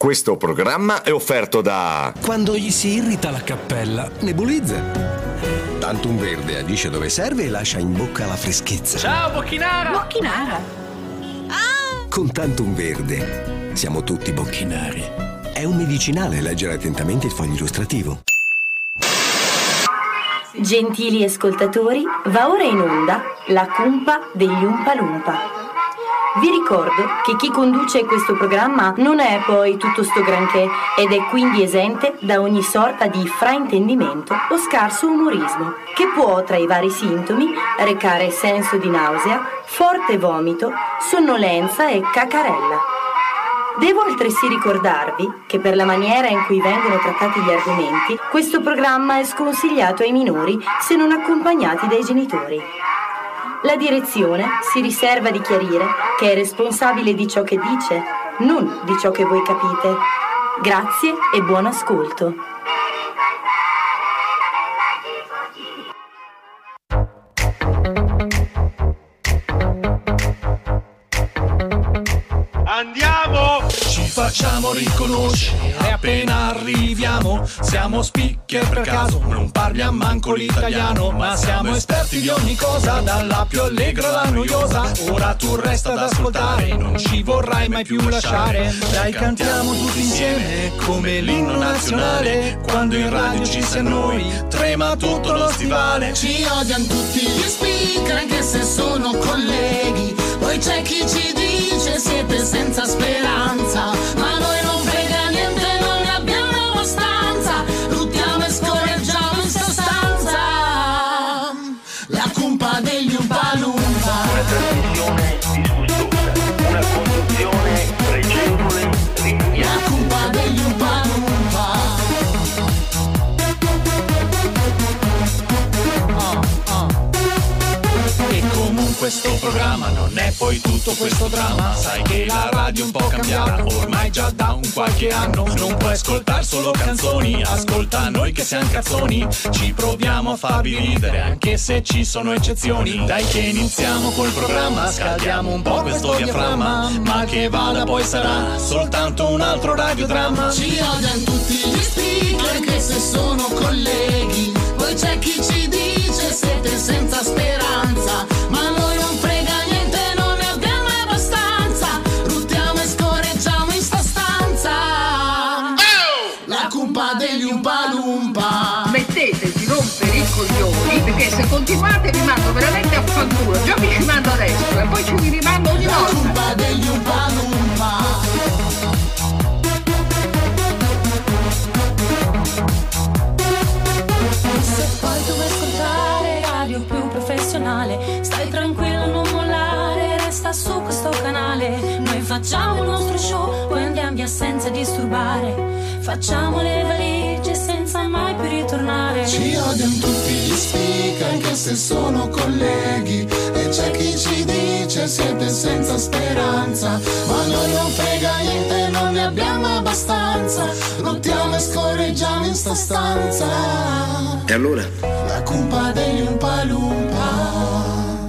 Questo programma è offerto da... Quando gli si irrita la cappella, nebulizza. Tantum Verde agisce dove serve e lascia in bocca la freschezza. Ciao, Bocchinara! Bocchinara! Ah! Con Tantum Verde siamo tutti bocchinari. È un medicinale, leggere attentamente il foglio illustrativo. Gentili ascoltatori, va ora in onda la cumpa degli Umpa Lumpa. Vi ricordo che chi conduce questo programma non è poi tutto sto granché ed è quindi esente da ogni sorta di fraintendimento o scarso umorismo, che può, tra i vari sintomi, recare senso di nausea, forte vomito, sonnolenza e cacarella. Devo altresì ricordarvi che per la maniera in cui vengono trattati gli argomenti, questo programma è sconsigliato ai minori se non accompagnati dai genitori. La direzione si riserva di chiarire che è responsabile di ciò che dice, non di ciò che voi capite. Grazie e buon ascolto. Andiamo! Ci facciamo riconoscere appena arriviamo. Siamo speaker per caso, non parliamo manco l'italiano, ma siamo esperti di ogni cosa, dalla più allegra alla noiosa. Ora tu resta ad ascoltare, non ci vorrai mai più lasciare. Dai, cantiamo tutti insieme come l'inno nazionale. Quando in radio ci sei noi, trema tutto lo stivale. Ci odiano tutti gli speaker anche se sono colleghi. Poi c'è chi ci dice siete senza speranza, ma noi non frega niente, non ne abbiamo abbastanza. Luttiamo e scorreggiamo in sostanza. La cumpa degli Umpa Lumpa. Una trasmissione disgustosa, una conduzione pregevole, ripugnante. La cumpa degli Umpa Lumpa. E comunque sto programma non è poi tutto questo dramma. Sai che la radio è un po' cambiata, ormai già da un qualche anno. Non puoi ascoltare solo canzoni, ascolta noi che siamo cazzoni. Ci proviamo a farvi ridere anche se ci sono eccezioni. Dai che iniziamo col programma, scaldiamo un po' questo diaframma. Ma che vada poi sarà soltanto un altro radiodramma. Ci odiano tutti gli speaker anche se sono colleghi. Poi c'è chi ci dice siete senza speranza, ma noi non frega niente, non ne abbiamo abbastanza. Ruttiamo e scorreggiamo in sta stanza. La cumpa degli Umpa Lumpa. Smettete di rompere i coglioni, perché se continuate vi mando veramente a fanculo. Già vi ci mando adesso e poi ci vi rimando ogni La volta. cumpa degli Umpa Lumpa. Se poi dove ascoltare radio più professionale, stai tranquillo, non mollare, resta su questo canale. Noi facciamo il nostro show, poi andiamo via senza disturbare. Facciamo le valigie senza mai più ritornare. Ci odiano tutti gli speaker anche se sono colleghi. E c'è chi ci dice siete senza speranza, ma noi non frega niente, non ne abbiamo abbastanza. Lottiamo e scorreggiamo in sta stanza. E allora? La cumpa degli Umpa Lumpa.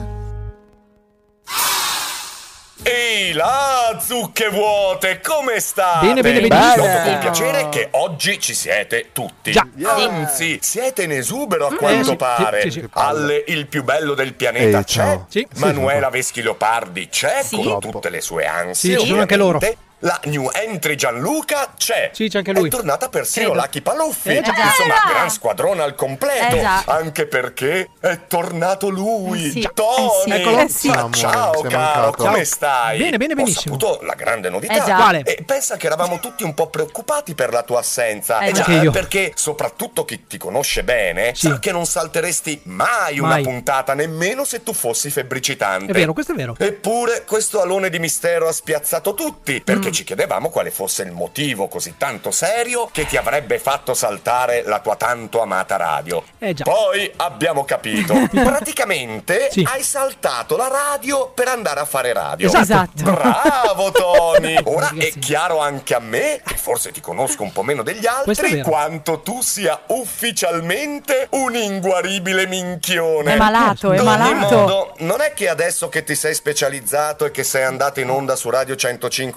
Ehi là, zucche vuote, come state? Bene, benissimo. Noto con piacere che oggi ci siete tutti. Già. Anzi, siete in esubero a quanto pare. sì. Alle, il più bello del pianeta c'è. ciao. Sì. Manuela Veschi Leopardi c'è, Sì. con tutte le sue ansie. Sì, ci sono anche loro. ovviamente. La new entry Gianluca c'è. Sì, c'è anche lui. È tornata persino Credo. Lucky Paluffi. Già. Insomma, gran squadrone al completo. Già. Anche perché è tornato lui, Sì. Tony. Eccolo. Sì. Ma ciao sei caro, mancato. come stai? Bene, benissimo. Ho saputo la grande novità. Già. Quale? E pensa che eravamo tutti un po' preoccupati per la tua assenza. Già. Anche io. Perché soprattutto chi ti conosce bene Sì. sa che non salteresti mai una Mai. puntata, nemmeno se tu fossi febbricitante. È vero, questo è vero. Eppure questo alone di mistero ha spiazzato tutti, perché ci chiedevamo quale fosse il motivo così tanto serio che ti avrebbe fatto saltare la tua tanto amata radio. Già. Poi abbiamo capito. Praticamente Sì. hai saltato la radio per andare a fare radio. Esatto. Bravo Tony! Ora Ragazzi. è chiaro anche a me, che forse ti conosco un po' meno degli Questo è altri, vero. quanto tu sia ufficialmente un inguaribile minchione. È malato, è Ad ogni malato. modo, non è che adesso che ti sei specializzato e che sei andato in onda su Radio 105 Lab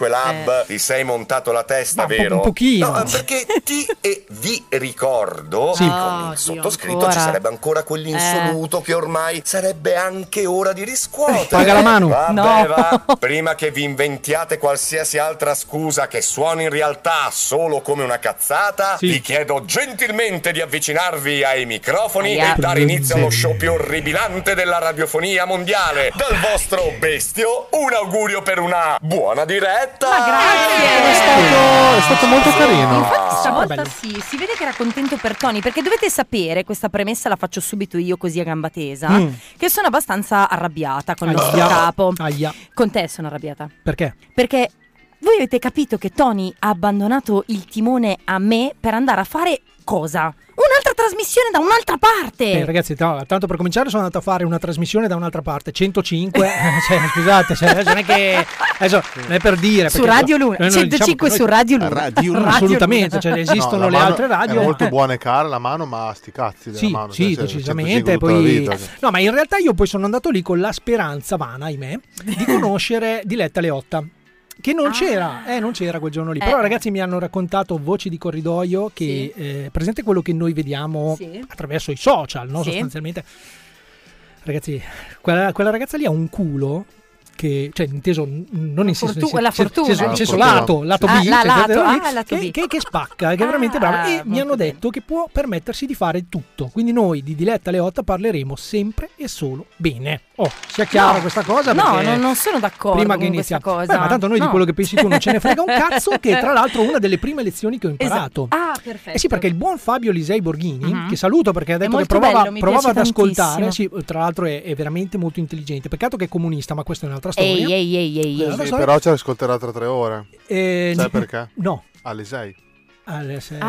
Bob, ti sei montato la testa, vero? Un pochino. No, perché ti e vi ricordo che con il sottoscritto ci sarebbe ancora quell'insoluto che ormai sarebbe anche ora di riscuotere. Paga la mano. Vabbè, va. Prima che vi inventiate qualsiasi altra scusa che suoni in realtà solo come una cazzata, vi chiedo gentilmente di avvicinarvi ai microfoni e dare inizio allo show più orribilante della radiofonia mondiale. Dal vostro bestio, un augurio per una buona diretta. Ma grazie. È stato molto carino. Infatti stavolta sì, si vede che era contento per Tony, perché dovete sapere, questa premessa la faccio subito io così a gamba tesa, che sono abbastanza arrabbiata con il nostro capo. Con te sono arrabbiata. Perché? Perché voi avete capito che Tony ha abbandonato il timone a me per andare a fare cosa? Un'altra trasmissione da un'altra parte. Ragazzi, tanto per cominciare sono andato a fare una trasmissione da un'altra parte, 105. Scusate, non è che adesso non è per dire. Su Radio Luna, 105 su Radio Luna. Assolutamente, cioè esistono le altre radio. È molto buona e cara la mano, ma sti cazzi della mano. Sì, decisamente. Poi no, ma in realtà io poi sono andato lì con la speranza vana, ahimè, di conoscere Diletta Leotta. Che non c'era quel giorno lì. Però ragazzi mi hanno raccontato voci di corridoio che presente quello che noi vediamo attraverso i social, no? Sostanzialmente. Ragazzi, quella ragazza lì ha un culo che, cioè inteso non in senso lato B, che spacca, che è veramente brava, e mi hanno detto che può permettersi di fare tutto. Quindi noi di Diletta Leotta parleremo sempre e solo bene. Sia chiara questa cosa, perché non sono d'accordo prima che con questa cosa. Ma tanto noi di quello che pensi tu non ce ne frega un cazzo, che tra l'altro è una delle prime lezioni che ho imparato. Perfetto. Sì, perché il buon Fabio Lisei Borghini, che saluto perché ha detto che provava ad ascoltare, tra l'altro è veramente molto intelligente. Peccato che è comunista, ma questa è un'altra storia. Sì, però ci ascolterà tra 3 ore. Sai perché? No. Lisei. Lisei.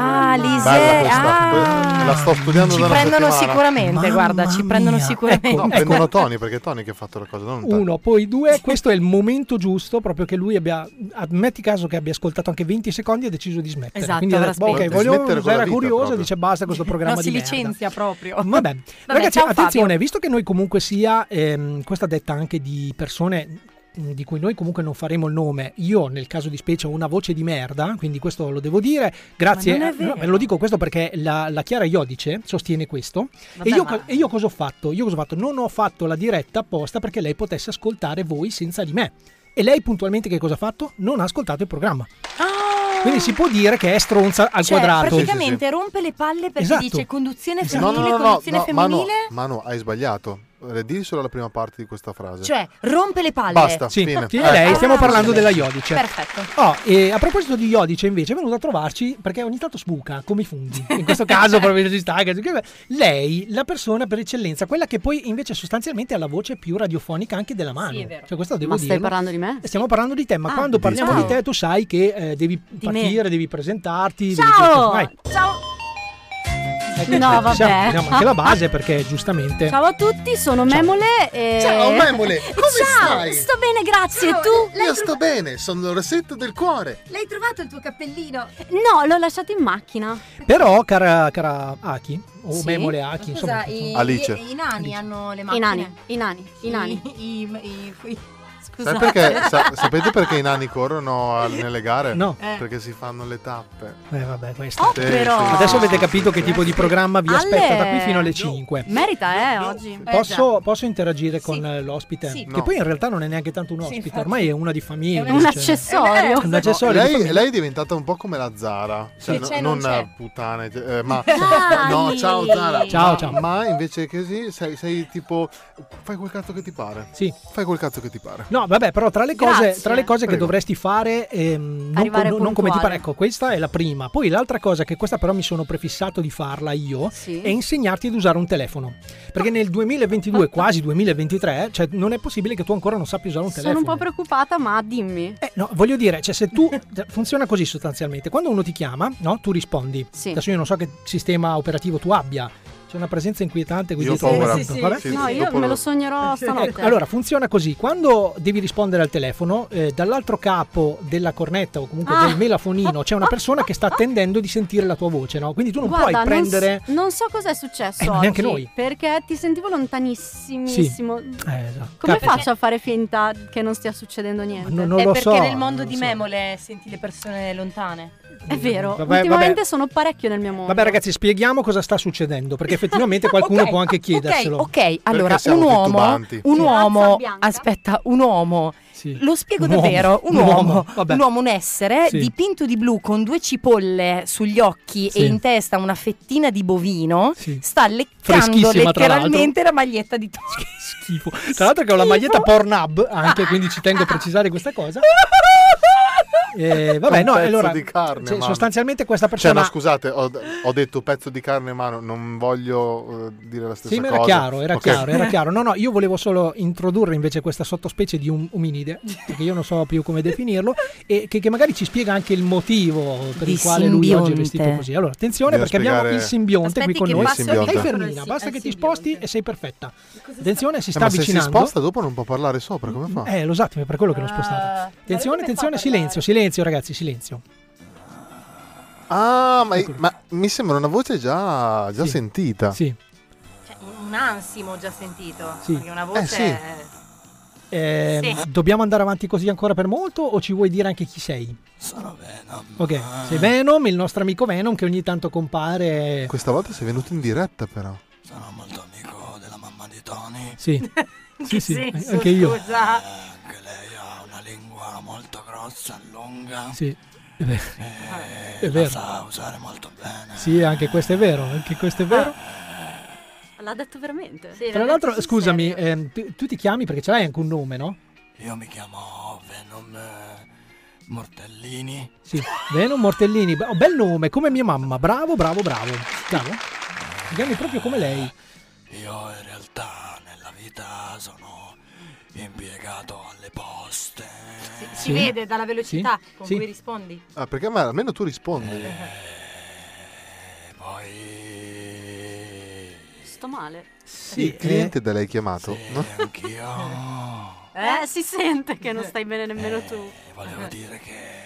La sto studiando da una prendono settimana. Sicuramente, guarda, ci prendono sicuramente. No, prendono Tony, perché Tony che ha fatto la cosa, non te. 1, poi 2, questo è il momento giusto, proprio che lui metti caso che abbia ascoltato anche 20 secondi e ha deciso di smettere. Esatto, quindi era curioso, dice basta questo programma no, di merda. Si licenzia proprio. Vabbè ragazzi, attenzione, visto che noi comunque sia questa detta anche di persone di cui noi comunque non faremo il nome, io nel caso di specie ho una voce di merda, quindi questo lo devo dire, grazie, lo dico questo perché la Chiara Iodice sostiene questo. Vabbè, e io cosa ho fatto? Non ho fatto la diretta apposta perché lei potesse ascoltare voi senza di me, e lei puntualmente che cosa ha fatto? Non ha ascoltato il programma. Quindi si può dire che è stronza al quadrato. Praticamente rompe le palle perché dice conduzione femminile, conduzione femminile. Manu, hai sbagliato. Dì solo la prima parte di questa frase. Cioè, rompe le palle. Basta, fine. Lei, stiamo parlando della Iodice. Perfetto. E a proposito di Iodice, invece, è venuta a trovarci perché ogni tanto sbuca, come i funghi. In questo caso proprio ci sta. Lei, la persona per eccellenza, quella che poi invece sostanzialmente ha la voce più radiofonica anche della Mano. Sì, è vero. Cioè, questo devo Ma dirlo. stai parlando di me? Stiamo parlando di te, ma quando parliamo di te tu sai che devi partire, devi presentarti. Ciao! Vai. Ciao! No, vabbè. Siamo anche la base perché giustamente. Ciao a tutti, sono Memole. Ciao Memole, come stai? Sto bene, grazie. Ciao, Tu? Io sto bene, sono l'orsetto del cuore. L'hai trovato il tuo cappellino? No, l'ho lasciato in macchina. Però, cara Aki, o Memole Aki, insomma. Alice. I nani hanno le macchine. I nani. Sapete perché i nani corrono nelle gare? No. Perché si fanno le tappe. Vabbè, questo. Però. Adesso avete capito che tipo di programma vi aspetta da qui fino alle 5. Merita, oggi. Posso interagire con l'ospite? Sì. Che poi in realtà non è neanche tanto un ospite, ormai è una di famiglia. È un accessorio. Un accessorio. Lei è diventata un po' come la Zara. Non puttana, ma no, ciao Zara. Ciao. Ma invece così sei tipo fai quel cazzo che ti pare. Sì. Fai quel cazzo che ti pare. No, vabbè, però tra le cose che dovresti fare non come ti pare. Ecco, questa è la prima. Poi l'altra cosa, che questa però mi sono prefissato di farla io, è insegnarti ad usare un telefono. Perché nel 2022, quasi 2023, cioè non è possibile che tu ancora non sappia usare un telefono. Sono un po' preoccupata, ma dimmi. No, voglio dire, cioè se tu funziona così sostanzialmente. Quando uno ti chiama, no, tu rispondi. Sì. Adesso io non so che sistema operativo tu abbia. C'è una presenza inquietante qui io dietro. No, io me lo sognerò stanotte. Allora, funziona così. Quando devi rispondere al telefono, dall'altro capo della cornetta o comunque del melafonino c'è una persona che sta attendendo di sentire la tua voce, no? Quindi tu non puoi prendere... Non so cos'è successo oggi. Neanche noi. Perché ti sentivo lontanissimissimo. Sì. Esatto. Come faccio a fare finta che non stia succedendo niente? Non lo so. Perché nel mondo di Memole senti le persone lontane. È vero, ultimamente sono parecchio nel mio mondo. Vabbè ragazzi, spieghiamo cosa sta succedendo, perché effettivamente qualcuno può anche chiederselo. Ok, allora un uomo, aspetta, un uomo. Sì. Lo spiego davvero, un uomo, un essere dipinto di blu con 2 cipolle sugli occhi e in testa una fettina di bovino, sta leccando letteralmente la maglietta di Tony. Schifo. Tra l'altro che ho la maglietta Pornhub anche, quindi ci tengo a precisare questa cosa. Vabbè, no, allora di carne, sostanzialmente questa persona. Cioè, no, scusate, ho detto pezzo di carne, ma non voglio dire la stessa cosa. Sì, ma era chiaro. No, io volevo solo introdurre invece questa sottospecie di un ominide, perché io non so più come definirlo, e che magari ci spiega anche il motivo per il quale lui oggi è vestito così. Allora, attenzione, perché abbiamo il simbionte qui con noi. Sei fermina, basta che ti sposti e sei perfetta. Attenzione, si sta avvicinando. Se si sposta dopo non può parlare sopra, come fa? Lo esatto, è per quello che l'ho spostato. Attenzione, silenzio ragazzi, silenzio. Ah, ma mi sembra una voce già sentita. Sì. Cioè, un ansimo già sentito. Sì. Perché una voce dobbiamo andare avanti così ancora per molto o ci vuoi dire anche chi sei? Sono Venom. Ok, sei Venom, il nostro amico Venom che ogni tanto compare. Questa volta sei venuto in diretta però. Sono molto amico della mamma di Tony. Sì. sì, anche io. Anche lei ha una lingua molto grossa, lunga. Sì. È vero. La sa usare molto bene. Sì, anche questo è vero. L'ha detto veramente. Sì, tra l'altro, scusami, tu ti chiami perché ce l'hai anche un nome, no? Io mi chiamo Venom Mortellini. Sì, Venom Mortellini. Bel nome, come mia mamma. Bravo. Ti chiami proprio come lei. Io in realtà nella vita sono impiegato alle poste. Si vede dalla velocità con cui rispondi. Ah, perché almeno tu rispondi. Poi sto male. Sì, il cliente da lei chiamato. Sì, no? Anch'io. Si sente che non stai bene nemmeno tu. Volevo dire che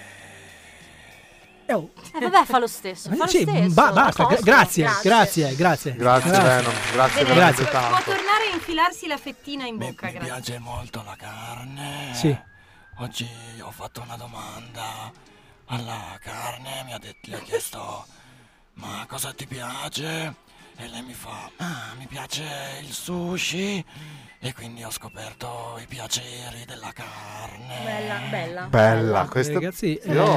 vabbè, fa lo stesso. Basta, grazie. Grazie Venom, grazie tanto. Può tornare a infilarsi la fettina in bocca. Mi piace molto la carne. Sì. Oggi ho fatto una domanda alla carne, le ho chiesto ma cosa ti piace? E lei mi fa mi piace il sushi. E quindi ho scoperto i piaceri della carne. Bella. Questa ragazzi,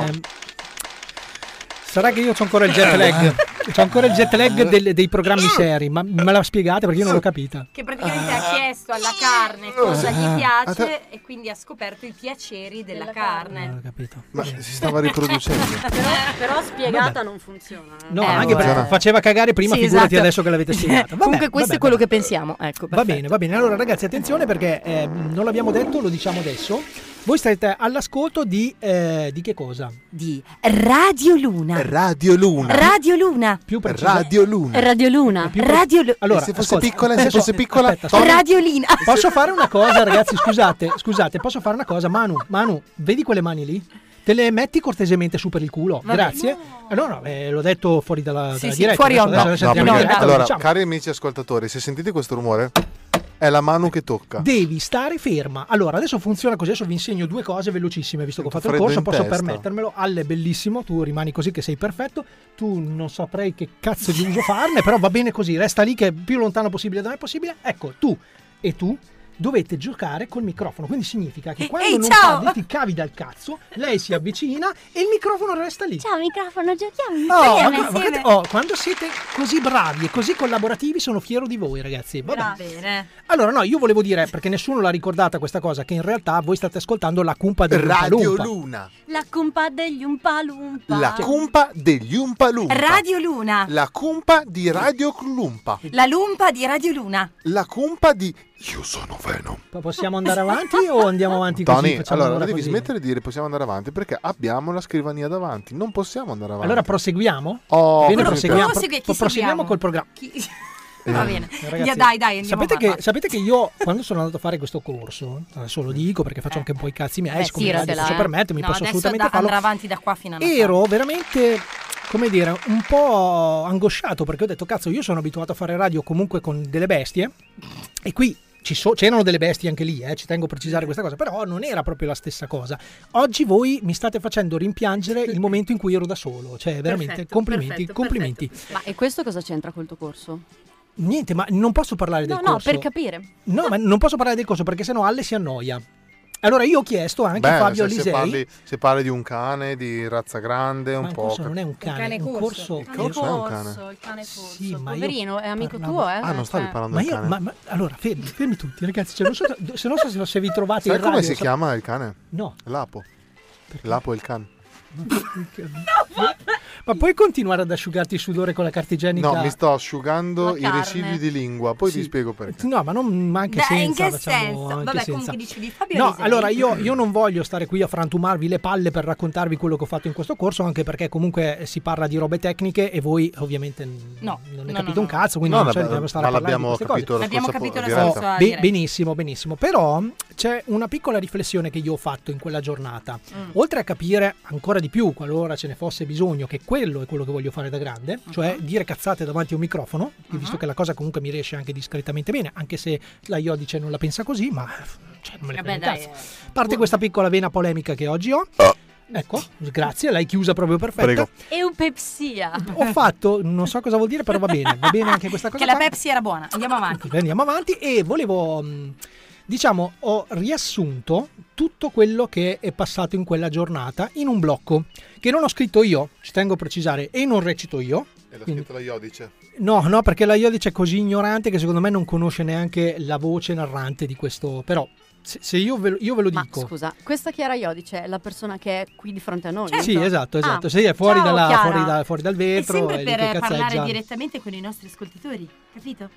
sarà che io c'ho ancora il jet lag. C'ho ancora il jet lag dei programmi seri, ma me la spiegate perché io non l'ho capita. Che praticamente ha chiesto alla carne cosa gli piace e quindi ha scoperto i piaceri della carne. Non ho capito. Ma si stava riproducendo. però spiegata non funziona. No, anche perché faceva cagare prima, figurati adesso che l'avete spiegata. Comunque questo è quello che pensiamo. Ecco, va bene. Allora ragazzi, attenzione perché non l'abbiamo detto, lo diciamo adesso. Voi state all'ascolto di che cosa? Di Radio Luna. Radio Luna. Più preciso. Radio Luna. Allora, se fosse piccola. Aspetta, Radio Luna. Posso fare una cosa, ragazzi? Scusate, posso fare una cosa? Manu, vedi quelle mani lì? Te le metti cortesemente su per il culo. Vabbè. Grazie. No, l'ho detto fuori dalla diretta. Fuori onda. Allora, diciamo. Cari amici ascoltatori, se sentite questo rumore è la mano che tocca. Devi stare ferma. Allora, adesso funziona così. Adesso vi insegno 2 cose velocissime. Visto che ho fatto il corso, posso permettermelo. Alle bellissimo. Tu rimani così che sei perfetto. Tu non saprei che cazzo di uso farne, però va bene così. Resta lì che è più lontano possibile da me possibile. Ecco, tu dovete giocare col microfono, quindi significa che quando non parli ti cavi dal cazzo, lei si avvicina e il microfono resta lì. Ciao microfono, giochiamo. Quando siete così bravi e così collaborativi sono fiero di voi ragazzi. Vabbè. Bene. Allora no, io volevo dire, perché nessuno l'ha ricordata questa cosa, che in realtà voi state ascoltando la cumpa degli Radio Luna. La cumpa degli Umpalumpa. La cumpa degli Umpalumpa. Radio Luna. La cumpa di Radio Lumpa. La lumpa di Radio Luna. La cumpa di Io sono Venom. Possiamo andare avanti o andiamo avanti così? Tony, allora devi smettere di dire possiamo andare avanti perché abbiamo la scrivania davanti. Non possiamo andare avanti. Allora proseguiamo? Bene, proseguiamo col programma. Va bene. Ragazzi, dai, sapete che io quando sono andato a fare questo corso, adesso lo dico perché faccio anche un po' i cazzi miei, siccome posso permettermi, posso assolutamente farlo. Andrà avanti da qua fino a Ero veramente, come dire, un po' angosciato, perché ho detto cazzo, io sono abituato a fare radio comunque con delle bestie e qui c'erano delle bestie anche lì, ci tengo a precisare questa cosa, però non era proprio la stessa cosa. Oggi voi mi state facendo rimpiangere il momento in cui ero da solo, cioè veramente complimenti. Ma e questo cosa c'entra col tuo corso? Niente, ma non posso parlare del corso. No, per capire. No, ma non posso parlare del corso perché sennò Alle si annoia. Allora io ho chiesto anche a Fabio Alisei. Se parli di un cane di razza grande, un po'. Corso non è un cane, un corso. Il cane corso. Sì, poverino, è amico tuo, non stavi parlando del cane. Ma allora, fermi tutti, ragazzi. Cioè, non so se vi trovate in radio. Come si chiama il cane? No. Lapo. Perché? Lapo è il cane. Ma puoi continuare ad asciugarti il sudore con la carta igienica? No, mi sto asciugando i residui di lingua, poi ti spiego perché. No, ma anche senza. In che senso? Vabbè, comunque dici di Fabio No, Alisei. allora io non voglio stare qui a frantumarvi le palle per raccontarvi quello che ho fatto in questo corso, anche perché comunque si parla di robe tecniche e voi ovviamente non ne capite un cazzo, quindi non dobbiamo stare a parlare di queste cose. L'abbiamo capito la scorsa benissimo, però c'è una piccola riflessione che io ho fatto in quella giornata. Oltre a capire ancora di più, qualora ce ne fosse bisogno, che quello è quello che voglio fare da grande, cioè dire cazzate davanti a un microfono, visto che la cosa comunque mi riesce anche discretamente bene, anche se la Iodice non la pensa così, ma non me ne frega un cazzo. Parte questa piccola vena polemica che oggi ho. Ecco, grazie, l'hai chiusa proprio perfetta. Prego. Eupepsia. Ho fatto, non so cosa vuol dire, però va bene anche questa cosa. Che la Pepsi era buona. Andiamo avanti e volevo... Diciamo, ho riassunto tutto quello che è passato in quella giornata in un blocco che non ho scritto io, ci tengo a precisare, e non recito io. E l'ha scritto la Iodice? No, perché la Iodice è così ignorante che secondo me non conosce neanche la voce narrante di questo, però se io ve lo dico. Ma scusa, questa Chiara Iodice è la persona che è qui di fronte a noi? Certo. Sì, esatto. Sei fuori fuori dal vetro. È sempre per parlare direttamente con i nostri ascoltatori, capito?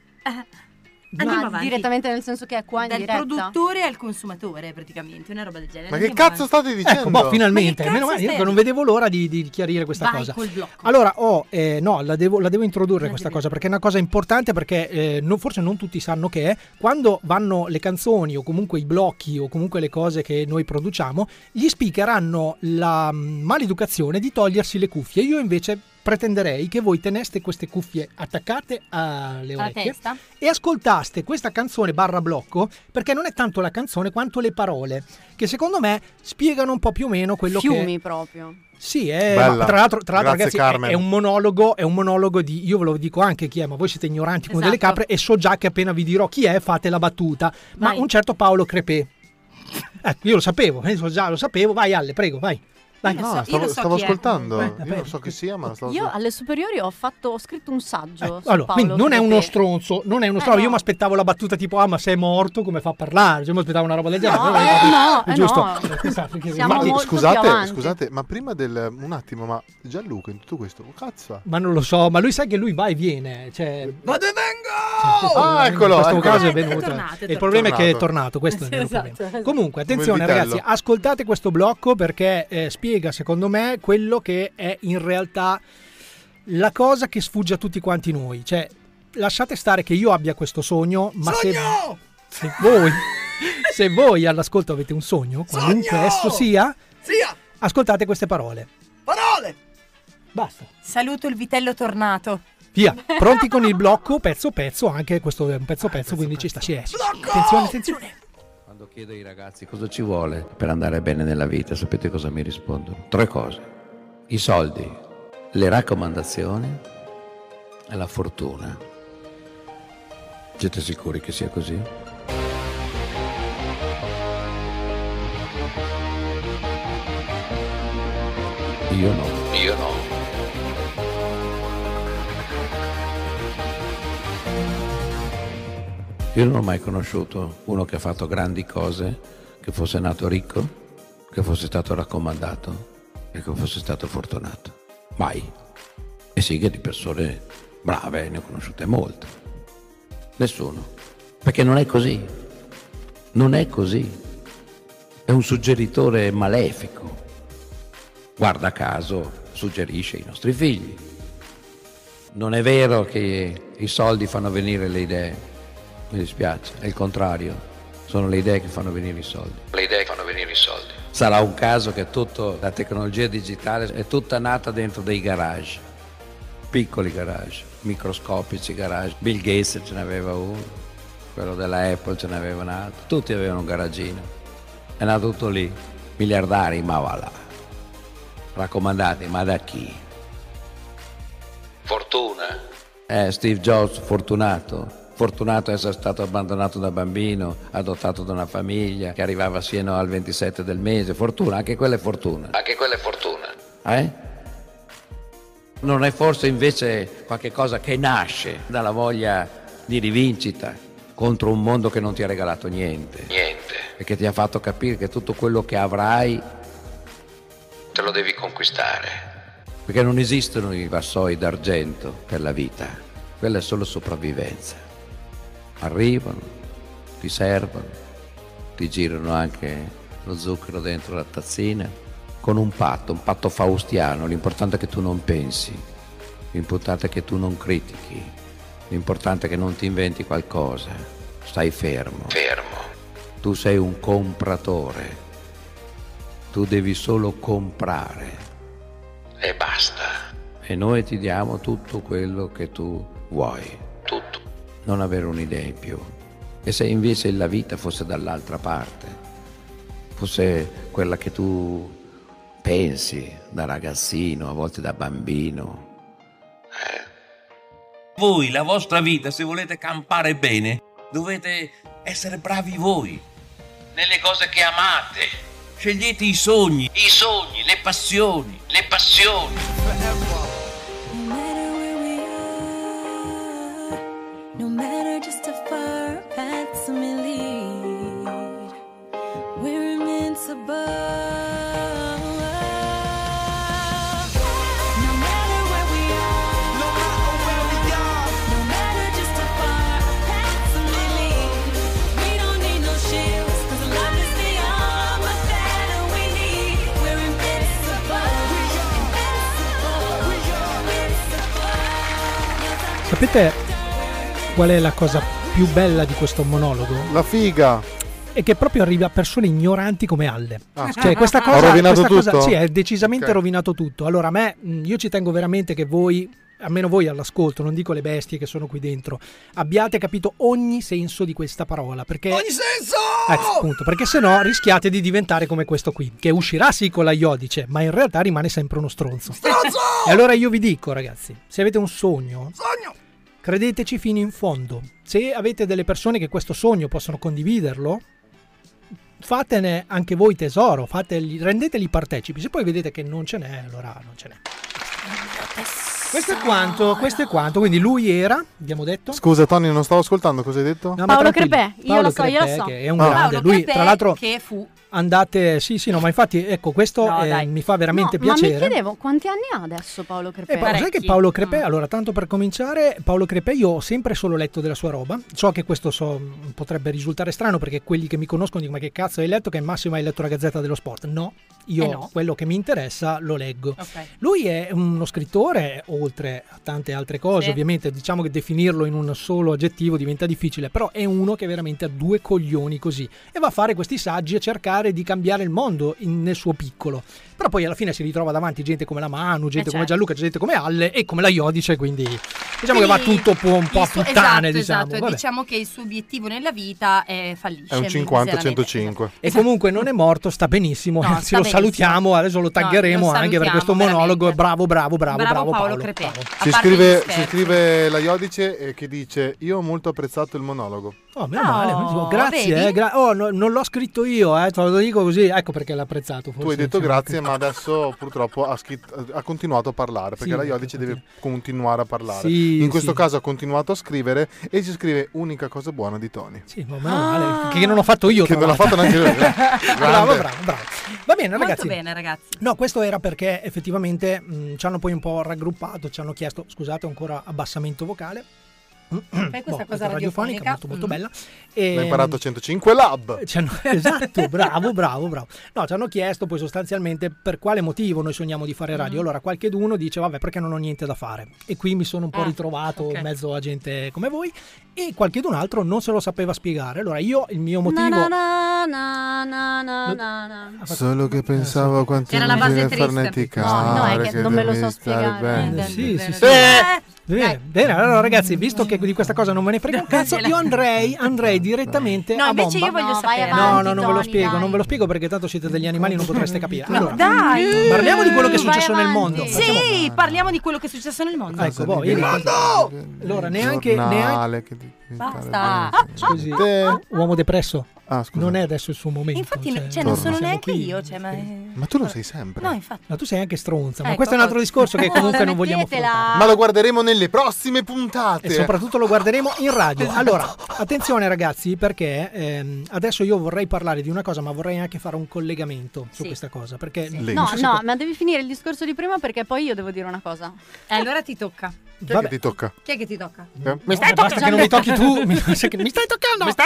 Andiamo avanti. Direttamente nel senso che è qua in dal diretta? produttore al consumatore, praticamente, una roba del genere. Ma che cazzo state dicendo? Ecco, finalmente, meno male, io non vedevo l'ora di chiarire questa cosa. Col blocco. Allora, la devo introdurre questa cosa, perché è una cosa importante, perché forse non tutti sanno che è quando vanno le canzoni o comunque i blocchi o comunque le cose che noi produciamo, gli speaker hanno la maleducazione di togliersi le cuffie. Io invece pretenderei che voi teneste queste cuffie attaccate alle orecchie e ascoltaste questa canzone / blocco, perché non è tanto la canzone quanto le parole, che secondo me spiegano un po' più o meno quello Fiumi proprio. Sì, tra l'altro ragazzi è un monologo di, io ve lo dico anche chi è, ma voi siete ignoranti come delle capre e so già che appena vi dirò chi è fate la battuta. Ma un certo Paolo Crepè. Io lo sapevo, vai Ale, prego, vai. Stavo ascoltando. Io non so chi sia, ma io alle superiori ho scritto un saggio. Allora, quindi non è uno stronzo, io mi aspettavo la battuta tipo ma se è morto come fa a parlare? Cioè, mi aspettavo una roba del genere. Giusto. Scusate, ma prima un attimo, ma Gianluca in tutto questo, cazzo. Ma non lo so, ma lui sa che lui va e viene, cioè. Ma dove vengo? Eccolo. In questo caso è venuto. Il problema è che è tornato, questo è il problema. Comunque, attenzione ragazzi, ascoltate questo blocco perché spiega secondo me quello che è in realtà la cosa che sfugge a tutti quanti noi. Cioè, lasciate stare che io abbia questo sogno, ma se voi all'ascolto avete un sogno, qualunque esso sia, ascoltate queste parole. Basta. Saluto il vitello tornato. Via, pronti con il blocco pezzo pezzo, anche questo è un pezzo, quindi ci sta. Attenzione. Quando chiedo ai ragazzi cosa ci vuole per andare bene nella vita, sapete cosa mi rispondono? 3 cose: i soldi, le raccomandazioni e la fortuna. Siete sicuri che sia così? Io no. Io non ho mai conosciuto uno che ha fatto grandi cose, che fosse nato ricco, che fosse stato raccomandato e che fosse stato fortunato. Mai. E sì che di persone brave ne ho conosciute molte. Nessuno. Perché non è così. Non è così. È un suggeritore malefico. Guarda caso suggerisce ai nostri figli. Non è vero che i soldi fanno venire le idee, mi dispiace, è il contrario, sono le idee che fanno venire i soldi. Le idee fanno venire i soldi. Sarà un caso che tutta la tecnologia digitale è tutta nata dentro dei garage, piccoli garage, microscopici garage. Bill Gates ce n'aveva uno, quello della Apple ce n'aveva un altro, tutti avevano un garagino. È nato tutto lì, miliardari, ma va là. Raccomandati, ma da chi? Fortuna. Steve Jobs, fortunato essere stato abbandonato da bambino, adottato da una famiglia, che arrivava fino al 27 del mese. Fortuna, anche quella è fortuna. Anche quella è fortuna. Non è forse invece qualche cosa che nasce dalla voglia di rivincita contro un mondo che non ti ha regalato niente? Niente. E che ti ha fatto capire che tutto quello che avrai te lo devi conquistare. Perché non esistono i vassoi d'argento per la vita, quella è solo sopravvivenza. Arrivano, ti servono, ti girano anche lo zucchero dentro la tazzina, con un patto faustiano. L'importante è che tu non pensi, l'importante è che tu non critichi, l'importante è che non ti inventi qualcosa, stai fermo. Fermo. Tu sei un compratore, tu devi solo comprare. E basta. E noi ti diamo tutto quello che tu vuoi. Tutto. Non avere un'idea in più. E se invece la vita fosse dall'altra parte, fosse quella che tu pensi da ragazzino, a volte da bambino. Voi, la vostra vita, se volete campare bene, dovete essere bravi voi. Nelle cose che amate. Scegliete i sogni, le passioni, le passioni. No matter just how far paths may lead, we're invincible. Sapete qual è la cosa più bella di questo monologo? La figa! È che proprio arriva a persone ignoranti come Alle. Cioè, questa cosa, ho rovinato tutto? Sì, è decisamente rovinato tutto. Allora, io ci tengo veramente che voi, almeno voi all'ascolto, non dico le bestie che sono qui dentro, abbiate capito ogni senso di questa parola. Perché, ogni senso! Appunto, perché sennò rischiate di diventare come questo qui, che uscirà sì con la Iodice, ma in realtà rimane sempre uno stronzo. E allora io vi dico, ragazzi, se avete un sogno, credeteci fino in fondo. Se avete delle persone che questo sogno possono condividerlo, fatene anche voi tesoro, rendeteli partecipi. Se poi vedete che non ce n'è, allora non ce n'è. Questo è quanto. Quindi lui era, abbiamo detto. Scusa Tony, non stavo ascoltando, cosa hai detto? No, Paolo Crepè, io lo so. Che è un grande. Lui, tra l'altro, che fu. Andate, no, ma infatti, ecco, questo mi fa veramente piacere. Ma mi chiedevo, quanti anni ha adesso Paolo Crepè? Sai che Paolo Crepè, allora, tanto per cominciare, Paolo Crepè, io ho sempre solo letto della sua roba. So che questo potrebbe risultare strano, perché quelli che mi conoscono dicono: ma che cazzo hai letto? Che al massimo hai letto la Gazzetta dello Sport. No, io quello che mi interessa lo leggo. Okay. Lui è uno scrittore, oltre a tante altre cose, ovviamente, diciamo che definirlo in un solo aggettivo diventa difficile, però è uno che veramente ha due coglioni così, e va a fare questi saggi a cercare di cambiare il mondo nel suo piccolo. Però poi alla fine si ritrova davanti gente come la Manu, gente come Gianluca, gente come Alle e come la Iodice, quindi diciamo che va tutto un po' a puttane. Esatto. Diciamo che il suo obiettivo nella vita fallisce. È un 50-105. E comunque non è morto, sta benissimo, anzi lo salutiamo, adesso lo taggheremo anche per questo monologo. Bravo Paolo Crepè. Si scrive la Iodice che dice: io ho molto apprezzato il monologo. Oh, meno male, grazie. Non l'ho scritto io, te lo dico così, ecco perché l'ha apprezzato. Forse. Tu hai detto grazie, ma adesso purtroppo ha continuato a parlare, perché la Iodice deve continuare a parlare. In questo caso ha continuato a scrivere e ci scrive: unica cosa buona di Tony. Sì, ma meno male, che non ho fatto io. Che non l'ha fatto neanche lui. Bravo. Va bene, ragazzi. Molto bene, ragazzi. No, questo era perché effettivamente ci hanno poi un po' raggruppato, ci hanno chiesto: scusate, ancora abbassamento vocale. Fai questa cosa radiofonica molto molto bella. L'hai imparato a 105 Lab. Esatto, bravo. No, ci hanno chiesto poi sostanzialmente per quale motivo noi sogniamo di fare radio. Allora qualcheduno dice vabbè, perché non ho niente da fare, e qui mi sono un po' ritrovato in mezzo a gente come voi, e qualchedun altro non se lo sapeva spiegare. Allora io il mio motivo solo che pensavo a quanti anni farneticare. No, è che non me lo so spiegare. Sì. Bene, allora ragazzi, visto che di questa cosa non me ne frega un cazzo, io andrei direttamente a bomba. Invece io voglio sapere. Non ve lo spiego perché tanto siete degli animali, non potreste capire. Allora, dai, parliamo di quello che è successo nel mondo. Sì, parliamo di quello che è successo nel mondo. Ecco, allora neanche basta. Scusi, uomo depresso. Non è adesso il suo momento. Infatti, non sono neanche io. Ma tu lo sei sempre. No, infatti. Ma tu sei anche stronza. Ma questo è un altro discorso che comunque non vogliamo fare. Ma lo guarderemo nelle prossime puntate. E soprattutto lo guarderemo in radio. Allora, attenzione ragazzi, perché adesso io vorrei parlare di una cosa, ma vorrei anche fare un collegamento su questa cosa. Perché no, ma devi finire il discorso di prima, perché poi io devo dire una cosa. Allora ti tocca. Chi è che ti tocca? Chi è che ti tocca? Mi stai toccando. Che non mi tocchi tu. Mi stai toccando. Mi stai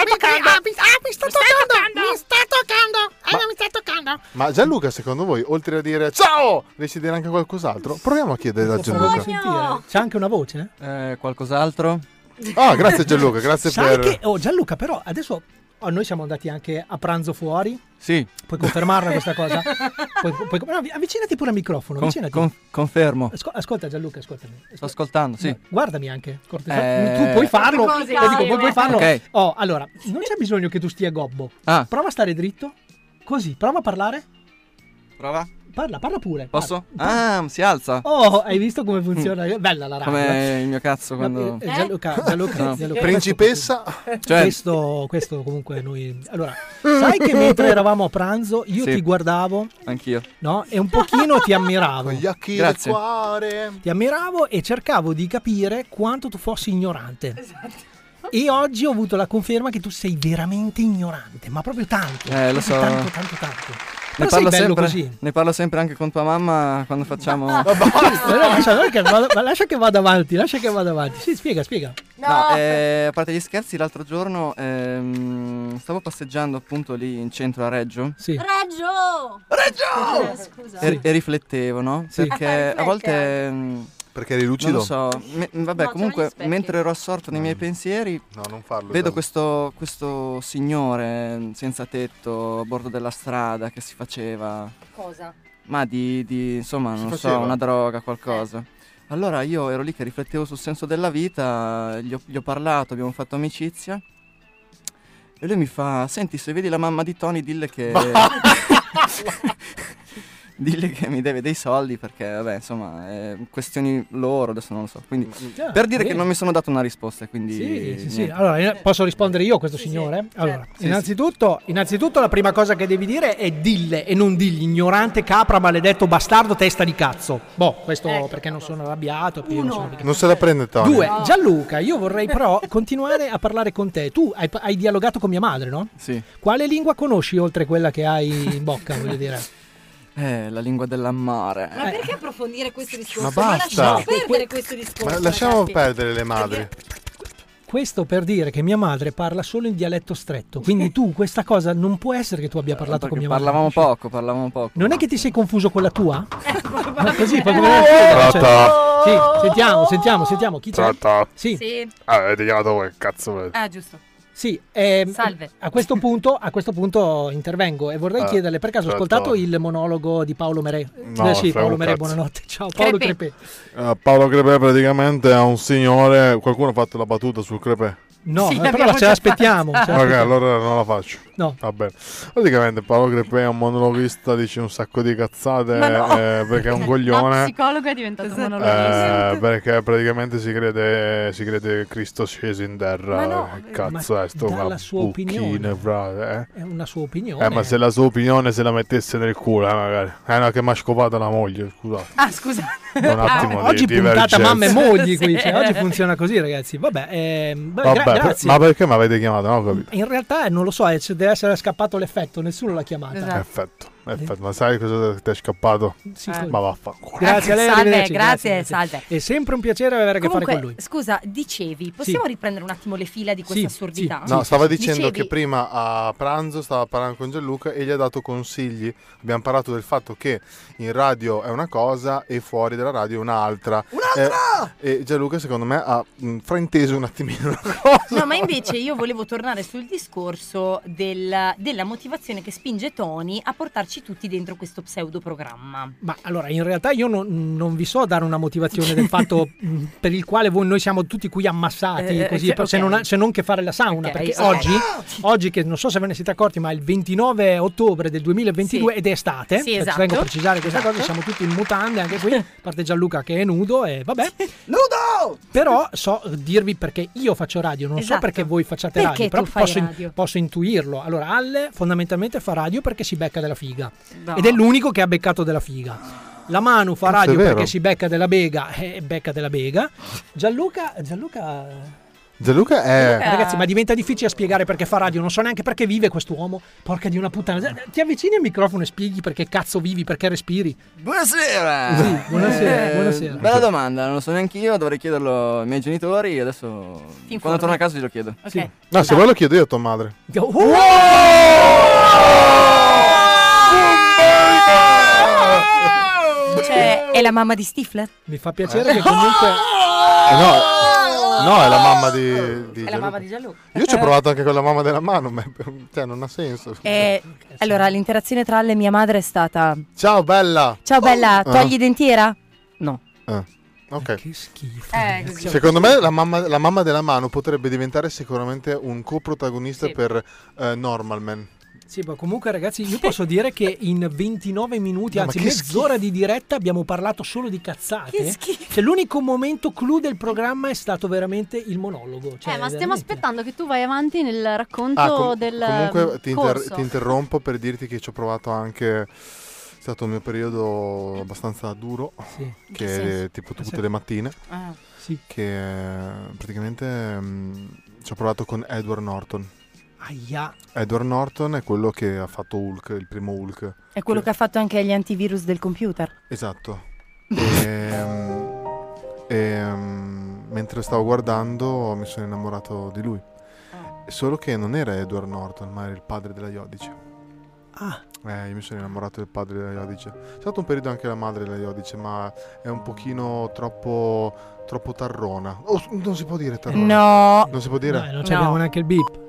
toccando. Ma Gianluca, secondo voi, oltre a dire ciao, riesci a dire anche qualcos'altro? Proviamo a chiedere a Gianluca. C'è anche una voce? Qualcos'altro? Grazie Gianluca, grazie per... Gianluca, però adesso noi siamo andati anche a pranzo fuori. Sì. Puoi confermarla questa cosa? Avvicinati pure al microfono. Confermo. Ascolta Gianluca, ascoltami. Sto ascoltando, sì. Guardami anche. Tu puoi farlo. Puoi farlo. Okay. Allora, non c'è bisogno che tu stia gobbo. Prova a stare dritto. Così, prova a parlare. Prova. Parla pure. Posso? Si alza. Hai visto come funziona? Bella la radio. Come il mio cazzo quando... Gianluca. Principessa. Questo comunque noi... Allora, sai che mentre eravamo a pranzo io ti guardavo. Anch'io. No? E un pochino ti ammiravo. Con gli occhi del cuore. Ti ammiravo e cercavo di capire quanto tu fossi ignorante. Esatto. E oggi ho avuto la conferma che tu sei veramente ignorante, ma proprio tanto. Lo so. Tanto. Ne parlo sempre anche con tua mamma quando facciamo... Lascia che vada avanti. Sì, spiega. No, a parte gli scherzi, l'altro giorno stavo passeggiando appunto lì in centro a Reggio. Sì. Reggio! Scusa. E riflettevo, no? Sì. Perché a volte... Perché eri lucido? Non lo so, comunque mentre ero assorto nei miei pensieri non farlo, vedo questo signore senza tetto a bordo della strada che si faceva... Cosa? Ma insomma, non so, una droga, qualcosa. Allora io ero lì che riflettevo sul senso della vita, gli ho parlato, abbiamo fatto amicizia e lui mi fa: senti, se vedi la mamma di Tony dille che... Dille che mi deve dei soldi perché, vabbè, insomma, questioni loro, adesso non lo so. Quindi, per dire che non mi sono dato una risposta, quindi... Sì. Allora, posso rispondere io a questo signore? Allora, innanzitutto la prima cosa che devi dire è dille e non digli ignorante, capra, maledetto, bastardo, testa di cazzo. Questo perché non sono arrabbiato. Non se la prende Tony. 2, Gianluca, io vorrei però continuare a parlare con te. Tu hai dialogato con mia madre, no? Sì. Quale lingua conosci oltre quella che hai in bocca, voglio dire? La lingua dell'amare. Ma perché approfondire questo discorso? Ma basta. Lasciamo perdere questo discorso. Ma lasciamo perdere le madri. Questo per dire che mia madre parla solo in dialetto stretto. Quindi tu, questa cosa non può essere che tu abbia parlato con mia madre. Parlavamo poco. Non è che ti sei confuso con la tua? Così, poi sentiamo chi c'è. Sì. Avete chiamato voi, cazzo. Giusto. Sì, salve. A questo punto intervengo e vorrei chiederle per caso ho ascoltato il monologo di Paolo Merè. Paolo Merè, buonanotte. Ciao Paolo Crepè. Paolo Crepè praticamente è un signore, qualcuno ha fatto la battuta sul Crepè. No, però ce l'aspettiamo. Ok, allora non la faccio. No. Va bene. Praticamente Paolo Crepè è un monologhista, dice un sacco di cazzate perché è un coglione. No, psicologo è diventato monologhista. Perché praticamente si crede Cristo scesi in terra. Che cazzo è sto? La sua opinione. È una sua opinione. Ma se la sua opinione se la mettesse nel culo, magari. No, che mi ha scopato la moglie, scusate. Scusate. Un attimo oggi puntata mamma e mogli qui, oggi funziona così, ragazzi. Vabbè, grazie. Ma perché mi avete chiamato? No, in realtà non lo so, deve essere scappato l'effetto, nessuno l'ha chiamata. Esatto. Ma sai cosa ti è scappato? Sì, ma vaffanculo. Grazie a lei. Salve, grazie. È sempre un piacere avere a che fare con lui. Scusa, dicevi, possiamo riprendere un attimo le fila di questa assurdità? No, stava dicendo che prima a pranzo stava parlando con Gianluca e gli ha dato consigli. Abbiamo parlato del fatto che in radio è una cosa e fuori dalla radio è un'altra. E Gianluca secondo me ha frainteso un attimino la cosa. No, ma invece io volevo tornare sul discorso della motivazione che spinge Tony a portarci tutti dentro questo pseudo programma. Ma allora, in realtà io non vi so dare una motivazione del fatto per il quale noi siamo tutti qui ammassati così, se non che fare la sauna, perché oggi che non so se ve ne siete accorti, ma è il 29 ottobre del 2022 ed è estate, tengo a precisare questa cosa, siamo tutti in mutande anche qui, a parte Gianluca che è nudo e vabbè. Nudo! Però so dirvi perché io faccio radio, non so perché voi facciate radio, però posso intuirlo. Allora, Alle fondamentalmente fa radio perché si becca della figa, ed è l'unico che ha beccato della figa. La Manu fa radio perché si becca della bega e becca della bega. Gianluca è... Ragazzi, ma diventa difficile a spiegare perché fa radio. Non so neanche perché vive quest'uomo. Porca di una puttana. Ti avvicini al microfono e spieghi perché cazzo vivi, perché respiri. Buonasera. Sì, buonasera. Bella domanda, non lo so neanche io, dovrei chiederlo ai miei genitori. Adesso quando torno a casa glielo chiedo. Okay. Sì. No, se vuoi lo chiedo io a tua madre. Cioè, è la mamma di Stifler? Mi fa piacere che comunque... No, è la mamma di È la mamma di Gianluca. Io ci ho provato anche con la mamma della Manu, ma cioè, non ha senso. Allora, l'interazione tra Alle e mia madre è stata: ciao bella. Ciao bella, togli dentiera? No. Ok. Che schifo. Secondo me la mamma della Manu potrebbe diventare sicuramente un coprotagonista per Normal Man. Sì, ma comunque ragazzi, io posso dire che in 29 minuti, anzi mezz'ora di diretta, abbiamo parlato solo di cazzate. Che schifo. Cioè, l'unico momento clou del programma è stato veramente il monologo. Cioè, ma stiamo aspettando che tu vai avanti nel racconto del comunque ti interrompo per dirti che ci ho provato anche... È stato un mio periodo abbastanza duro, che è tipo tutte le mattine, che praticamente ci ho provato con Edward Norton. Edward Norton è quello che ha fatto Hulk, il primo Hulk. È quello che ha fatto anche gli antivirus del computer. Esatto. Mentre stavo guardando mi sono innamorato di lui. Solo che non era Edward Norton, ma era il padre della Iodice. Io mi sono innamorato del padre della Iodice. C'è stato un periodo anche la madre della Iodice, ma è un pochino troppo tarrona. Non si può dire tarrona. No. Non si può dire? No, non abbiamo neanche il beep.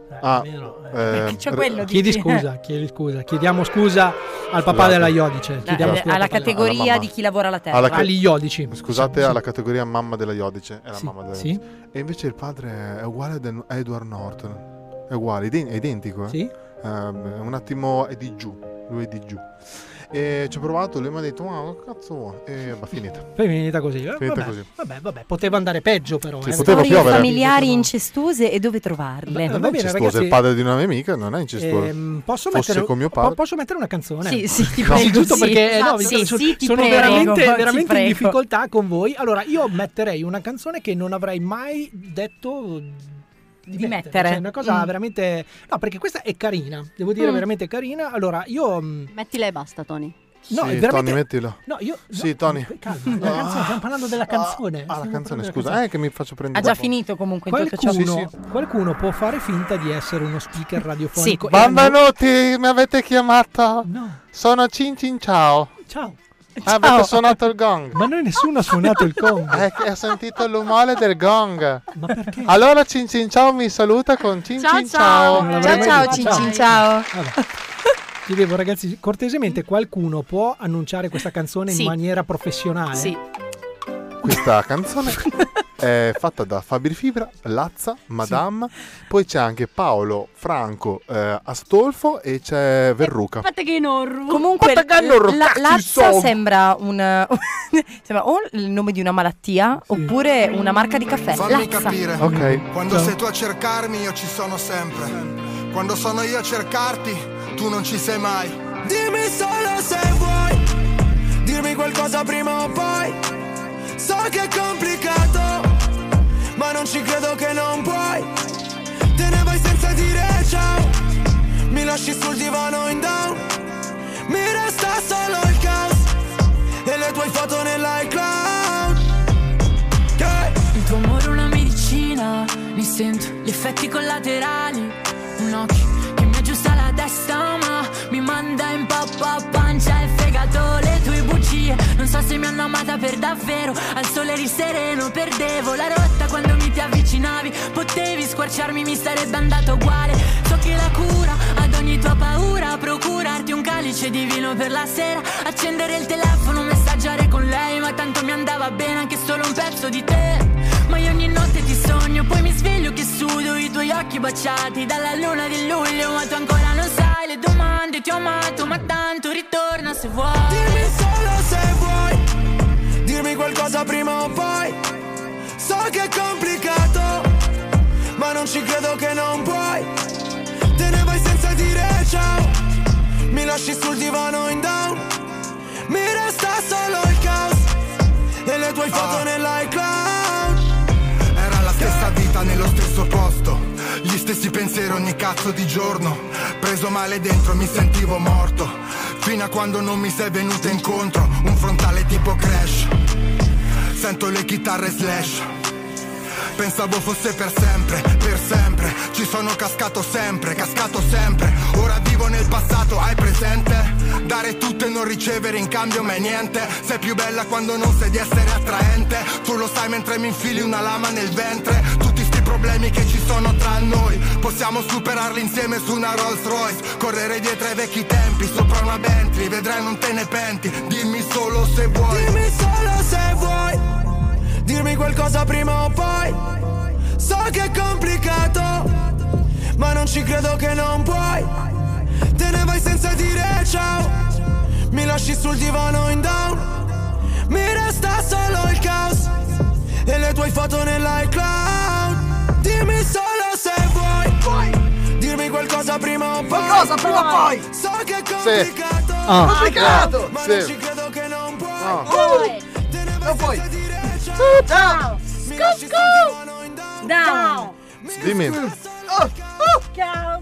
C'è quello. Chiedi scusa. Chiediamo scusa al papà della Iodice. Alla categoria di chi lavora la terra. Agli Iodici. Scusate, alla categoria mamma della Iodice. È la mamma della Iodice. E invece il padre è uguale a Edward Norton. È uguale, è identico. Sì. Un attimo è di giù. Lui è di giù. E ci ho provato, lui mi ha detto ma che cazzo vuoi? E va finita. Finita così. Vabbè, poteva andare peggio però. Storie familiari incestuose e dove trovarle? Va bene, ragazzi, il padre di una mia amica non è incestuoso. Posso mettere una canzone? Sì, ti prego. Giusto perché sono veramente in difficoltà con voi. Allora, io metterei una canzone che non avrei mai detto di mettere. Cioè, una cosa veramente... No, perché questa è carina, devo dire veramente carina. Allora, io... Mettila e basta, Tony. No, sì, è veramente... Tony, mettila. No, Sì, Tony. Calma, la canzone, stiamo parlando della canzone. La canzone, scusa. Che mi faccio prendere. Ha già finito comunque in tutto ciò. Qualcuno può fare finta di essere uno speaker radiofonico. Benvenuti, mi avete chiamato? No. Sono Cin Cin Ciao. Ciao. Avete suonato il gong? Ma noi nessuno ha suonato il gong. Ha sentito l'umore del gong. Ma perché? Allora Cin Cin Ciao mi saluta con Cin Cin Ciao. Ciao Cin Cin Ciao. Chiedevo, ragazzi, cortesemente qualcuno può annunciare questa canzone in maniera professionale? Sì. Questa canzone è fatta da Fabri Fibra, Lazza, Madame, poi c'è anche Paolo, Franco, Astolfo e c'è Verruca. Comunque Lazza sembra sembra o il nome di una malattia oppure una marca di caffè. Fammi Lazza. capire. Ok. Quando sei tu a cercarmi io ci sono sempre. Quando sono io a cercarti tu non ci sei mai. Dimmi solo se vuoi dirmi qualcosa prima o poi. So che è complicato, ma non ci credo che non puoi. Te ne vai senza dire ciao. Mi lasci sul divano in down. Mi resta Sento gli effetti collaterali, un occhio che mi aggiusta la testa ma mi manda in pappa a pancia e fegato le tue bugie. Non so se mi hanno amata per davvero, al sole eri sereno, perdevo la rotta quando mi ti avvicinavi. Potevi squarciarmi, mi sarebbe andato uguale. So che la cura ad ogni tua paura, procurarti un calice di vino per la sera, accendere il telefono, messaggiare con lei, ma tanto mi andava bene anche solo un pezzo di te. Ma io ogni notte ti sogno, poi mi sveglio che sudo, i tuoi occhi baciati dalla luna di luglio, ma tu ancora non sai le domande. Ti ho amato, ma tanto ritorna se vuoi. Dimmi solo se vuoi, dirmi qualcosa prima o poi. So che è complicato, ma non ci credo che non puoi. Te ne vai senza dire ciao, mi lasci sul divano in down. Mi resta solo il caos e le tue foto nell'iCloud. Era la stessa vita nello stesso posto, gli stessi pensieri ogni cazzo di giorno. Preso male dentro mi sentivo morto, fino a quando non mi sei venuto incontro. Un frontale tipo Crash, sento le chitarre Slash. Pensavo fosse per sempre, per sempre. Ci sono cascato sempre, cascato sempre. Ora vivo nel passato, hai presente? Dare tutto e non ricevere in cambio mai niente. Sei più bella quando non sai di essere attraente. Tu lo sai mentre mi infili una lama nel ventre. Tutti sti problemi che ci sono tra noi possiamo superarli insieme su una Rolls Royce. Correre dietro ai vecchi tempi, sopra una Bentley. Vedrai non te ne penti, dimmi solo se vuoi. Dimmi solo se vuoi, dirmi qualcosa prima o poi. So che è complicato, ma non ci credo che non puoi. Te ne vai senza dire ciao, mi lasci sul divano in down. Mi resta solo il caos e le tue foto nell'iCloud. Dimmi solo se vuoi, dirmi qualcosa prima o poi. Qualcosa prima o poi. So che è complicato, complicato, ma non ci credo che non puoi. Te ne vai non puoi. senza dire ciao, Ciao. mi lasci sul divano in down. Down. Dimmi. Caos.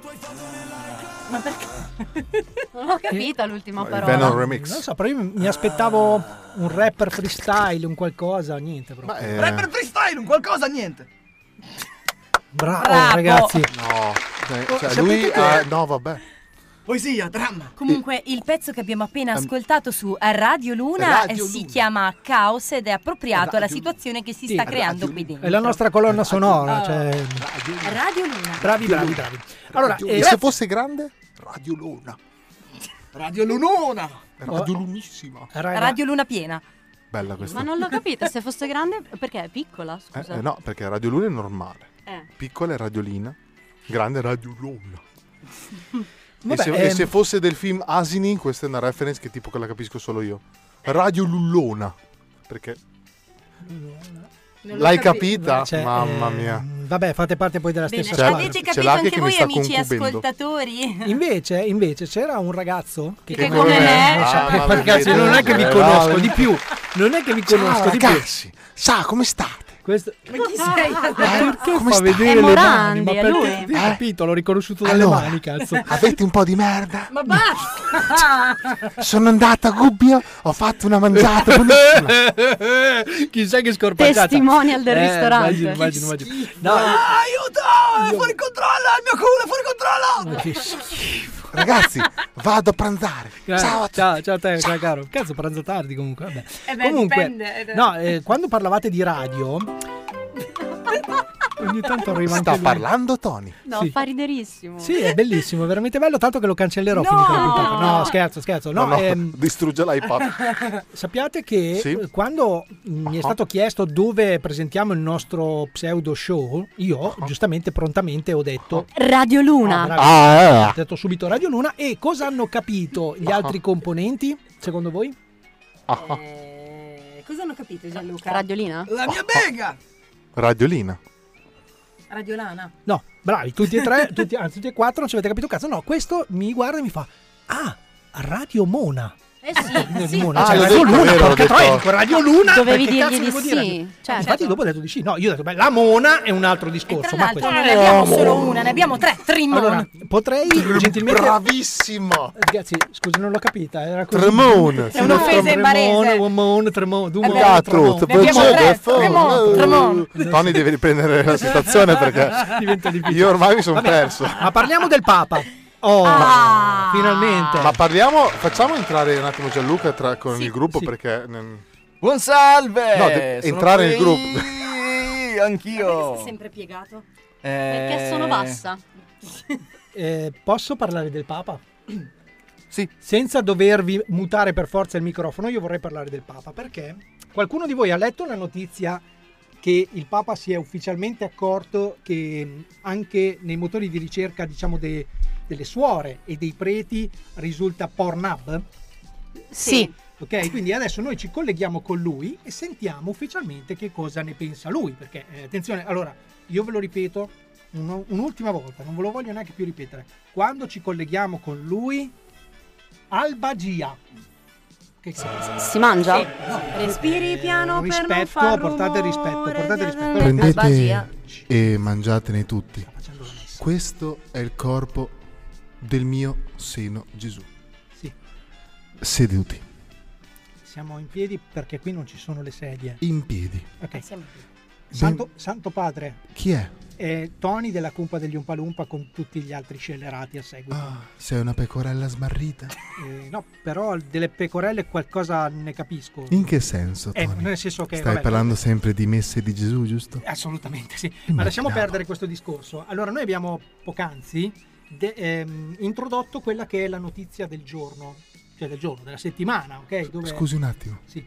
Ma perché? Non ho capito l'ultima parola. Venom Remix. Non so, però io mi aspettavo un rapper freestyle, un qualcosa, niente proprio. Rapper freestyle, un qualcosa, niente. Bravo, ragazzi. No, cioè sapete lui che- no, vabbè. Poesia, dramma. Comunque il pezzo che abbiamo appena ascoltato su Radio Luna si chiama Caos ed è appropriato alla situazione che si sta creando qui dentro. È la nostra colonna sonora, cioè... Radio Luna. Bravi. Allora, E se fosse grande? Radio Luna. Radio Lunona. Radio Lunissima. Radio Luna piena. Bella questa. Ma non l'ho capito, se fosse grande perché è piccola, scusa. No, perché Radio Luna è normale. Piccola è Radiolina, grande è Radio Luna. E se fosse del film Asini, questa è una reference che tipo che la capisco solo io. Radio Lullona. Perché l'hai capita? Cioè, Mamma mia. Vabbè, fate parte poi della stessa Bene, squadra. avete capito anche voi, amici ascoltatori? Invece c'era un ragazzo che come me. Ragazzi, non è che vi conosco di più. Non è che vi conosco di più. Ragazzi, sa come state? Questo... Ma chi sei? Perché come fa sta? vedere È le Morandi, mani? Ma è perché? lui. Capito, l'ho riconosciuto dalle Allora, mani, cazzo. Avete un po' di merda? Ma basta! Sono andata a Gubbio, ho fatto una mangiata buonissima. Chissà che scorpacciata. Testimonial del ristorante. Immagino. No, Aiuto! È fuori controllo! Il mio culo è fuori controllo! ma che schifo. Ragazzi, vado a pranzare. Ciao. Ciao te, caro. Cazzo, pranzo tardi comunque. Vabbè. Comunque, dipende. no, quando parlavate di radio, ogni tanto arriva anche Sta lui. parlando Tony. No, Sì. fa riderissimo. Sì, è bellissimo, veramente bello, tanto che lo cancellerò finita la puntata. No, scherzo. No, distrugge l'iPad. sappiate che Sì. quando mi è stato chiesto dove presentiamo il nostro pseudo show, io giustamente prontamente ho detto Radio Luna. Ho detto subito Radio Luna. E cosa hanno capito gli altri componenti, secondo voi? Cosa hanno capito, Gianluca? Radiolina? La mia bega! Radiolina. Radiolana. No, bravi, tutti e tre, tutti e quattro non ci avete capito un cazzo. No, questo mi guarda e mi fa: ah, Radio Mona. Radio Luna, porca troia, Radio Luna. Dovevi dirgli di sì. Infatti dopo ho detto di sì. No, io ho detto, la Mona è un altro discorso. Ma non ne abbiamo solo una, ne abbiamo 3. Trimone. Allora, potrei gentilmente... Bravissimo! Ragazzi, scusi, non l'ho capita. Era così. Tremone. È un'offesa in barese. Tremone. Tony deve riprendere la situazione perché io ormai mi sono perso. Ma parliamo del Papa. Finalmente. Ma facciamo entrare un attimo Gianluca con il gruppo perché... Buon salve! No, entrare nel gruppo. Anch'io. Sei sempre piegato? Perché sono bassa. Posso parlare del Papa? Sì. Senza dovervi mutare per forza il microfono, io vorrei parlare del Papa perché qualcuno di voi ha letto la notizia che il Papa si è ufficialmente accorto che anche nei motori di ricerca, diciamo, delle suore e dei preti risulta Pornhub? Sì. Ok, quindi adesso noi ci colleghiamo con lui e sentiamo ufficialmente che cosa ne pensa lui, perché attenzione, allora io ve lo ripeto un'ultima volta, non ve lo voglio neanche più ripetere, quando ci colleghiamo con lui, albagia. Che si mangia? Sì. No, respiri piano rispetto, per non far portate rispetto. Prendete e mangiatene tutti. Questo è il corpo del mio seno Gesù. Sì. Seduti. Siamo in piedi perché qui non ci sono le sedie. In piedi. Ok. Siamo in piedi. Santo Padre. Chi è? Tony della Cumpa degli Umpalumpa con tutti gli altri scellerati a seguito. Sei una pecorella smarrita? No, però delle pecorelle qualcosa ne capisco. In che senso, Tony? Nel senso che stai parlando sempre di messe di Gesù, giusto? Assolutamente sì. Ma lasciamo perdere questo discorso. Allora, noi abbiamo poc'anzi introdotto quella che è la notizia del giorno, cioè della settimana, ok? Dove... Scusi un attimo. Sì.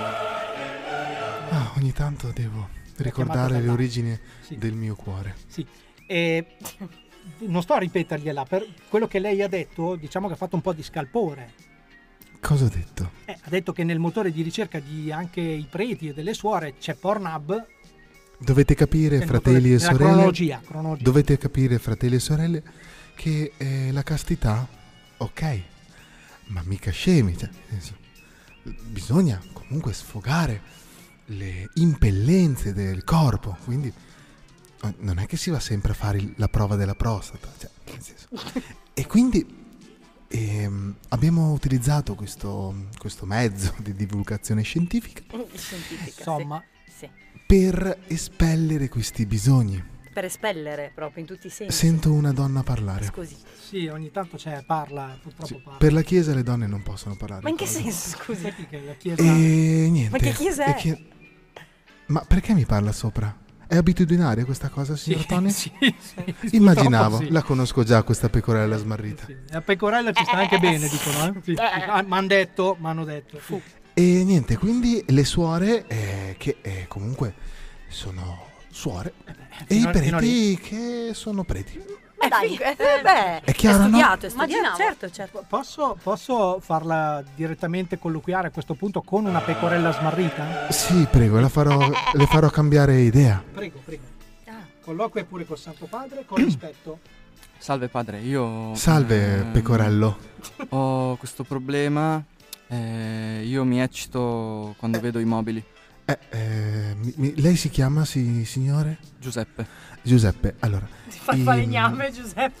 Ogni tanto devo ricordare le origini del mio cuore. Sì. Non sto a ripetergliela, per quello che lei ha detto, diciamo che ha fatto un po' di scalpore. Cosa ha detto? Ha detto che nel motore di ricerca di anche i preti e delle suore c'è Pornhub. Dovete capire, fratelli e sorelle. Cronologia. Dovete capire, fratelli e sorelle, che la castità, ok, ma mica scemi, cioè, bisogna comunque sfogare le impellenze del corpo, quindi non è che si va sempre a fare la prova della prostata, cioè, nel senso. E quindi abbiamo utilizzato questo mezzo di divulgazione scientifica, insomma, sì, per espellere questi bisogni. Per espellere proprio in tutti i sensi. Sento una donna parlare. Scusi. Sì, ogni tanto parla, purtroppo sì, parla. Per la Chiesa le donne non possono parlare. Ma in che senso, scusi? La chiesa... niente. Ma che Chiesa è? Ma perché mi parla sopra? È abitudinaria questa cosa, signor Tony? Sì. Immaginavo, sì. La conosco già questa pecorella smarrita. Sì. La pecorella ci sta anche bene, dicono. Sì. M'hanno detto. E niente, quindi le suore, che comunque sono suore, e i preti che sono preti. Ma dai, è chiaro, è studiato, certo. Posso farla direttamente colloquiare a questo punto con una pecorella smarrita? Sì, prego, le farò cambiare idea. Prego. Colloquia pure col Santo Padre, con rispetto. Salve padre, io... Salve pecorello. Ho questo problema, io mi eccito quando vedo i mobili. Lei si chiama, signore? Giuseppe, allora... Ti fa il falegname,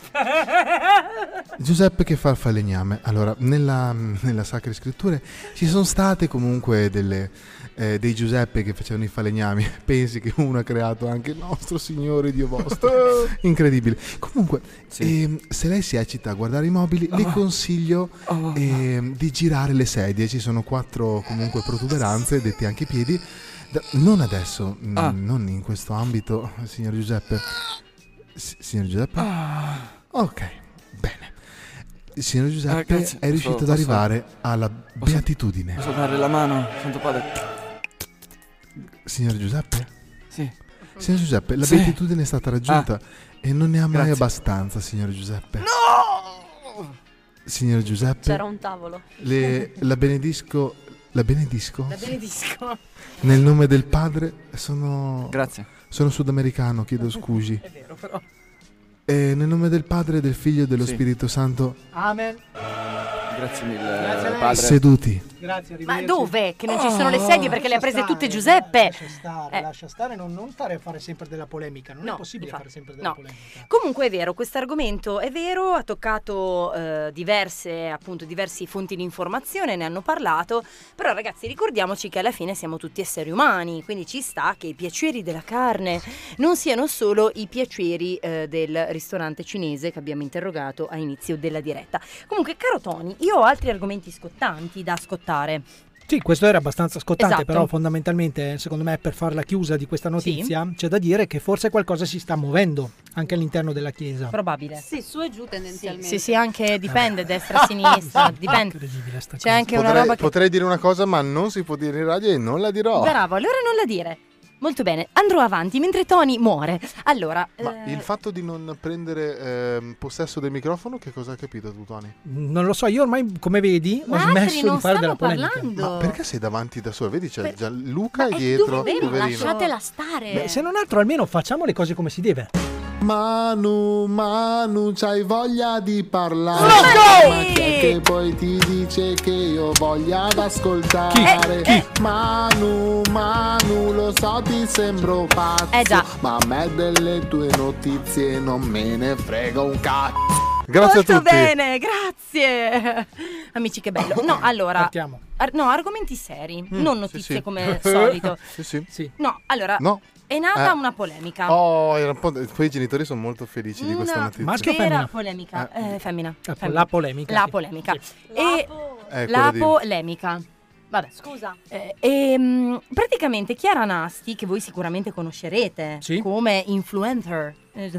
Giuseppe che fa il falegname. Allora, nella Sacre Scritture ci sono state comunque dei Giuseppe che facevano i falegnami. Pensi che uno ha creato anche il nostro Signore Dio vostro. Incredibile. Comunque, sì. Se lei si eccita a guardare i mobili, le consiglio di girare le sedie. Ci sono 4 comunque protuberanze, dette anche i piedi. Non adesso, non in questo ambito, signor Giuseppe. Signor Giuseppe? Ok, bene. Il signor Giuseppe è riuscito ad arrivare alla beatitudine. Posso dare la mano, Santo Padre? Signor Giuseppe? Sì. Signor Giuseppe, la beatitudine è stata raggiunta e non ne ha mai abbastanza, signor Giuseppe. No! Signor Giuseppe? C'era un tavolo. La benedisco. La benedisco. Nel nome del Padre Grazie. Sono sudamericano, chiedo scusi. È vero, però. Nel nome del Padre, del Figlio e dello Spirito Santo. Amen. Grazie mille, padre. Seduti. Grazie, ma dove? Che non ci sono le sedie perché le ha prese tutte Giuseppe. Lascia stare, non stare a fare sempre della polemica. Non è possibile fare sempre della polemica. Comunque è vero, questo argomento è vero, ha toccato diverse fonti di informazione, ne hanno parlato. Però ragazzi, ricordiamoci che alla fine siamo tutti esseri umani, quindi ci sta che i piaceri della carne non siano solo i piaceri del ristorante cinese che abbiamo interrogato a inizio della diretta. Comunque, caro Tony, io ho altri argomenti scottanti da scottare. Sì, questo era abbastanza scottante, esatto. Però fondamentalmente, secondo me, per far la chiusa di questa notizia, c'è da dire che forse qualcosa si sta muovendo anche all'interno della Chiesa. Probabile. Sì, su e giù tendenzialmente. Sì, anche dipende, destra, sinistra, dipende. C'è anche una roba che... Potrei dire una cosa, ma non si può dire in radio e non la dirò. Bravo, allora non la dire. Molto bene, andrò avanti mentre Tony muore. Allora, ma il fatto di non prendere possesso del microfono, che cosa hai capito tu, Tony? Non lo so, io ormai, come vedi, ho smesso di fare della polemica. Ma perché sei davanti da solo? Vedi, c'è già Luca dietro. Lasciatela stare. Beh, se non altro, almeno facciamo le cose come si deve. Manu, c'hai voglia di parlare? Ma chi è che poi ti dice che io voglia ad ascoltare? Chi? Manu, lo so, ti sembro pazzo, già. ma a me delle tue notizie non me ne frega un cazzo. Grazie molto a tutti. Bene, grazie. Amici, che bello. No, allora, partiamo. Argomenti seri, non notizie come solito. Sì. No, allora, è nata una polemica. Oh, era un po'. Poi i genitori sono molto felici di questa notizia. Maschio o femmina? Polemica. Femmina. La polemica. La polemica. Sì. La polemica. Vabbè, scusa. Praticamente Chiara Nasti, che voi sicuramente conoscerete come influencer.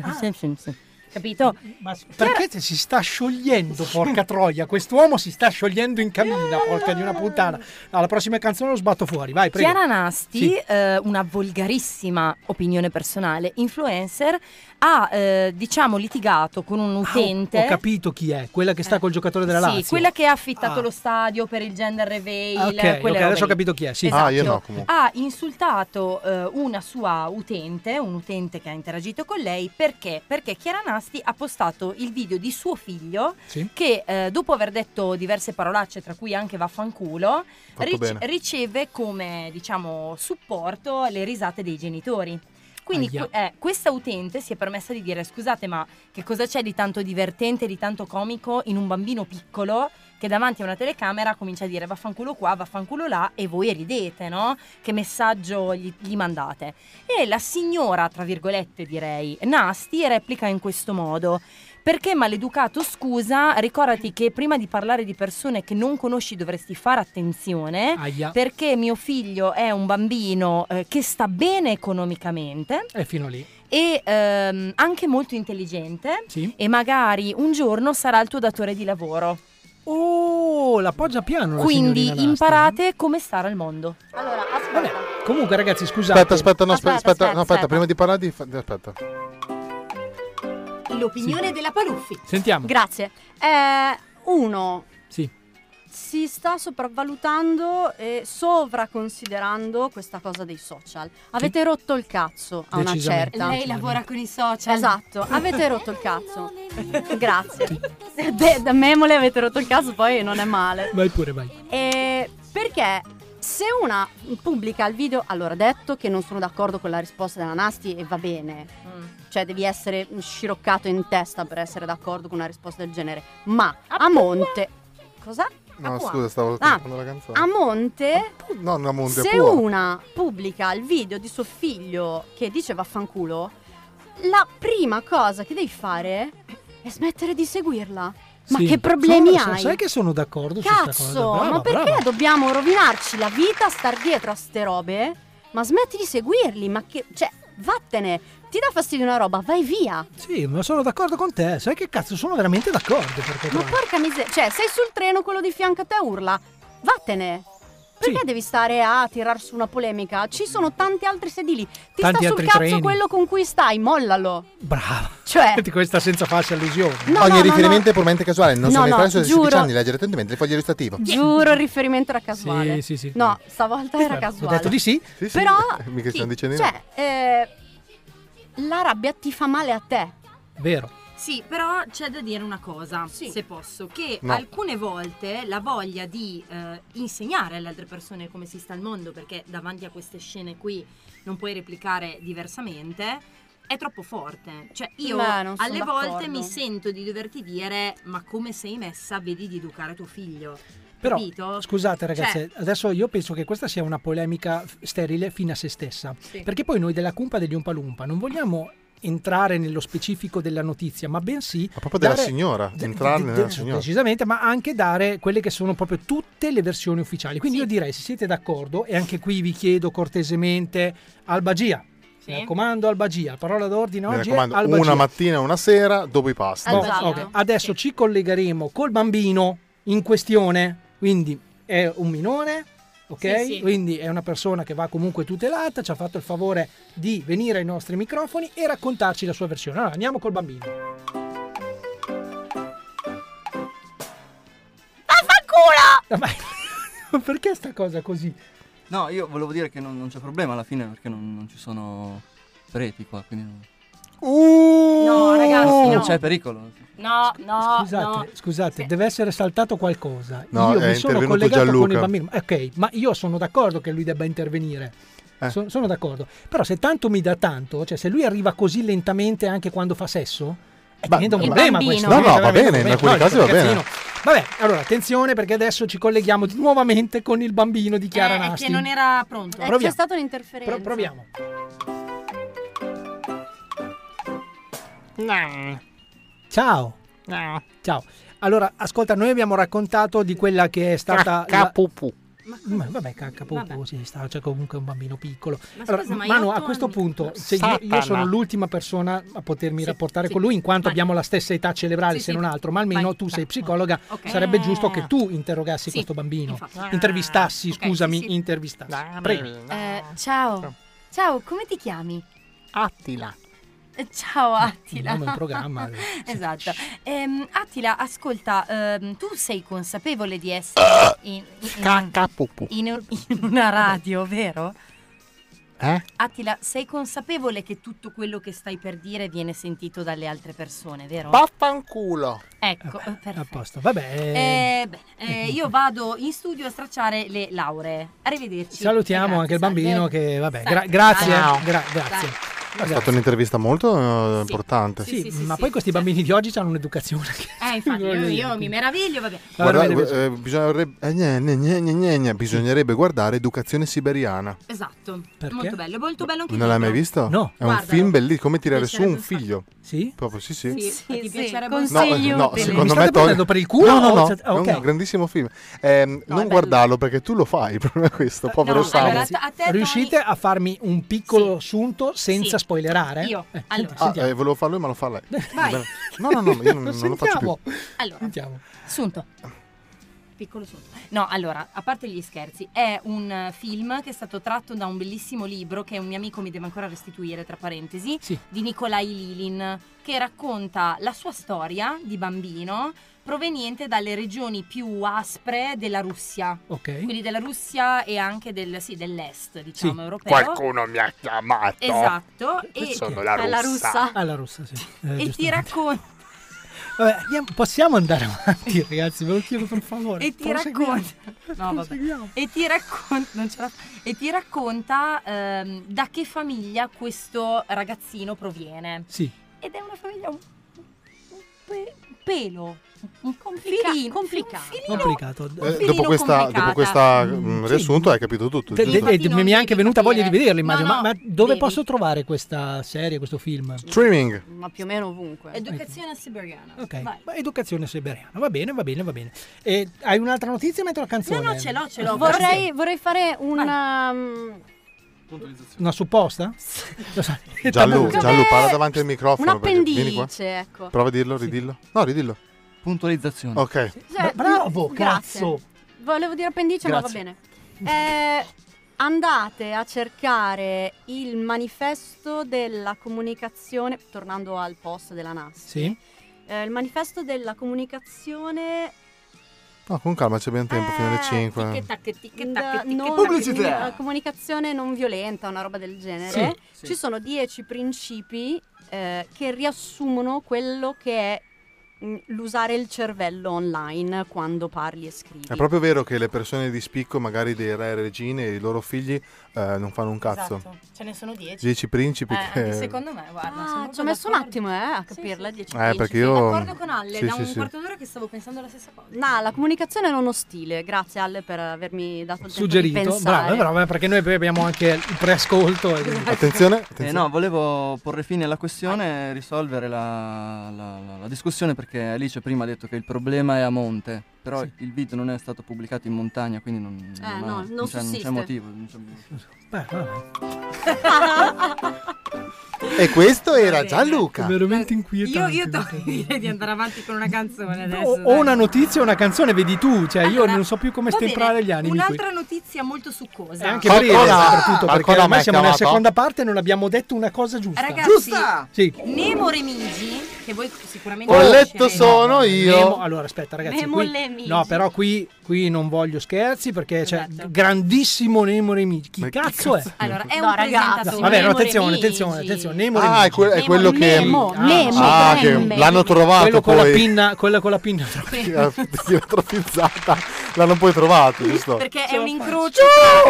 Capito? Ma perché si sta sciogliendo, porca troia? Quest'uomo si sta sciogliendo in cammina, porca di una puttana. Alla prossima canzone lo sbatto fuori, vai, prego. Chiara Nasti, una volgarissima opinione personale, influencer, ha litigato con un utente. Ho capito chi è, quella che sta col giocatore della Lazio. Sì, quella che ha affittato lo stadio per il gender reveal. Ok, adesso ho capito chi è. Sì. Esatto. Io no, comunque. Ha insultato una sua utente, un utente che ha interagito con lei, perché Chiara Nasti ha postato il video di suo figlio che dopo aver detto diverse parolacce, tra cui anche vaffanculo, riceve come supporto le risate dei genitori. Quindi questa utente si è permessa di dire: scusate, ma che cosa c'è di tanto divertente, di tanto comico in un bambino piccolo che davanti a una telecamera comincia a dire vaffanculo qua, vaffanculo là, e voi ridete, no? Che messaggio gli mandate? E la signora, tra virgolette direi, Nasti, replica in questo modo: perché maleducato, scusa, ricordati che prima di parlare di persone che non conosci dovresti fare attenzione, perché mio figlio è un bambino che sta bene economicamente. E fino lì. E anche molto intelligente, e magari un giorno sarà il tuo datore di lavoro. Oh, la poggia piano. Quindi imparate come stare al mondo. Allora, aspetta. Comunque, ragazzi, scusate. Aspetta, prima di parlare aspetta. L'opinione della Paluffi. Sentiamo. Grazie. Uno. Si sta sopravvalutando e sovraconsiderando questa cosa dei social. Avete rotto il cazzo a una certa. Lei lavora con i social. Esatto, avete rotto il cazzo. Grazie. Beh, da memole avete rotto il cazzo, poi non è male. Vai pure, vai. Perché se una pubblica il video, allora, detto che non sono d'accordo con la risposta della Nasti, e va bene, cioè devi essere sciroccato in testa per essere d'accordo con una risposta del genere, ma a monte... Cosa? No, scusa, stavo ascoltando la canzone. A monte, non a monte, se una pubblica il video di suo figlio che dice vaffanculo, la prima cosa che devi fare è smettere di seguirla. Ma che problemi hai? Sai che sono d'accordo su questa cosa. Cazzo, ma perché dobbiamo rovinarci la vita, star dietro a ste robe? Ma smetti di seguirli, ma che... Cioè, vattene. Ti dà fastidio una roba, vai via. Sì, ma sono d'accordo con te. Sai che cazzo, sono veramente d'accordo. Ma porca miseria, cioè sei sul treno, quello di fianco a te urla, vattene. Perché devi stare a tirar su una polemica? Ci sono tanti altri sedili. Ti sta sul cazzo quello con cui stai, mollalo. Brava. Cioè, questa senza farsi allusioni. Ogni riferimento è puramente casuale. Non sono nei su 16 anni, leggere attentamente il foglio illustrativo. Giuro, il riferimento era casuale. Sì. No, stavolta era casuale. Ho detto di sì? Però mica stiamo dicendo la rabbia ti fa male a te. Vero. Sì, però c'è da dire una cosa, se posso, che alcune volte la voglia di insegnare alle altre persone come si sta al mondo, perché davanti a queste scene qui non puoi replicare diversamente, è troppo forte. Cioè io alle volte mi sento di doverti dire: ma come sei messa, vedi di educare tuo figlio. Però, capito? scusate ragazze, adesso io penso che questa sia una polemica sterile fino a se stessa, perché poi noi della cumpa degli Umpa Lumpa non vogliamo entrare nello specifico della notizia, ma bensì proprio della signora, entrare nella signora. Precisamente, ma anche dare quelle che sono proprio tutte le versioni ufficiali. Quindi io direi, se siete d'accordo, e anche qui vi chiedo cortesemente, Albagia. Mi raccomando, Albagia, parola d'ordine oggi. Mi raccomando, una mattina e una sera dopo i pasti. Okay. Adesso ci collegheremo col bambino in questione, quindi è un minore, ok? Quindi è una persona che va comunque tutelata, ci ha fatto il favore di venire ai nostri microfoni e raccontarci la sua versione. Allora andiamo col bambino. Vaffanculo! Perché sta cosa così? No, io volevo dire che non c'è problema alla fine, perché non ci sono preti qua, quindi no, ragazzi, non c'è pericolo. No. Scusate, deve essere saltato qualcosa. No, io mi sono collegato Gianluca con il bambino. Ok, ma io sono d'accordo che lui debba intervenire. Sono d'accordo. Però se tanto mi dà tanto, cioè se lui arriva così lentamente anche quando fa sesso, diventa un problema questo. No, va bene, in alcuni casi va bene. Vabbè, allora attenzione, perché adesso ci colleghiamo nuovamente con il bambino di Chiara Nasti. Che non era pronto. C'è stata un'interferenza. Proviamo. Ciao. Ciao. Allora, ascolta, noi abbiamo raccontato di quella che è stata Caccapupù. Vabbè, caccapupù, sì, c'è comunque un bambino piccolo. Ma scusa, allora, Manu, a questo punto, se io sono l'ultima persona a potermi rapportare con lui, in quanto abbiamo la stessa età cerebrale, se non altro, ma almeno tu sei psicologa, sarebbe giusto che tu interrogassi questo bambino. Intervistassi, scusami, intervistassi. Prego. Ciao, come ti chiami? Attila. Ciao Attila. Nome in programma. Esatto. Attila, ascolta, tu sei consapevole di essere in una radio, vero? Attila, sei consapevole che tutto quello che stai per dire viene sentito dalle altre persone, vero? Vaffanculo. Ecco, perfetto. A posto, vabbè. Io vado in studio a stracciare le lauree. Arrivederci. Salutiamo anche il bambino che, vabbè, grazie. Grazie. È stata un'intervista molto importante. Sì, ma poi questi bambini di oggi hanno un'educazione che... infatti io mi meraviglio, vabbè. Bisognerebbe guardare Educazione Siberiana. Esatto. Perché? Molto bello anche Non l'hai mai visto? No. È un film bellissimo, come tirare su un figlio. Sì? Proprio sì. Ti piacerebbe No, secondo me prendendo per il culo? No, è un grandissimo film. Non guardarlo perché tu lo fai, il problema è questo, povero Samu. Riuscite a farmi un piccolo assunto senza spoilerare? Io. Volevo farlo io, ma lo fa lei. Vai. No, io non lo faccio più. Allora, sentiamo. Sunto. Piccolo sunto. No, allora, a parte gli scherzi, è un film che è stato tratto da un bellissimo libro che un mio amico mi deve ancora restituire, tra parentesi, di Nikolai Lilin, che racconta la sua storia di bambino proveniente dalle regioni più aspre della Russia. Quindi della Russia e anche dell'est, diciamo, europeo. Qualcuno mi ha chiamato. Esatto. E sono la russa. Alla russa, sì. E ti racconta. Vabbè, possiamo andare avanti, ragazzi, ve lo chiedo per favore. E ti racconta. No, vabbè. E ti racconta da che famiglia questo ragazzino proviene. Sì. Ed è una famiglia un pelo complicato. Dopo questa riassunto hai capito tutto. Mi è anche venuta voglia di vederlo, immagino. Ma dove posso trovare questa serie, questo film? Streaming. Ma più o meno ovunque. Educazione siberiana. Ok, educazione siberiana. Va bene. E hai un'altra notizia mentre la canzone? No, ce l'ho. Vorrei fare una supposta? Gianlu, parla davanti al microfono. Un appendice, ecco. Prova a dirlo, ridillo. No, ridillo. Puntualizzazione. Ok. Bravo, grazie. cazzo. Volevo dire appendice, grazie. ma va bene. Andate a cercare il manifesto della comunicazione, tornando al post della NAS. Sì. Il manifesto della comunicazione No, con calma, c'è ben tempo fino alle 5. Pubblicità. Comunicazione non violenta, una roba del genere. Sì. Ci sono 10 principi che riassumono quello che è l'usare il cervello online quando parli e scrivi. È proprio vero che le persone di spicco, magari dei re e regine e i loro figli, non fanno un cazzo. Esatto, ce ne sono 10. 10 principi che... Secondo me, guarda, ci ho messo un attimo a capirla. 10 principi. Perché io... Sono d'accordo con Alle, da un quarto d'ora che stavo pensando la stessa cosa. No, la comunicazione è uno stile. Grazie Alle per avermi dato il suggerito. tempo di pensare. Bravo, perché noi poi abbiamo anche il preascolto. Attenzione. No, volevo porre fine alla questione e risolvere la discussione, perché Alice prima ha detto che il problema è a monte, però il video non è stato pubblicato in montagna, quindi non c'è motivo. E questo era Gianluca. Veramente inquietante. Io direi di andare avanti con una canzone adesso. O una notizia o una canzone, vedi tu. Cioè, io non so più come stemprare gli animi. Un'altra notizia molto succosa. E anche breve, soprattutto perché ormai siamo nella seconda parte e non abbiamo detto una cosa giusta. Ragazzi, giusta! Sì. Nemo Remigi, che voi sicuramente ho letto sono io. Allora, aspetta, ragazzi. Nemo Remigi. No, però qui non voglio scherzi, perché c'è grandissimo Nemo Remigi. Chi cazzo è? Allora, è un presentatore. Vabbè, no, attenzione. Nemo Remigi. È quello che... Nemo, che l'hanno trovato quello poi. Quello con la pinna Trofizzata. L'hanno poi trovato, giusto? Perché è un incrocio.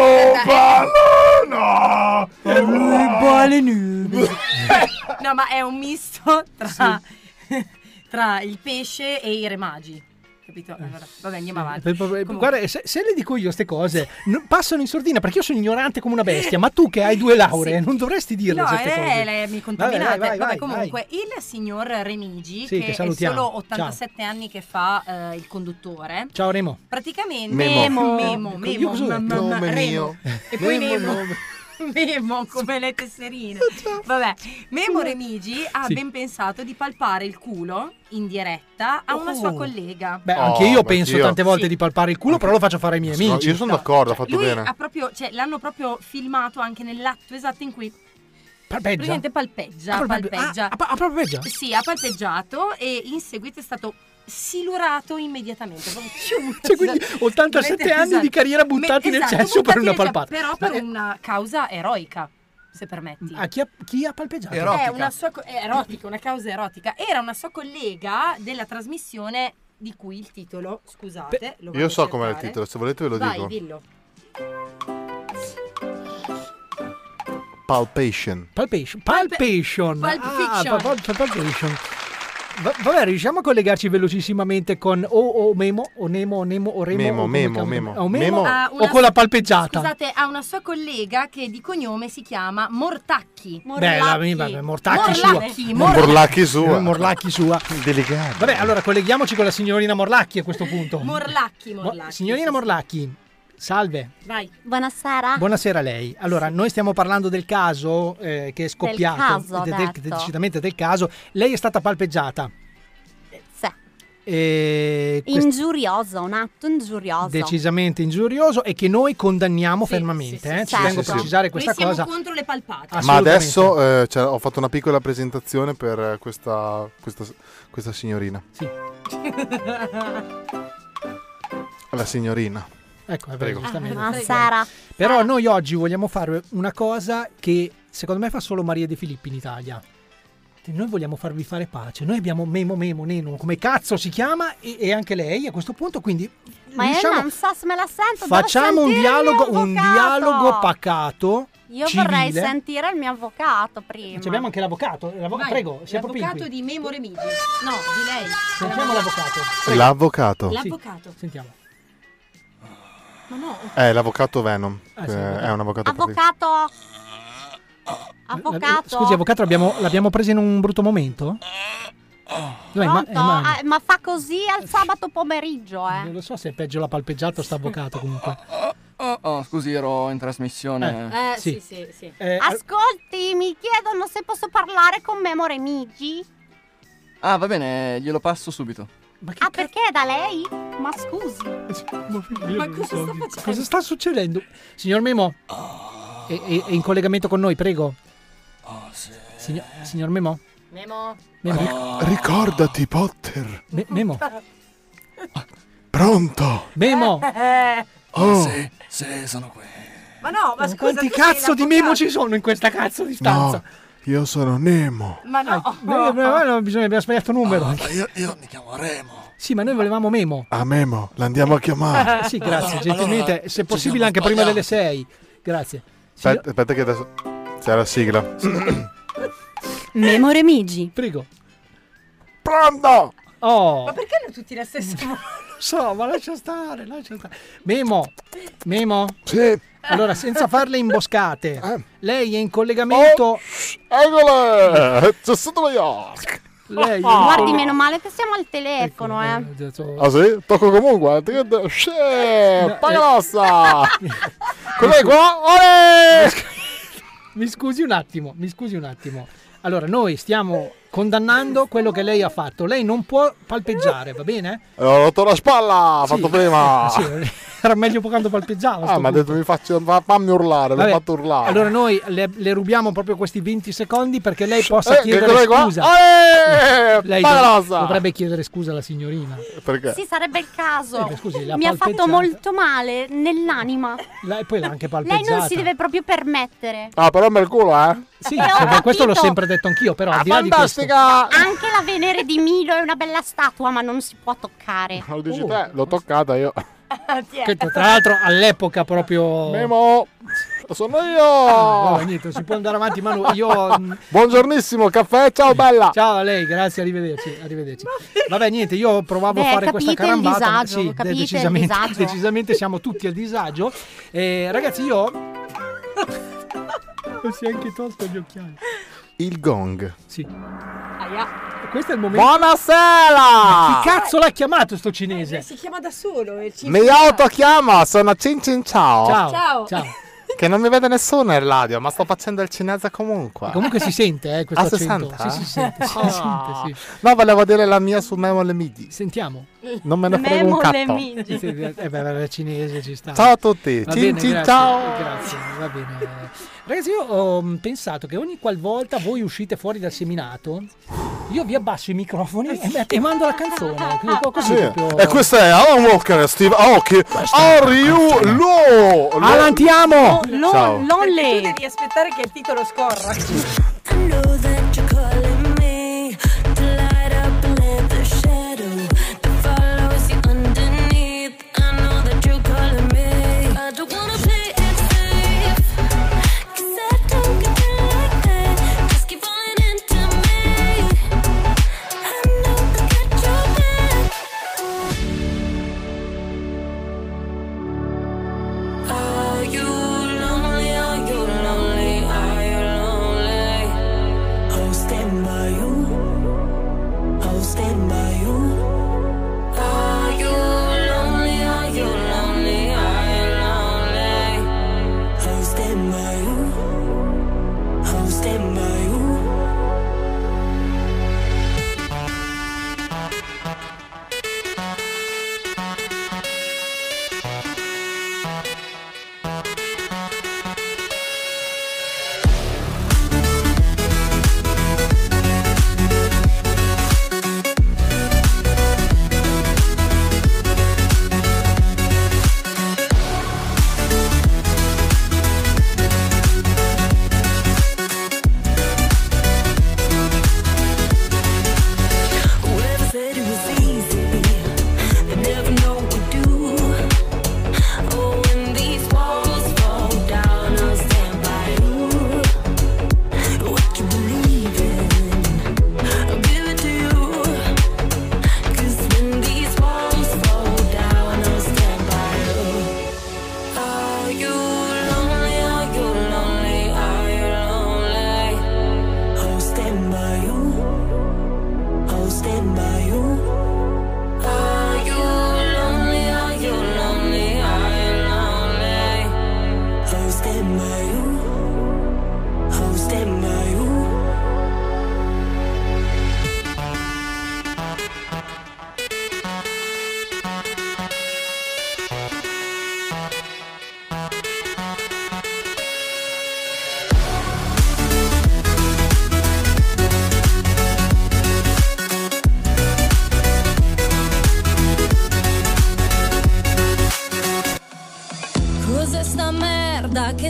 No, ma è un misto tra il pesce e i re magi. Capito? Allora, vabbè, andiamo avanti. Guarda, se le dico io queste cose passano in sordina, perché io sono ignorante come una bestia, ma tu che hai 2 lauree non dovresti dirle certe cose. Mi contaminate. Vai, comunque, il signor Remigi, sì, che è solo 87 anni che fa il conduttore. Ciao Remo. Praticamente Memo. Remo. E poi Memo come le tesserine. Vabbè, Memo Remigi ha ben pensato di palpare il culo in diretta a una sua collega. Beh, anche io penso tante volte di palpare il culo, però lo faccio fare ai miei amici. Io sono d'accordo, ha fatto lui bene. Ha proprio, l'hanno proprio filmato anche nell'atto esatto in cui palpeggia. Palpeggia. Ha palpeggia? Sì, ha palpeggiato e in seguito è stato silurato immediatamente. Cioè, quindi 87 anni di carriera buttati nel cesso per una palpata. Però per una causa eroica, se permetti. Chi ha palpeggiato? Erotica, una causa erotica. Era una sua collega della trasmissione di cui il titolo, scusate, io so com'è il titolo, se volete ve lo dico. Vai, dillo. Palpation. Vabbè, riusciamo a collegarci velocissimamente con Memo o Nemo o Remo? Memo o con la palpeggiata? Scusate, ha una sua collega che di cognome si chiama Morlacchi. Morlacchi sua. Delegato. Vabbè, allora colleghiamoci con la signorina Morlacchi a questo punto. Morlacchi. Signorina Morlacchi. Salve. Vai. Buonasera. Buonasera a lei. Allora, noi stiamo parlando del caso che è scoppiato. Decisamente del caso. Lei è stata palpeggiata. Sì. Ingiurioso, un atto ingiurioso. Decisamente ingiurioso e che noi condanniamo fermamente. Ci tengo a precisare questa noi cosa. Siamo contro le palpate. Ma adesso ho fatto una piccola presentazione per questa signorina. Sì. La signorina. Ecco, prego. Sara. Però noi oggi vogliamo fare una cosa che secondo me fa solo Maria De Filippi in Italia. Noi vogliamo farvi fare pace. Noi abbiamo Neno, come cazzo si chiama, e anche lei a questo punto, quindi ma io non so se me la sento. Facciamo un dialogo pacato. Io civile. Vorrei sentire il mio avvocato prima. Abbiamo anche l'avvocato. Prego, sia proprio l'avvocato di Memo Remigi. No, di lei. Sentiamo l'avvocato. L'avvocato. Sì, sentiamo. Ma no. L'avvocato Venom. È un avvocato. Avvocato. Scusi, avvocato, l'abbiamo preso in un brutto momento? Ma fa così al sabato pomeriggio, Non lo so se è peggio la palpeggiata o sta avvocato comunque. Scusi, ero in trasmissione. Sì. Ascolti, mi chiedono se posso parlare con Memo Remigi. Va bene, glielo passo subito. Perché è da lei? Ma scusi. Ma cosa sta facendo? Cosa sta succedendo? Signor Memo? È in collegamento con noi, prego. Signor Memo? Memo. Ricordati, Potter. Memo. Pronto? Memo. Oh. Sì, sono qui. Ma no, ma scusa, quanti cazzo di Memo ci sono in questa cazzo di stanza? No, io sono Nemo. Ma no. Abbiamo sbagliato numero. Io mi chiamo Remo. Sì, ma noi volevamo Memo. A Memo, l'andiamo a chiamare. Sì, grazie, gentilmente, se possibile anche prima delle 6. Grazie. Aspetta che adesso c'è la sigla. Memo Remigi. Prego. Pronto? Oh. Ma perché hanno tutti la stessa voce? So, ma lascia stare. Memo. Sì. Allora, senza fare le imboscate, lei è in collegamento. Eccole! C'è stato York. Guardi, meno male che siamo al telefono, Ah sì? Tocco comunque. Pagalossa! Cos'è qua? Olè! Mi scusi un attimo. Allora, noi stiamo condannando quello che lei ha fatto. Lei non può palpeggiare, va bene? Ho rotto la spalla, fatto prima. Sì, era meglio quando palpeggiava. Ma ha detto fammi urlare, l'ho fatto urlare. Allora noi le rubiamo proprio questi 20 secondi perché lei possa chiedere scusa. Lei dovrebbe chiedere scusa alla signorina. Perché? Sì, sarebbe il caso. Scusi, mi ha fatto molto male nell'anima. E poi l'ha anche palpeggiata. Lei non si deve proprio permettere. Ah, però me il culo, Sì, questo l'ho sempre detto anch'io, però al di là di questo. Anche la Venere di Milo è una bella statua, ma non si può toccare. Lo dici te, l'ho toccata io. Che tra l'altro all'epoca proprio. Memo, sono io. No, niente, si può andare avanti, Manu. Io. Buongiornissimo, caffè, ciao bella. Ciao a lei, grazie, arrivederci. Vabbè, niente, io provavo a fare questa carambata. Sì, decisamente siamo tutti a disagio. Ragazzi, io. Si è anche tosto gli occhiali. Il gong. Sì. Questo è il momento. Buonasera! Chi cazzo l'ha chiamato sto cinese? Si chiama da solo. Mi autochiamo, sono Cin Cin Ciao. Ciao. Che non mi vede nessuno in radio, ma sto facendo il cinese comunque. Comunque si sente, questo accento. Si sente? Si sente, sì. No, volevo dire la mia su Memo Remigi. Sentiamo. Non me ne frega un cazzo. Beh, cinese ci sta. Ciao a tutti. Cin Cin Ciao. Grazie, va bene. Ragazzi, io ho pensato che ogni qualvolta voi uscite fuori dal seminato, io vi abbasso i microfoni e mando la canzone. Così proprio... E questo è Alan Walker, Steve Aoki, Are You Low? Alan, ti amo! Ciao. Tu devi aspettare che il titolo scorra.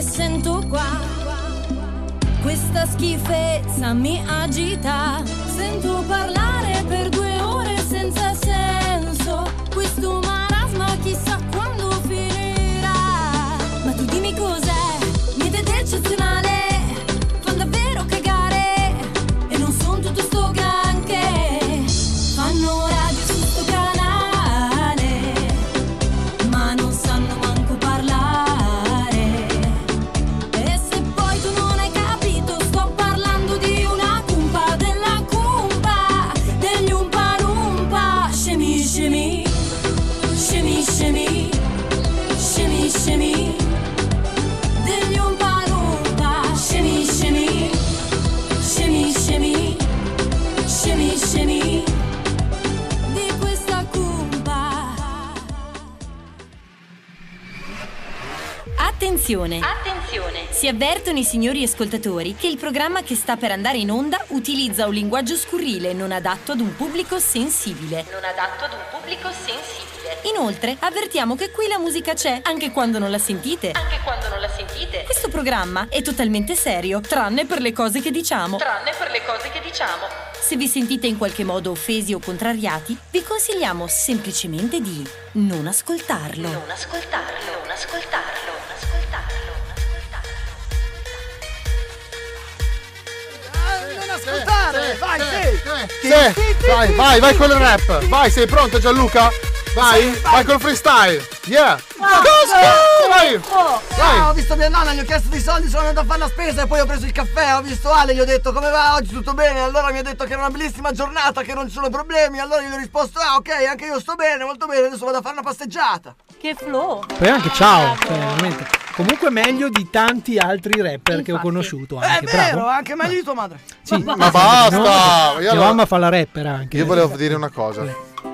sento qua. Questa schifezza mi agita. Sento parlare per 2 ore senza senso. Questo marasma chissà quando finirà. Ma tu dimmi cos'è, niente di eccezionale. Fan davvero cagare e non son tutto sto granché. Fanno radio su sto canale, ma non sanno manco parlare. E se poi tu non hai capito, sto parlando di una cumpa, della cumpa degli Umpa Lumpa. Scemi, scemi, scemi, scemi, scemi, scemi degli Umpa Lumpa. Scemi, scemi, scemi, scemi, scemi, scemi di questa cumpa. Attenzione! Attenzione! Si avvertono i signori ascoltatori che il programma che sta per andare in onda utilizza un linguaggio scurrile non adatto ad un pubblico sensibile. Non adatto ad un pubblico sensibile. Inoltre, avvertiamo che qui la musica c'è, anche quando non la sentite. Anche quando non la sentite. Questo programma è totalmente serio, tranne per le cose che diciamo. Tranne per le cose che diciamo. Se vi sentite in qualche modo offesi o contrariati, vi consigliamo semplicemente di non ascoltarlo. Non ascoltarlo. Non ascoltarlo. Non ascoltarlo. Non ascoltare! Vai, Sì, vai con il rap. Vai, sei pronto Gianluca? Vai col freestyle. Yeah. Vai. Ho visto mia nonna, gli ho chiesto dei soldi, sono andato a fare la spesa e poi ho preso il caffè. Ho visto Ale, gli ho detto come va oggi, tutto bene? Allora mi ha detto che era una bellissima giornata, che non ci sono problemi. Allora gli ho risposto ok, anche io sto bene, molto bene, adesso vado a fare una passeggiata. Che flow. Poi anche ciao, veramente. Comunque meglio di tanti altri rapper che ho conosciuto anche. È vero, bravo. anche meglio di tua madre. Sì, ma basta. Mia mamma fa la rapper anche. Io volevo dire una cosa.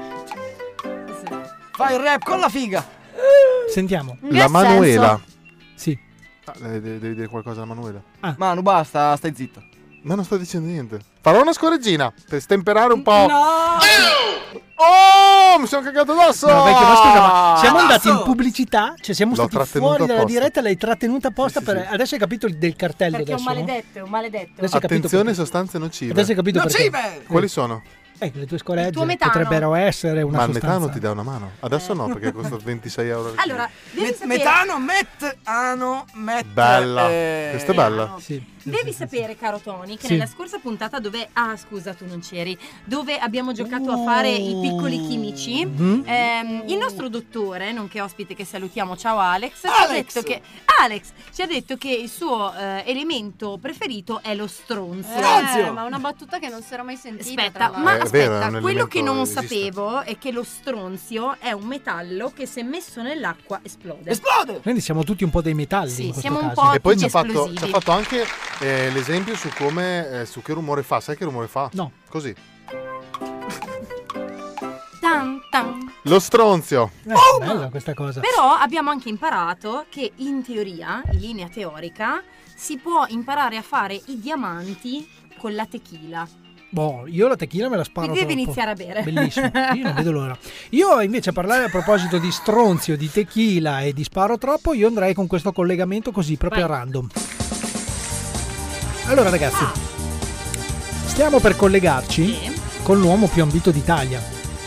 Fai il rap con la figa. Sentiamo. La Manuela. Sì. Devi dire qualcosa alla Manuela. Manu, basta, stai zitto. Ma non sto dicendo niente. Farò una scorreggina per stemperare un po'. No! Oh, mi sono cagato addosso. No, vecchio, ma scusa, ma siamo andati in pubblicità, cioè siamo L'ho stati fuori dalla apposta. diretta, l'hai trattenuta apposta per... Adesso hai capito del cartello. Perché è un adesso, maledetto, è un maledetto. Adesso hai capito Attenzione, perché. sostanze nocive. Adesso hai capito perché. Quali sono? Le tue scoregge tuo metano. potrebbero essere una Ma il sostanza. metano ti dà una mano. Adesso no, perché costa 26 euro. Allora, devi sapere... metano, Bella. Questa è bella. Sì. Devi sapere, caro Tony, che Sì. nella scorsa puntata dove... Ah, scusa, tu non c'eri. Dove abbiamo giocato a fare i piccoli chimici, il nostro dottore, nonché ospite che salutiamo, ciao Alex, ci ha detto che il suo elemento preferito è lo stronzio. Ma una battuta che non si era mai sentita. Aspetta, tra ma l'altro. vero, è aspetta, un quello che non elemento esiste. sapevo è che lo stronzio è un metallo che se messo nell'acqua esplode. Esplode! Quindi siamo tutti un po' dei metalli Sì, in questo siamo un caso. po' E poi ci ha esplosivi. fatto anche l'esempio su come su che rumore fa. Sai che rumore fa? No. Così. Tan, tan. Lo stronzio. Bella questa cosa. Però abbiamo anche imparato che in teoria, in linea teorica, si può imparare a fare i diamanti con la tequila. Boh, io la tequila me la sparo Quindi devi troppo. iniziare a bere. Bellissimo, io non vedo l'ora. Io invece a parlare a proposito di stronzio, di tequila e di sparo troppo, io andrei con questo collegamento così, proprio Vai. a random. Allora ragazzi, stiamo per collegarci con l'uomo più ambito d'Italia.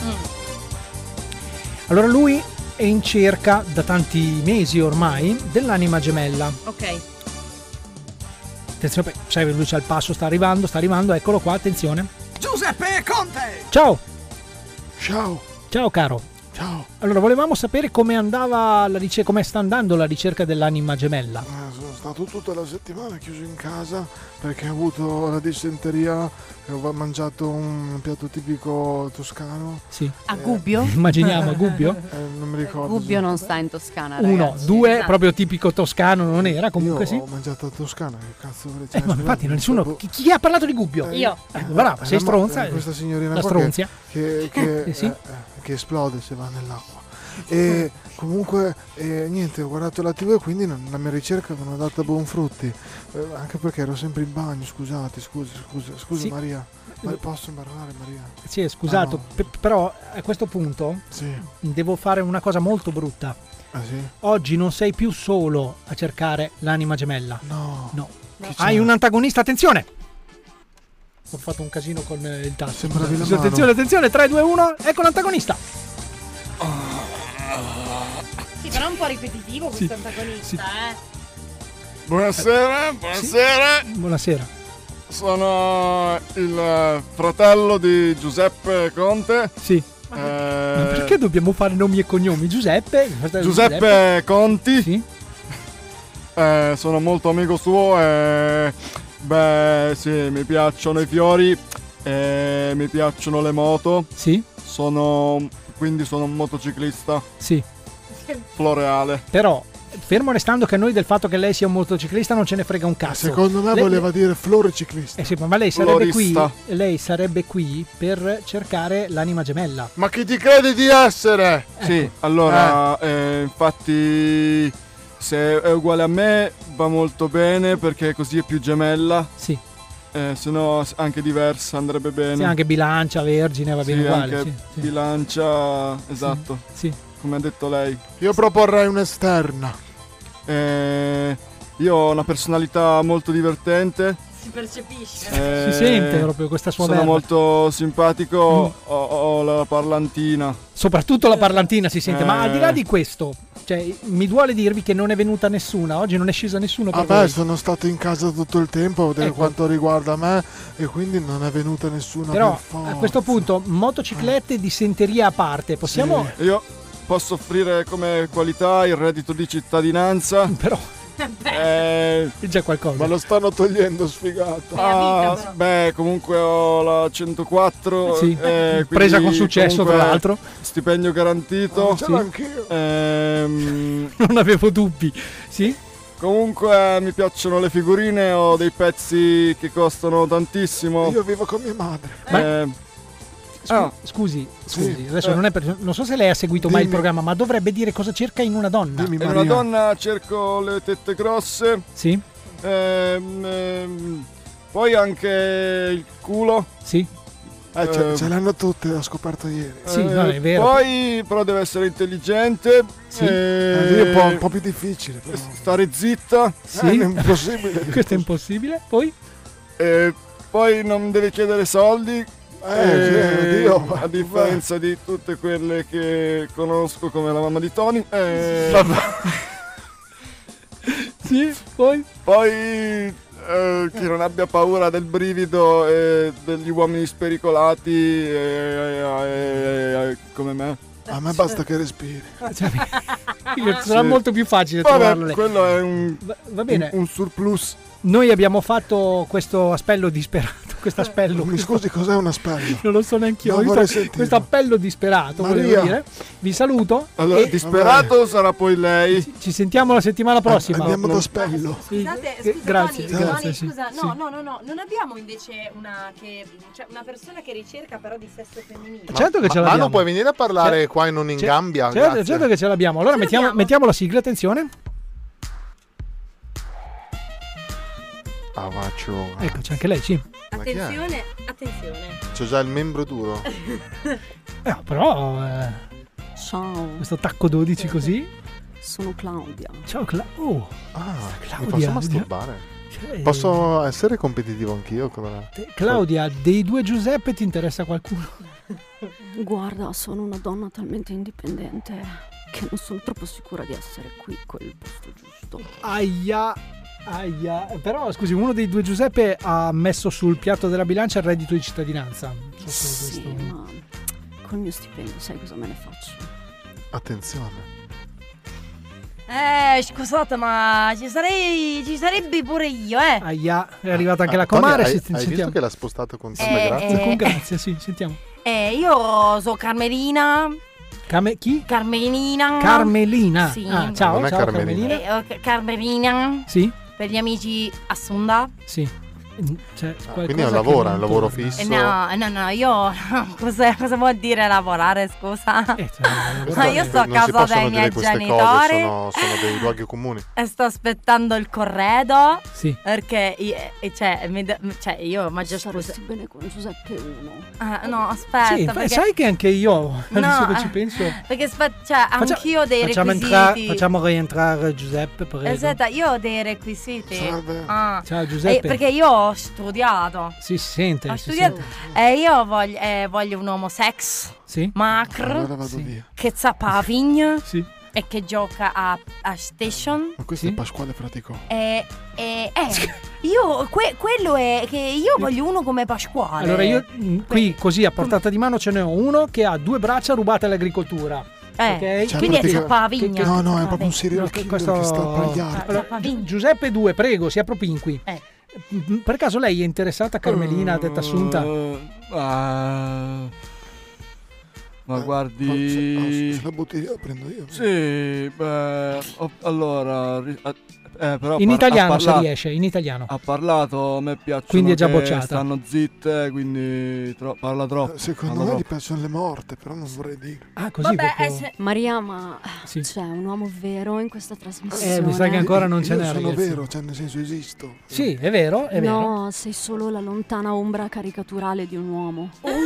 Allora lui è in cerca da tanti mesi ormai dell'anima gemella. Ok. Attenzione, sai, lui c'ha il passo, sta arrivando, eccolo qua, attenzione. Giuseppe Conte! Ciao! Ciao! Ciao caro! Ciao! Allora, volevamo sapere come andava come sta andando la ricerca dell'anima gemella. Sono stato tutta la settimana chiuso in casa perché ho avuto la dissenteria e ho mangiato un piatto tipico toscano. Sì. A Gubbio? Immaginiamo a Gubbio. Non mi ricordo. Gubbio non sta in Toscana, Uno, ragazzi. due, Esatto. proprio tipico toscano non era, comunque Io sì. ho mangiato a Toscana, che cazzo volete? Ma infatti nessuno... Chi ha parlato di Gubbio? Io. Bravo, sei stronza. Questa signorina la qua stronzia. che Sì. che esplode se va nell'acqua. E comunque niente, ho guardato la TV e quindi la mia ricerca non ha dato buon frutti, anche perché ero sempre in bagno. Scusate, scusa sì. Maria, ma posso parlare, Maria? Sì, scusato, no. Però a questo punto devo fare una cosa molto brutta. Sì? Oggi non sei più solo a cercare l'anima gemella. No. Hai un antagonista, attenzione! Ho fatto un casino con il tasto. Attenzione, 3, 2, 1, ecco l'antagonista. Sì, però è un po' ripetitivo questo antagonista, Buonasera. Buonasera. Sono il fratello di Giuseppe Conte. Sì. Ma perché dobbiamo fare nomi e cognomi? Giuseppe Conti. Sì. Sono molto amico suo e sì, mi piacciono i fiori e mi piacciono le moto. Sì. Quindi sono un motociclista. Sì. Floreale. Però fermo restando che a noi del fatto che lei sia un motociclista non ce ne frega un cazzo. Secondo me voleva dire floriciclista. Sì, ma lei sarebbe qui per cercare l'anima gemella. Ma chi ti crede di essere? Ecco. Sì, allora infatti se è uguale a me va molto bene perché così è più gemella. Sì. Se no anche diversa andrebbe bene. Sì, anche bilancia, vergine va bene uguale. Anche bilancia, esatto. Sì. Come ha detto lei. Io proporrei un'esterna. Io ho una personalità molto divertente. Si percepisce. Si sente proprio questa sua Sono verba. molto simpatico. Ho la parlantina. Soprattutto la parlantina si sente. Ma al di là di questo, cioè, mi duole dirvi che non è venuta nessuna. Oggi non è scesa nessuno per voi. Sono stato in casa tutto il tempo per quanto riguarda me e quindi non è venuta nessuna. Però a questo punto motociclette di senteria a parte. Possiamo... Sì. Io posso offrire come qualità il reddito di cittadinanza. Però è già qualcosa. Ma lo stanno togliendo, sfigato. Comunque ho la 104. Sì. Presa con successo, tra l'altro. Stipendio garantito. Ce l'ho anch'io. Non avevo dubbi. Sì. Comunque mi piacciono le figurine. Ho dei pezzi che costano tantissimo. Io vivo con mia madre. Scusi, adesso non so se lei ha seguito mai il programma, ma dovrebbe dire cosa cerca in una donna. In una donna cerco le tette grosse. Sì. Poi anche il culo. Sì. Ce l'hanno tutte, l'ho scoperto ieri. Sì, no, è vero. Poi però deve essere intelligente. Sì. È un po' più difficile. Però. Stare zitta. Sì. È impossibile. Questo è impossibile. Poi? Poi non deve chiedere soldi. Dio, a differenza di tutte quelle che conosco come la mamma di Tony. Sì, poi che non abbia paura del brivido e degli uomini spericolati come me. A me basta che respiri. Sarà molto più facile trovarle. Quello è un surplus. Noi abbiamo fatto questo appello disperato. Questo appello. Mi scusi, cos'è un appello? Non lo so neanche io. Questo appello disperato, volevo dire. Vi saluto. Allora, disperato sarà poi lei. Ci sentiamo la settimana prossima. Andiamo da spello. Scusate, grazie. Tony, scusa, no, non abbiamo invece una persona che ricerca però di sesso femminile. Certo che ce l'abbiamo. Ma non puoi venire a parlare qua in un'ingambia? Certo che ce l'abbiamo. Allora mettiamo la sigla, attenzione. Ecco, c'è anche lei, sì. Attenzione. C'ho già il membro duro. Però ciao. Questo tacco 12 così. Sono Claudia. Ciao Claudia. Claudia. Mi posso masturbare? Posso essere competitivo anch'io? Claudia, dei due Giuseppe ti interessa qualcuno? Guarda, sono una donna talmente indipendente che non sono troppo sicura di essere qui quel posto giusto. Aia. Però scusi, uno dei due Giuseppe ha messo sul piatto della bilancia il reddito di cittadinanza. Sì, ma col mio stipendio sai cosa me ne faccio? Attenzione. Scusate, ma ci sarebbe pure io, Aia, è arrivata anche la comare. Hai visto che l'ha spostato con tanta grazia? Con grazia, sì, sentiamo. Io sono Carmelina. Chi? Carmelina. Carmelina. Sì. Ciao, non è ciao Carmelina. Carmelina. Sì. Per gli amici a Sonda. Sì. Cioè, quindi è un lavoro fisso. No, io cosa vuol dire lavorare, scusa? Io sto a casa dei miei genitori. Sono dei luoghi comuni. E sto aspettando il corredo. Sì. Perché io immagino staresti bene con Giuseppe 1. No, aspetta, sì, perché... sai che anche io adesso che ci penso. Perché anch'io ho dei requisiti. Facciamo rientrare Giuseppe, prego. Esatto, io ho dei requisiti. Ciao Giuseppe. Perché io ho studiato. Si sente. Ho studiato. E io voglio un uomo sex. Sì. Macro. Allora vado via. Che zappa a vigna. Sì. E che gioca a Station. Ma questo è Pasquale Praticò. Quello è che io voglio uno come Pasquale. Allora io qui così a portata di mano ce n'è uno che ha 2 braccia rubate all'agricoltura. Cioè, quindi è zappa a vigna. No, è proprio un serial killer che sta a pagliare. Allora, Giuseppe 2, prego, sia proprio qui. Per caso lei è interessata a Carmelina, detta Assunta? Ma guardi... Se la butti io, prendo io. Sì, allora... però in italiano se riesce, in italiano. Ha parlato, a me piacciono. Quindi è già che bocciata. Stanno zitte, quindi parla troppo. Secondo me gli piacciono le morte, però non vorrei dire. Così Maria, ma c'è un uomo vero in questa trasmissione? Mi sa che ancora non ce n'è. Io sono vero, cioè nel senso esisto. Sì, è vero, è vero. No, sei solo la lontana ombra caricaturale di un uomo.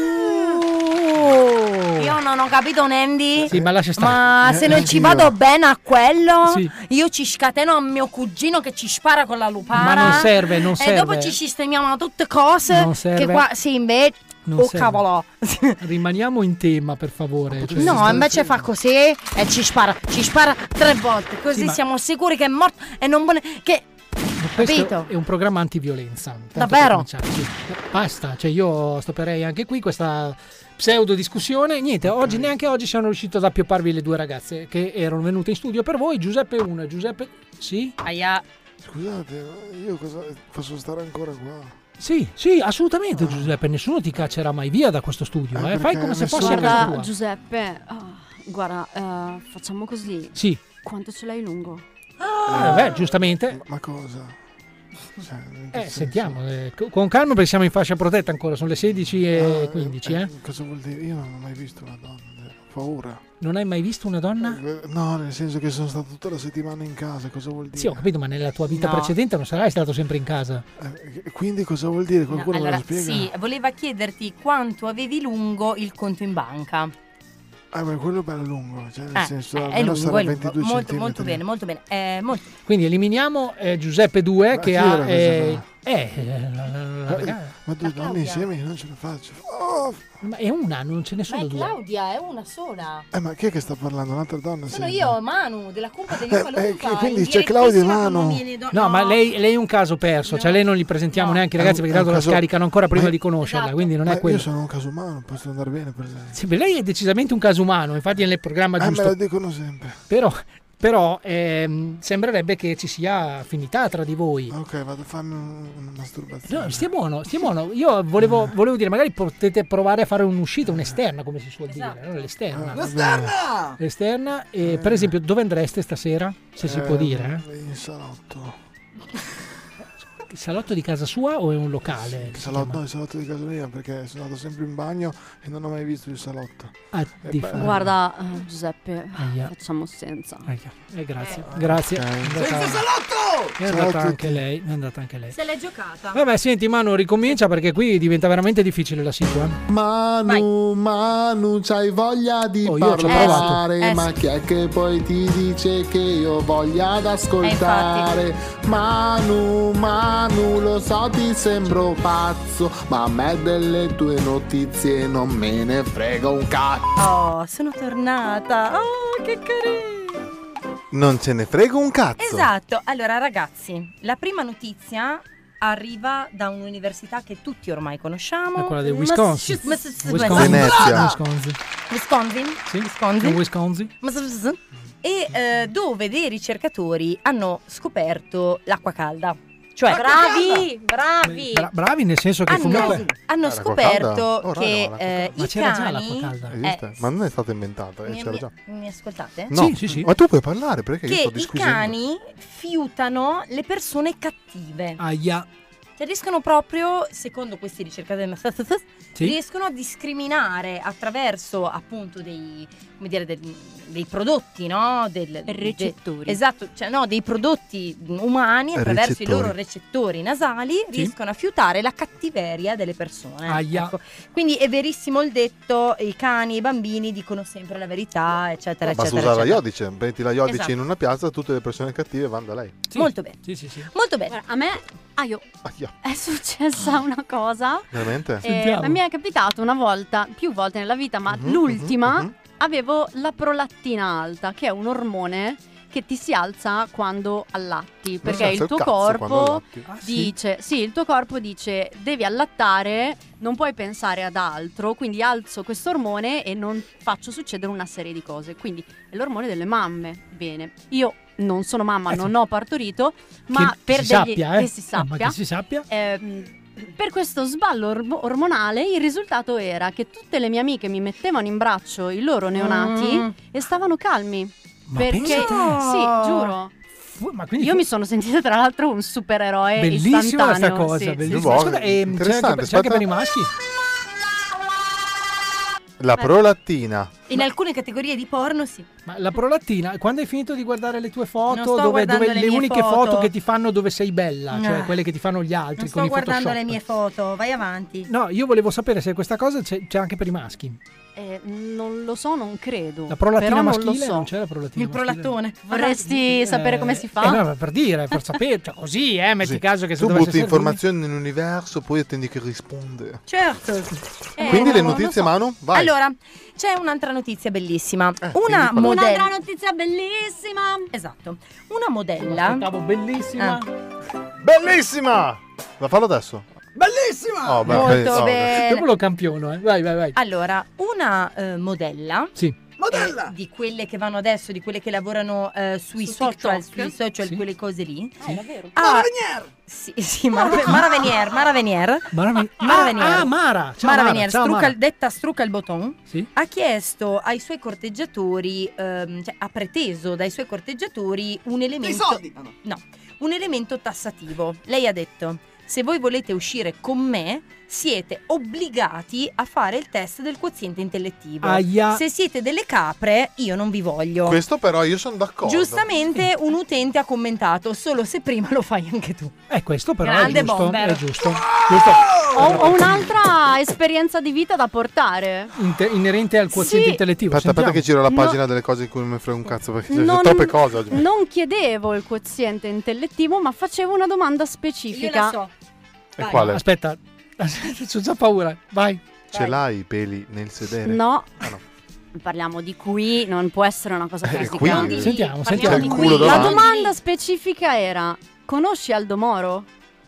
Io non ho capito, Nendi. Sì, ma lascia stare. Ma se non ci vado bene a quello, sì. Io ci scateno a mio cugino che ci spara con la lupara. Ma non serve. E dopo ci sistemiamo tutte cose. Non serve. Che qua, sì, invece. Cavolo. Rimaniamo in tema, per favore. Cioè, no, invece fa così e ci spara 3 volte. Così siamo sicuri che è morto e non vuole. Questo è un programma antiviolenza. Davvero? Sì. Basta, cioè io stopperei anche qui questa pseudo discussione. Niente, oggi neanche oggi sono riuscito ad appiopparvi le 2 ragazze che erano venute in studio per voi, Giuseppe 1 e Giuseppe... Sì? Aia. Scusate, io cosa posso stare ancora qua? Sì, assolutamente Giuseppe, nessuno ti caccerà mai via da questo studio, fai come se fosse a casa tua. Giuseppe, guarda, facciamo così. Sì. Quanto ce l'hai lungo? Giustamente. Ma cosa? Sentiamo, con calma perché siamo in fascia protetta ancora, sono le 16:15. Cosa vuol dire? Io non ho mai visto una donna, ho paura. Non hai mai visto una donna? No, nel senso che sono stato tutta la settimana in casa, cosa vuol dire? Sì, ho capito, ma nella tua vita precedente non sarai stato sempre in casa. Quindi cosa vuol dire? Qualcuno me lo spiega? Sì, voleva chiederti quanto avevi lungo il conto in banca. Quello è bello lungo, cioè nel senso è lungo, sarà 22 centimetri. Molto bene. Quindi eliminiamo Giuseppe 2 che ha... ma 2 donne insieme io non ce la faccio. Ma è una, non ce ne sono 2. Claudia, è una sola. Ma chi è che sta parlando? Un'altra donna? Sono io, Manu, della cumpa degli Umpalumpa. Quindi c'è Claudia e Manu. No, ma lei è un caso perso, cioè lei non li presentiamo neanche ragazzi perché tanto la scaricano ancora prima di conoscerla, quindi non è quello. Io sono un caso umano, posso andare bene per lei. Sì, lei è decisamente un caso umano, infatti è nel programma giusto. Me lo dicono sempre. Però sembrerebbe che ci sia affinità tra di voi. Ok, vado a farmi una masturbazione. No, stia buono. Io volevo dire, magari potete provare a fare un'uscita, un'esterna, come si suol dire, no? L'esterna. E per esempio, dove andreste stasera? Se si può dire. In salotto. Il salotto di casa sua o è un locale? Il salotto di casa mia, perché sono andato sempre in bagno e non ho mai visto il salotto. Guarda, Giuseppe, facciamo senza. Grazie. Senza salotto! È andata anche lei. Se l'è giocata. Vabbè, senti Manu, ricomincia perché qui diventa veramente difficile la situa. Manu, c'hai voglia di parlare, ma chi è che poi ti dice che io voglia ad ascoltare? Manu, lo so ti sembro pazzo, ma a me delle tue notizie non me ne frega un cazzo. Oh, sono tornata. Oh, che carino. Non ce ne frega un cazzo. Esatto. Allora ragazzi, la prima notizia arriva da un'università che tutti ormai conosciamo. È quella del Wisconsin. Venezia. Wisconsin. E dove dei ricercatori hanno scoperto l'acqua calda. Cioè, bravi nel senso che comunque hanno scoperto che i cani esiste? Ma non è stata inventata, c'era già. Mi ascoltate? No. Sì. Ma tu puoi parlare perché io sto discutendo. discutendo. I cani fiutano le persone cattive. Aia. Cioè riescono proprio, secondo questi ricercatori, riescono a discriminare attraverso appunto dei prodotti, no? Recettori. Esatto, cioè no, dei prodotti umani attraverso i loro recettori nasali riescono a fiutare la cattiveria delle persone. Ecco. Quindi è verissimo il detto, i cani e i bambini dicono sempre la verità, eccetera, eccetera. Basta usare la Iodice, metti la Iodice in una piazza, tutte le persone cattive vanno da lei. Sì. Molto bene. Sì. Molto bene. Guarda, a me è successa una cosa. Veramente? Mi è capitato una volta, più volte nella vita, ma l'ultima avevo la prolattina alta, che è un ormone che ti si alza quando allatti, perché il tuo corpo dice il tuo corpo dice devi allattare, non puoi pensare ad altro, quindi alzo questo ormone e non faccio succedere una serie di cose. Quindi è l'ormone delle mamme. Bene, io non sono mamma, non ho partorito, ma per che si sappia. Per questo sballo ormonale il risultato era che tutte le mie amiche mi mettevano in braccio i loro neonati e stavano calmi. Perché sì, giuro. Io mi sono sentita tra l'altro un supereroe bellissima istantaneo. Questa cosa, bellissima. Scusa, c'è anche per i maschi? La prolattina. In alcune categorie di porno sì. Ma la prolattina, quando hai finito di guardare le tue foto, dove le uniche foto che ti fanno dove sei bella, cioè quelle che ti fanno gli altri con i Photoshop. Non sto guardando le mie foto, vai avanti. No, io volevo sapere se questa cosa c'è anche per i maschi. Non lo so, non credo. La prolattina però maschile non lo so. Non c'è la prolattina il prolattone. Vorresti sapere come si fa? No, per dire, per sapere, cioè, così, metti caso che se tu butti informazioni nell'universo, poi attendi che risponde. Certo. Quindi le notizie, Manu? Vai. Allora, c'è un'altra notizia bellissima. Un'altra notizia bellissima. Esatto. Una modella. Aspettavo, bellissima. Bellissima! La fallo adesso. Bellissima! Molto bene. Dopo lo campiono, vai. Allora, una modella. Sì. Modella! Di quelle che vanno adesso, di quelle che lavorano sui social, quelle cose lì. Davvero? Mara Venier! Sì, Mara Venier. Mara Venier, detta Strucca il Botton, ha chiesto ai suoi corteggiatori, ha preteso dai suoi corteggiatori un elemento. Soldi! No, un elemento tassativo. Lei ha detto: se voi volete uscire con me, siete obbligati a fare il test del quoziente intellettivo. Se siete delle capre, io non vi voglio. Questo però io sono d'accordo. Giustamente un utente ha commentato: solo se prima lo fai anche tu. Questo però grande è giusto. Bomber. È giusto. Ho un'altra esperienza di vita da portare. Inerente al quoziente intellettivo. Aspetta che giro la pagina delle cose in cui mi frega un cazzo, perché ci sono troppe cose oggi. Non chiedevo il quoziente intellettivo, ma facevo una domanda specifica. Io la so. E quale? Aspetta, ho già paura. Vai. Ce l'hai i peli nel sedere? No. Parliamo di qui, non può essere una cosa fisica. Sentiamo. La domanda specifica era: conosci Aldo Moro?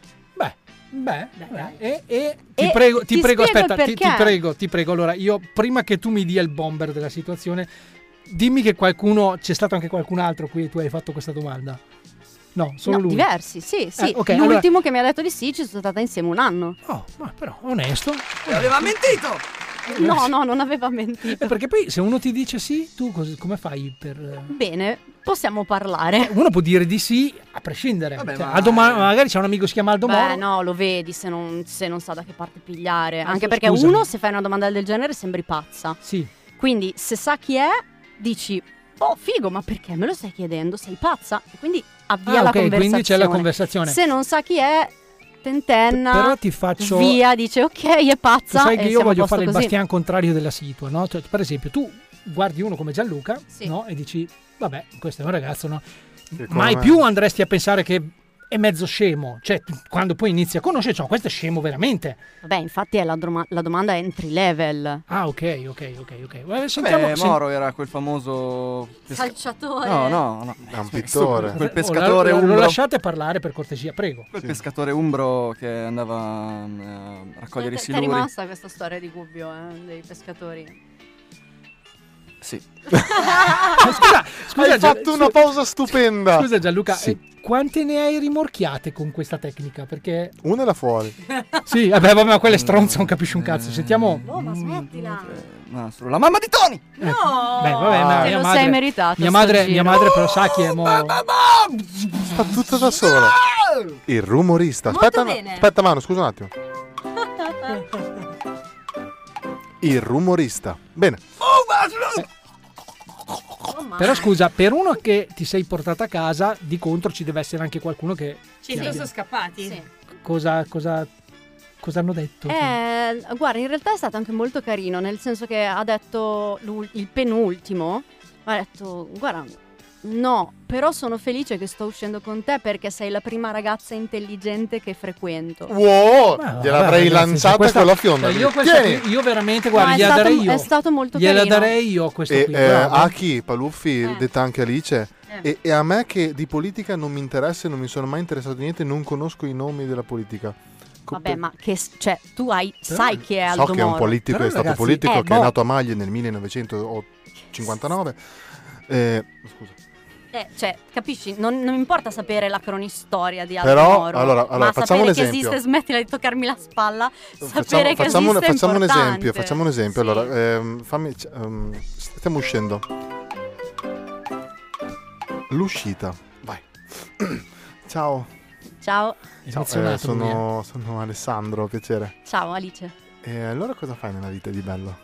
Beh. Ti prego, aspetta, ti prego. Allora, io prima che tu mi dia il bomber della situazione, dimmi che c'è stato anche qualcun altro qui e tu hai fatto questa domanda. No, solo lui. Diversi, sì. Okay, l'ultimo che mi ha detto di sì, ci sono stata insieme un anno. Ma però, onesto. Aveva mentito! No, non aveva mentito. Perché poi se uno ti dice sì, tu come fai per... Bene, possiamo parlare. Uno può dire di sì a prescindere. Magari c'è un amico che si chiama Aldo Moro. No, lo vedi se non sa da che parte pigliare. Anche perché uno, se fai una domanda del genere, sembri pazza. Sì. Quindi se sa chi è, dici: oh, figo, ma perché me lo stai chiedendo? Sei pazza? E quindi avvia la conversazione. Quindi c'è la conversazione. Se non sa chi è, tentenna, però ti faccio via, dice ok, è pazza. Sai che io voglio fare così. Il bastian contrario della situa, no? Cioè, per esempio, tu guardi uno come Gianluca, no? E dici: vabbè, questo è un ragazzo, no? Mai più andresti a pensare che è mezzo scemo, cioè quando poi inizi a conoscere, questo è scemo veramente. Vabbè, infatti è la domanda entry level. Ok. Moro era quel famoso calciatore. No. È un pittore. Quel pescatore umbro. Lo lasciate parlare per cortesia, prego. Quel pescatore umbro che andava a raccogliere i siluri. È rimasta questa storia di Gubbio, dei pescatori. Sì. Scusa, hai fatto una pausa stupenda. Scusa Gianluca, quante ne hai rimorchiate con questa tecnica? Perché una è là fuori. Sì, vabbè, ma quelle stronze non capisci un cazzo. Sentiamo. Ma smettila. La mamma di Tony. No. Beh, vabbè, te lo sei meritato. Mia madre però sa chi è Moro. Sta tutta da sola. Il rumorista. Aspetta, Manu, scusa un attimo. Il rumorista. Bene. Però scusa, per uno che ti sei portato a casa, di contro ci deve essere anche qualcuno che... Sono scappati? Sì. Cosa hanno detto? Guarda, in realtà è stato anche molto carino, nel senso che ha detto il penultimo, ha detto, guarda, no, però sono felice che sto uscendo con te perché sei la prima ragazza intelligente che frequento. Wow, gliel'avrei lanciata con la fionda. Io veramente, guarda, gliela darei io. È stato molto carino. Gliela darei io questo qui. Aki, Paluffi, detta anche Alice. E a me che di politica non mi interessa e non mi sono mai interessato di niente, non conosco i nomi della politica. Vabbè, ma tu sai chi è Aldo Moro. So che è un politico, è stato politico, che è nato a Maglie nel 1959. Scusa. Capisci? Non mi importa sapere la cronistoria di Aldo Però, Moro. allora, ma facciamo un sapere esempio. che esiste, smettila di toccarmi la spalla. Sapere che esiste facciamo un importante. Facciamo un esempio. Sì. Allora, stiamo uscendo. L'uscita. Vai. Ciao. Ciao. Sono Alessandro, piacere. Ciao Alice. E allora cosa fai nella vita di bello?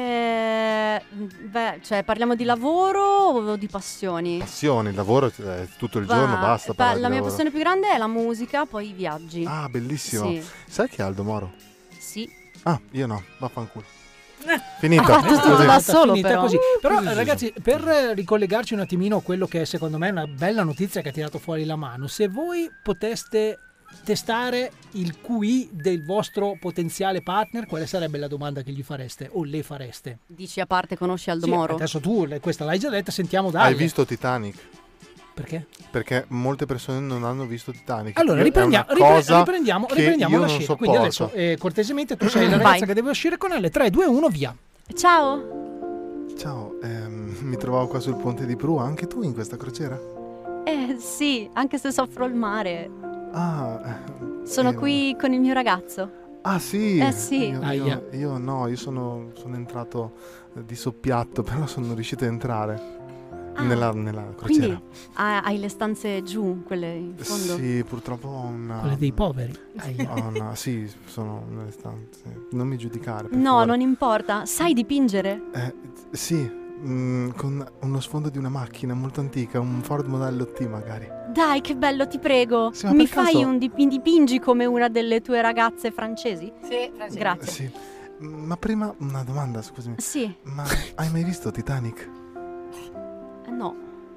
Parliamo di lavoro o di passioni? Passioni, il lavoro tutto il giorno, basta. La mia passione più grande è la musica, poi i viaggi. Ah, bellissimo. Sì. Sai chi è Aldo Moro? Sì. Ah, io no, vaffanculo. Finita. Ha fatto tutto da solo, però. Così. Però ragazzi, per ricollegarci un attimino a quello che è secondo me una bella notizia che ha tirato fuori la mano, se voi poteste testare il QI del vostro potenziale partner, quale sarebbe la domanda che gli fareste o le fareste? Dici a parte conosci Aldo Moro? Adesso tu questa l'hai già detta, sentiamo Dalle. Hai visto Titanic? Perché? Perché molte persone non hanno visto Titanic. Allora riprendiamo la scena. Quindi adesso cortesemente tu sei la ragazza che deve uscire con elle. 3, 2, 1, via. Ciao. Ciao, mi trovavo qua sul ponte di Prua, anche tu in questa crociera? Sì, anche se soffro il mare. Sono qui con il mio ragazzo. Ah sì? Sì. Io sono entrato di soppiatto, però sono riuscito a entrare nella crociera. Quindi hai le stanze giù, quelle in fondo? Sì, purtroppo ho una... Quelle dei poveri. Sì, sono nelle stanze. Non mi giudicare, per No, favore. non importa. Sai dipingere? Sì. Con uno sfondo di una macchina molto antica, un Ford modello T magari. Dai, che bello, ti prego. Sì, mi fai dipingi come una delle tue ragazze francesi? Sì, francesi. Grazie. Sì. Ma prima una domanda, scusami. Sì. Ma hai mai visto Titanic? No.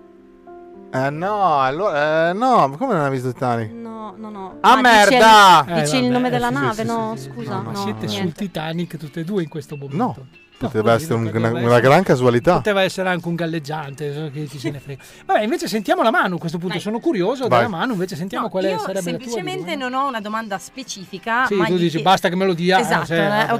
No, allora no, come non hai visto Titanic? No. Merda! Dici il nome della nave? Sì, no, sì, scusa. Ma no, siete niente. sul Titanic tutte e due in questo momento? No. Poteva essere una gran casualità. Poteva essere anche un galleggiante, che ci se ne frega. Vabbè, invece sentiamo la Manu a questo punto. Sono curioso della Manu, invece sentiamo quale sarebbe la tua. Semplicemente non ho una domanda specifica. Sì, ma tu dici basta che me lo dia. Esatto.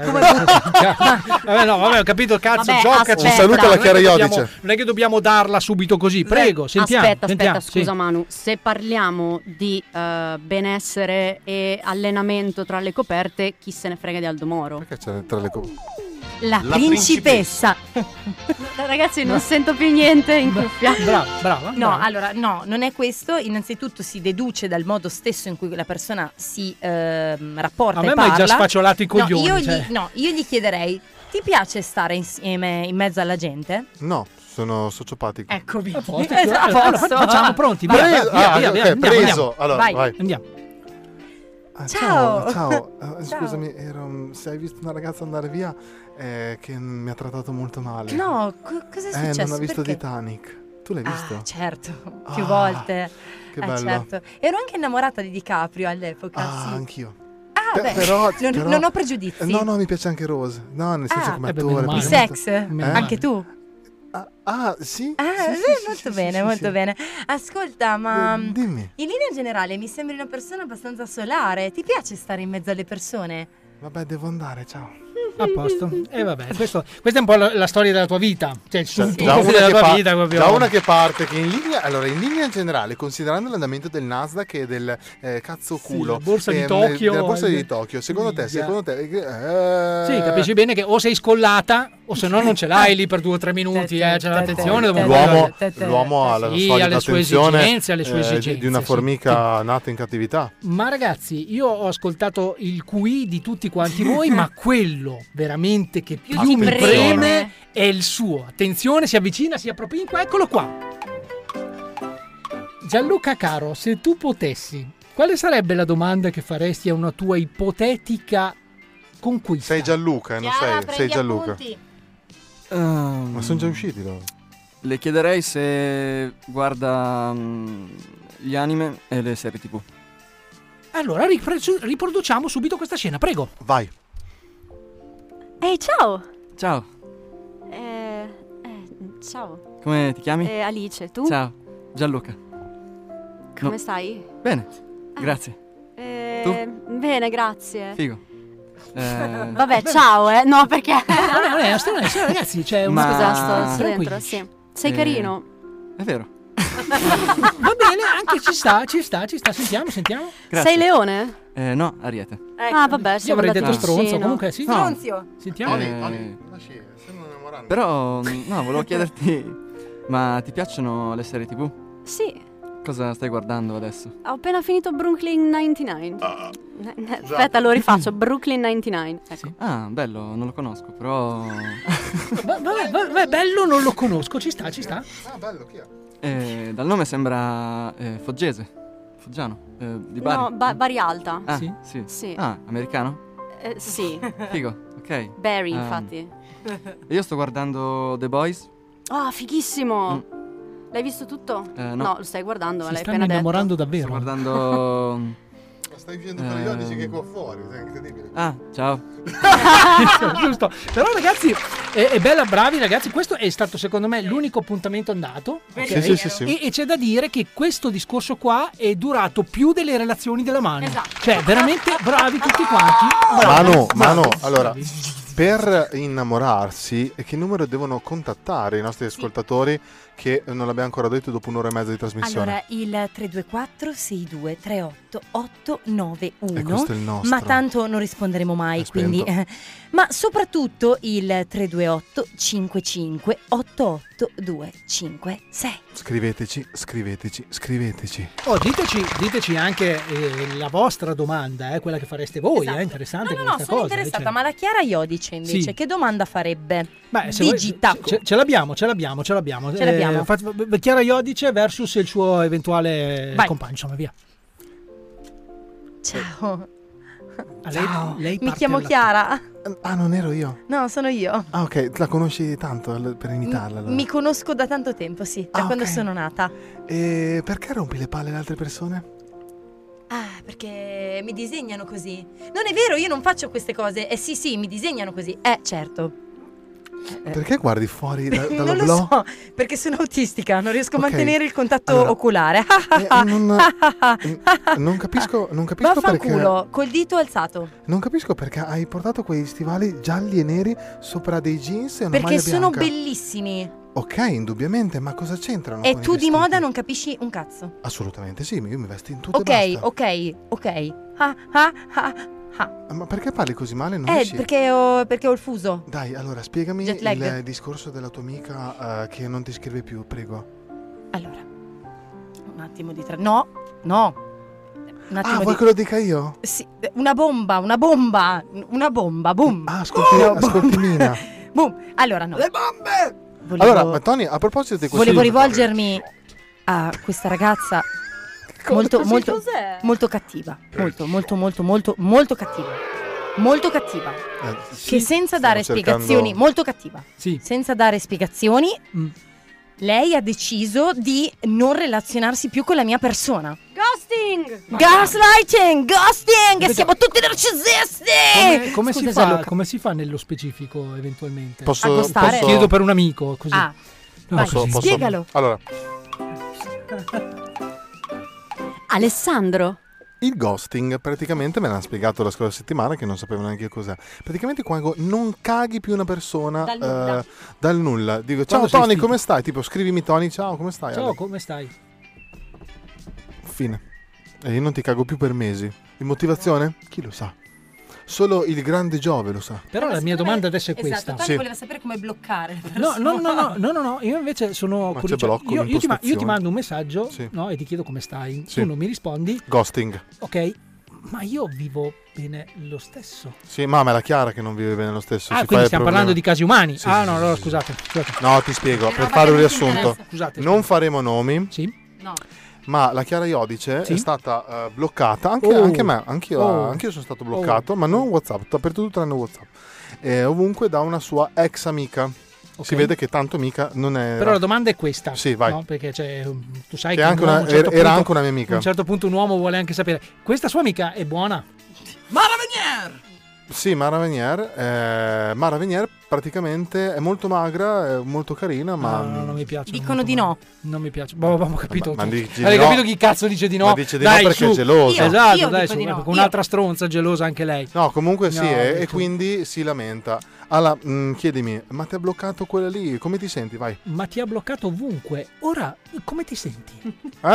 Vabbè, ho capito, cazzo, giocaci. Un saluto alla Chiara Iodice. Non è che dobbiamo darla subito così. Prego, sentiamo. Aspetta, scusa Manu. Se parliamo di benessere e allenamento tra le coperte, chi se ne frega di Aldo Moro? Perché c'è tra le coperte? La principessa. Ragazzi, non sento più niente in cuffia. Brava. No, allora, no, non è questo. Innanzitutto si deduce dal modo stesso in cui la persona si rapporta e parla. A me mi hai già sfacciolato i coglioni. Io gli chiederei, ti piace stare insieme in mezzo alla gente? No, sono sociopatico. Eccomi. Allora, facciamo pronti. Via. Preso. Allora, vai. Andiamo. Ciao. Scusami, se hai visto una ragazza andare via che mi ha trattato molto male. No, cosa è successo? Non ha visto Perché? Titanic. Tu l'hai visto? Certo, più volte. Che bello. Certo. Ero anche innamorata di DiCaprio all'epoca. Sì. Anch'io. Però non ho pregiudizi. No, mi piace anche Rose. No, nel senso come attore. Di sex? Anche tu? Sì. Molto bene. Ascolta, ma dimmi. In linea generale mi sembri una persona abbastanza solare. Ti piace stare in mezzo alle persone? Vabbè, devo andare, ciao. A posto. E vabbè, questa è un po' la storia della tua vita. Cioè il sunto già una della che tua vita proprio. Già una che parte che in linea generale, considerando l'andamento del Nasdaq e del cazzo culo, la borsa di Tokyo. Della borsa di Tokyo, secondo te sì, capisci bene che o sei scollata O se no non ce l'hai lì per 2 o 3 minuti, c'è l'attenzione. L'uomo ha la solita alle sue esigenze, alle sue esigenze di una formica nata in cattività. Ma ragazzi, io ho ascoltato il QI di tutti quanti voi, ma quello veramente che più mi preme è il suo. Attenzione, si avvicina, si appropinqua, eccolo qua. Gianluca caro, se tu potessi, quale sarebbe la domanda che faresti a una tua ipotetica conquista? Sei Gianluca, non sei Gianluca. Ma sono già usciti loro. Le chiederei se guarda gli anime e le serie TV. Allora riproduciamo subito questa scena, prego. Vai. Ehi, ciao. Ciao. Ciao. Come ti chiami? Alice, tu? Ciao, Gianluca. Come stai? Bene, grazie. Tu? Bene, grazie. Figo. Vabbè, ciao, no, perché? Ragazzi, c'è Scusa, sto dentro, sì. Sei carino. È vero. Va bene, anche ci sta. Sentiamo. Sei leone? No, Ariete. Vabbè, io avrei detto stronzo, comunque sì. Stronzio. Sentiamo. Però, no, volevo chiederti, ma ti piacciono le serie TV? Sì. Cosa stai guardando adesso? Ho appena finito Brooklyn 99. Aspetta, lo rifaccio. Brooklyn 99. Ecco. Sì. Ah, bello, non lo conosco, però... Vabbè, bello, non lo conosco, ci sta. Ah, bello, chi è? Dal nome sembra Foggiano, di Bari. No, Bari Alta. Ah, sì. Ah, americano? Sì. Figo, ok. Barry, infatti. Io sto guardando The Boys. fighissimo! L'hai visto tutto? No, lo stai guardando, ma l'hai appena detto. Innamorando davvero. Sto guardando... Ma stai dicendo periodici che è qua fuori, è incredibile. Ah, ciao. Giusto. Però ragazzi, è bella, bravi ragazzi. Questo è stato secondo me l'unico appuntamento andato. Okay? Sì. E c'è da dire che questo discorso qua è durato più delle relazioni della Manu. Esatto. Cioè, veramente bravi tutti quanti. Manu, allora, per innamorarsi, che numero devono contattare i nostri ascoltatori, che non l'abbiamo ancora detto dopo 1 ora e mezza di trasmissione? Allora, il 324 6238 891. E questo è il nostro. Ma tanto non risponderemo mai, quindi ma soprattutto il 328 55 88256. Scriveteci. Oh, diteci anche la vostra domanda, quella che fareste voi, esatto. Interessante no, questa sono cosa. interessata, ma la Chiara Iodice invece, sì. Che domanda farebbe? Beh, Digita. Ce l'abbiamo. Chiara Iodice versus il suo eventuale compagno, insomma, via. Ciao. Lei mi chiamo Chiara. Ah, non ero io? No, sono io. Ah, ok, la conosci tanto per imitarla? Allora. Mi conosco da tanto tempo, sì, da quando sono nata. E perché rompi le palle alle altre persone? Ah, perché mi disegnano così. Non è vero, io non faccio queste cose. Sì, mi disegnano così. Certo. Perché guardi fuori dallo non lo blog? so, perché sono autistica, non riesco a mantenere il contatto oculare. Non capisco Vaffanculo, col dito alzato. Non capisco perché hai portato quei stivali gialli e neri sopra dei jeans e una perché maglia bianca. Sono bellissimi. Ok, indubbiamente, ma cosa c'entrano? E con tu i di vestiti? Moda non capisci un cazzo. Assolutamente sì, io mi vesto in tutto e basta. Ok. Ma perché parli così male? Non riesci? Perché ho il fuso. Dai, allora spiegami Jet lag. il discorso della tua amica che non ti scrive più, prego. Allora, un attimo di No. Un attimo vuoi che lo dica io? Sì, una bomba, boom. Ah, ascolti Mina. Boom. Allora, no. Le bombe! Allora, ma Tony, a proposito di questo... Volevo rivolgermi a questa ragazza molto cattiva. Molto cattiva. Molto cattiva. Sì, che senza dare spiegazioni, molto cattiva. Sì. Senza dare spiegazioni, lei ha deciso di non relazionarsi più con la mia persona. Gaslighting, e siamo tutti narcisisti. Come si fa nello specifico eventualmente? Posso chiedo per un amico così. Posso? Spiegalo. Allora, Alessandro. il ghosting praticamente me l'hanno spiegato la scorsa settimana, che non sapevo neanche cos'è. Praticamente quando non caghi più una persona dal nulla. Dico ciao Tony, come stai? Tipo scrivimi Tony, ciao, come stai? Ciao, come stai? Fine. E io non ti cago più per mesi. In motivazione? Chi lo sa? Solo il grande Giove lo sa. Però la mia domanda adesso è questa. Esatto, voleva sapere come bloccare. No, io invece sono curioso. Io ti mando un messaggio, no, e ti chiedo come stai. Tu non mi rispondi. Ghosting. Ok, ma io vivo bene lo stesso. Sì, ma è la Chiara che non vive bene lo stesso. Quindi stiamo parlando di casi umani. Allora scusate. No, ti spiego, per fare un riassunto. Scusate. Non faremo nomi. Sì. No. Ma la Chiara Iodice è stata bloccata, anche me, anch'io sono stato bloccato, ma non WhatsApp, dappertutto tranne WhatsApp. Ovunque da una sua ex amica. Okay. Si vede che tanto amica non è. Però la domanda è questa. Sì, vai. No? Perché tu sai che anche era anche una mia amica. A un certo punto un uomo vuole anche sapere. Questa sua amica è buona? Mara Venier! Sì, Mara Venier praticamente è molto magra, è molto carina, ma no, non mi piace. Dicono di no. Non mi piace. Abbiamo capito. Hai capito chi cazzo dice di no? Ma dice di no perché è gelosa. Esatto, dai, con un'altra stronza gelosa anche lei. No, comunque sì, e quindi si lamenta. Allora, chiedimi, ma ti ha bloccato quella lì? Come ti senti? Vai. Ma ti ha bloccato ovunque. Ora, come ti senti?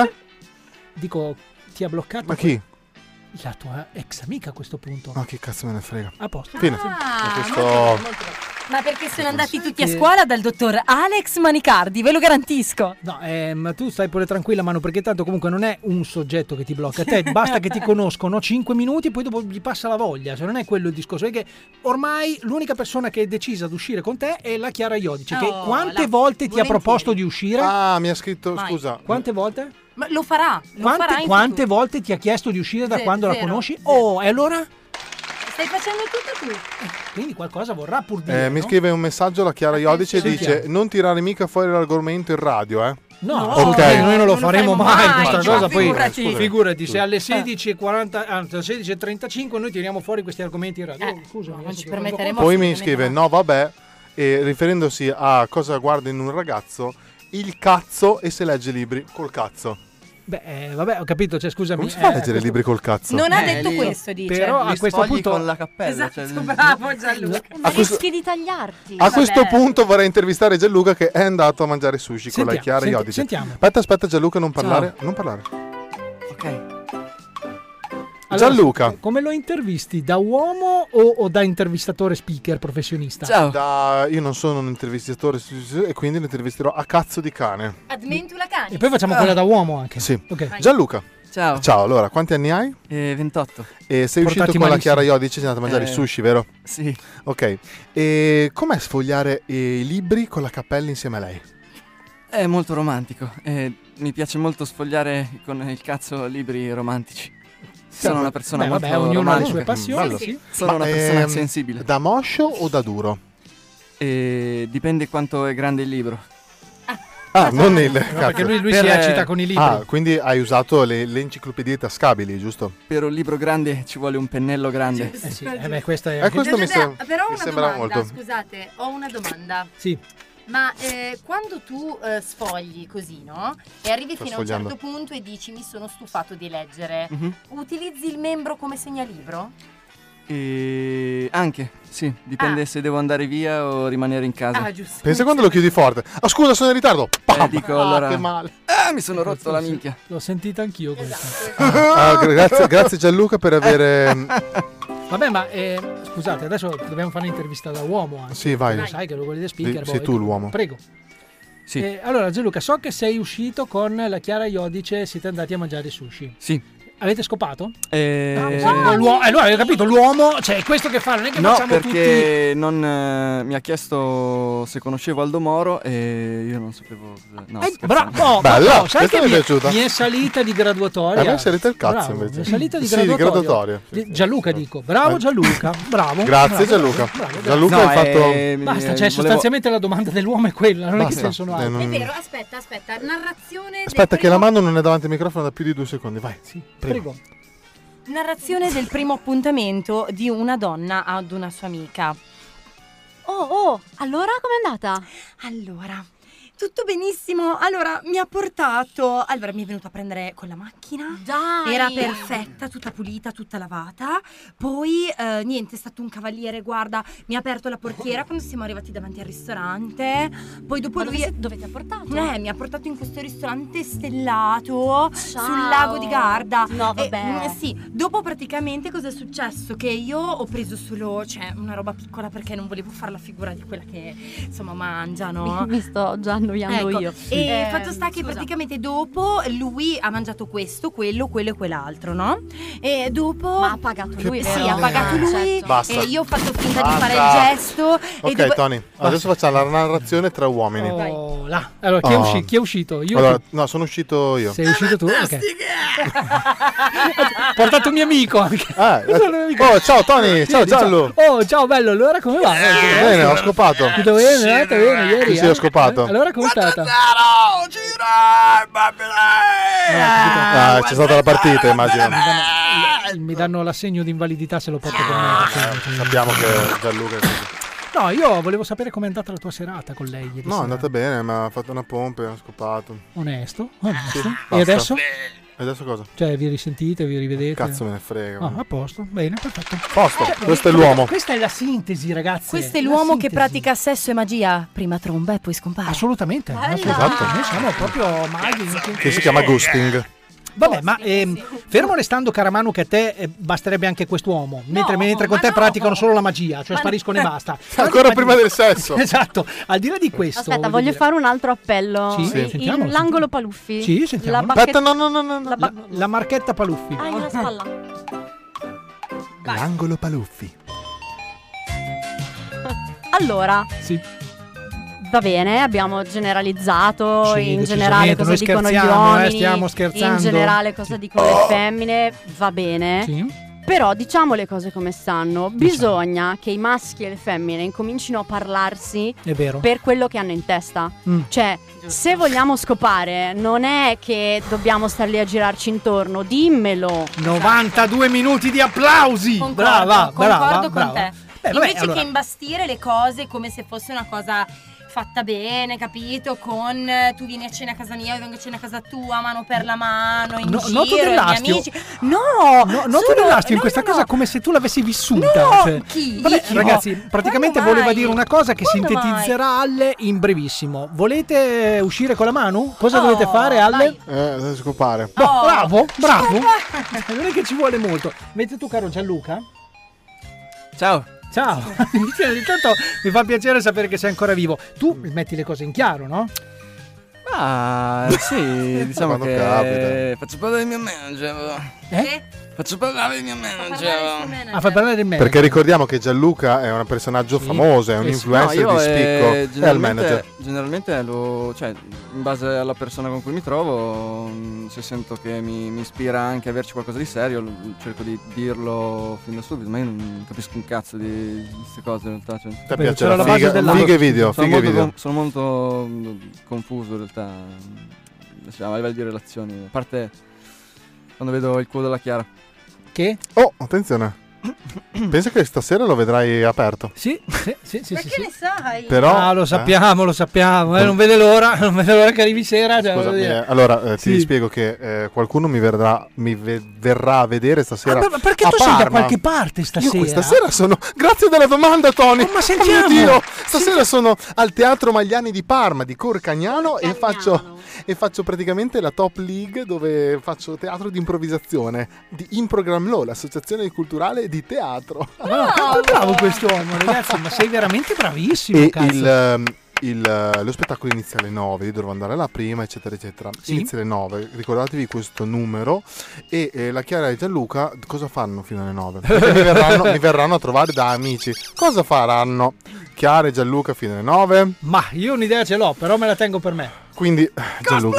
Dico, ti ha bloccato. Ma chi? La tua ex amica a questo punto. Ma che cazzo me ne frega? A posto. Fine. Molto. Ma perché sono andati tutti a scuola dal dottor Alex Manicardi, ve lo garantisco. No, ma tu stai pure tranquilla, Manu, perché tanto comunque non è un soggetto che ti blocca. Te basta che ti conoscono 5 minuti e poi dopo gli passa la voglia. Cioè non è quello il discorso, è che ormai l'unica persona che è decisa ad uscire con te è la Chiara Iodice, che quante volte ti ha proposto di uscire? Ah, mi ha scritto, scusa. Quante volte? Ma lo farà. Quante volte ti ha chiesto di uscire da quando la conosci? E allora? Stai facendo tutto tu. Quindi qualcosa vorrà pur dire. Mi scrive un messaggio la Chiara Iodice e dice: non tirare mica fuori l'argomento in radio, No, okay. Noi non lo faremo mai questa cosa. Figurati. Poi figurati se alle 16:40, anzi alle 16:35 noi tiriamo fuori questi argomenti in radio. Scusa, non ci permetteremo. Poi mi scrive: no, vabbè, e riferendosi a cosa guarda in un ragazzo, il cazzo, e se legge libri col cazzo. Beh, vabbè, ho capito, cioè scusami. Come si fa a leggere libri col cazzo? Non ha detto questo, dice. Però a questo punto con la cappella. Esatto, bravo Gianluca. Ma rischi di tagliarti. A questo punto vorrei intervistare Gianluca che è andato a mangiare sushi con la Chiara Iodice. Sentiamo. Aspetta Gianluca, non parlare. Ok. Allora, Gianluca, come lo intervisti? Da uomo o da intervistatore speaker professionista? Ciao. Io non sono un intervistatore e quindi lo intervisterò a cazzo di cane. Admentula cani. E poi facciamo quella da uomo anche. Sì. Okay. Gianluca. Ciao, allora, quanti anni hai? 28. E sei uscito con la Chiara Iodice, sei andato a mangiare sushi, vero? Sì. Ok. E com'è sfogliare i libri con la cappella insieme a lei? È molto romantico. Mi piace molto sfogliare con il cazzo libri romantici. Sono una persona molto ognuno ha le sue romantica. passioni. Sì. Sono una persona sensibile. Da moscio o da duro? Dipende quanto è grande il libro. Non il perché lui si eccita con i libri. Quindi hai usato le enciclopedie tascabili, giusto? Per un libro grande ci vuole un pennello grande. Questo è questo mi però mi sembra domanda, molto. Scusate, ho una domanda. Sì. Ma quando tu sfogli così, no? E arrivi fino a un certo punto e dici mi sono stufato di leggere, utilizzi il membro come segnalibro? Anche, sì, dipende se devo andare via o rimanere in casa. Giusto. Pensa quando lo chiudi forte. Scusa, sono in ritardo. Dico allora. Che male. Mi sono rotto la minchia. L'ho sentita anch'io questa. Grazie Gianluca per avere Vabbè, ma scusate, adesso dobbiamo fare un'intervista da uomo anche. Sì, vai. Lo sai che lo volete speaker. Sei tu l'uomo. Prego. Sì. Allora Gianluca, so che sei uscito con la Chiara Iodice e siete andati a mangiare sushi. Sì. Avete scopato? Allora hai capito, l'uomo, cioè è questo che fa, non è che facciamo perché tutti... non mi ha chiesto se conoscevo Aldo Moro e io non sapevo bravo, bella, sai che mi è piaciuta. Mi è salita di graduatoria. A me è salita il cazzo invece. Mi è salita di graduatoria. Gianluca dico, bravo Gianluca, bravo. Grazie Gianluca. Gianluca hai fatto... Basta, cioè sostanzialmente la domanda dell'uomo è quella, non è che senso no. È vero, aspetta, narrazione... Aspetta che la mano non è davanti al microfono da più di 2 secondi, vai. Sì. Prego. Narrazione del primo appuntamento di una donna ad una sua amica. Oh, allora com'è andata? Allora, Tutto benissimo. Allora, mi ha portato. Allora, mi è venuto a prendere con la macchina. Dai! Era perfetta, tutta pulita, tutta lavata. Poi, niente, è stato un cavaliere, guarda, mi ha aperto la portiera quando siamo arrivati davanti al ristorante. Poi dopo dove ti ha portato? Mi ha portato in questo ristorante stellato sul lago di Garda. No, vabbè. Sì, dopo praticamente cosa è successo? Che io ho preso solo, cioè, una roba piccola perché non volevo fare la figura di quella che, insomma, mangiano. Mi sto già annoiando io. E fatto sta che praticamente dopo lui ha mangiato questo, quello e quell'altro, no? E dopo... Ma ha pagato lui, Sì, ha pagato lui. Certo. Basta. E io ho fatto finta di fare il gesto. Ok, Tony, adesso facciamo la narrazione tra uomini. Là. Allora, chi è uscito? Io? Allora, no, sono uscito io. Sei uscito tu? Ok. Portato un mio amico anche. Oh, ciao Tony, ciao Giallo. Oh, ciao bello, allora come va? Bene, ho scopato. Tutto bene? È andata bene ieri? Sì, ho scopato. Allora com'è stata? C'è stata la partita, immagino. Mi danno l'assegno di invalidità se lo porto con me. Sappiamo che Gianluca è così. No, io volevo sapere com'è andata la tua serata con lei ieri No, è sera. andata bene, mi ha fatto una pompa e ho scopato. Onesto? Sì, E basta. adesso? E adesso cosa? Cioè, vi risentite, vi rivedete? Cazzo me ne frega. A posto, bene, perfetto. Posto, questo è l'uomo. Questa è la sintesi, ragazzi. Questo è l'uomo che pratica sesso e magia. Prima tromba e poi scompare. Assolutamente. Esatto. Noi siamo proprio maghi. Che si chiama ghosting. Vabbè, ma fermo restando, cara Manu, che a te basterebbe anche quest'uomo, mentre con te praticano solo la magia, cioè spariscono e basta. Ancora prima del sesso. Esatto, al di là di questo. Aspetta, voglio fare un altro appello. Sì, sentiamo. L'angolo Paluffi. Sì, sentiamo. Aspetta, no. La marchetta Paluffi. Ah, in una spalla. L'angolo Paluffi. Allora. Sì. Va bene, abbiamo generalizzato Sì, in generale cosa noi dicono gli scherziamo, uomini, stiamo scherzando. in generale cosa dicono le femmine, va bene. Sì. Però diciamo le cose come stanno. Bisogna che i maschi e le femmine incomincino a parlarsi È vero. per quello che hanno in testa. Cioè, se vogliamo scopare, non è che dobbiamo star lì a girarci intorno, dimmelo. 92 minuti di applausi. Concordo brava. con te. Invece Invece che imbastire le cose come se fosse una cosa fatta bene, capito? Con tu vieni a cena a casa mia, io vengo a cena a casa tua, mano per la mano, in giro, noto i miei dell'astio. amici. No, noto dell'astio in questa cosa come se tu l'avessi vissuta. No, cioè. chi? Vabbè, Io? ragazzi, praticamente Quando voleva mai? dire una cosa che Quando sintetizzerà Alle in brevissimo. Volete uscire con la Manu? Cosa dovete fare, Alle? Da scopare. Bravo. Non è che ci vuole molto. Mentre tu, caro Gianluca? Ciao. Intanto mi fa piacere sapere che sei ancora vivo. Tu metti le cose in chiaro, no? Ah, sì, diciamo Quando che capita. faccio parlare il mio manager. Faccio parlare il mio manager. Fai parlare del manager. Perché ricordiamo che Gianluca è un personaggio famoso, è un influencer No, io, di spicco. È il manager. Generalmente cioè, in base alla persona con cui mi trovo, se sento che mi ispira anche a averci qualcosa di serio, cerco di dirlo fin da subito, ma io non capisco un cazzo di queste cose in realtà. Cioè. Ti piace la fighe video? Sono molto confuso in realtà, a livello di relazioni, a parte quando vedo il culo della Chiara. Che? Oh, attenzione. Pensa che stasera lo vedrai aperto. Sì. Perché ne sai? Però, lo sappiamo. Non vede l'ora che arrivi sera. Cioè, scusami, allora ti spiego che qualcuno mi verrà a vedere stasera. Perché tu sei da qualche parte stasera? Io questa sera sono. Grazie della domanda, Tony. Ma sentiamo. Oh mio Dio, stasera sono al Teatro Magliani di Parma di Corcagnano e faccio praticamente la top league, dove faccio teatro di improvvisazione di Improgram Law, l'associazione culturale di teatro. Bravo quest'uomo, ragazzi, ma sei veramente bravissimo. E cazzo. lo spettacolo inizia alle 9, io dovevo andare là prima, eccetera eccetera. Inizia alle 9, ricordatevi questo numero. E la Chiara e Gianluca cosa fanno fino alle 9? Perché mi verranno a trovare da amici. Cosa faranno Chiara e Gianluca fino alle 9? Ma io un'idea ce l'ho, però me la tengo per me. Quindi Gianluca,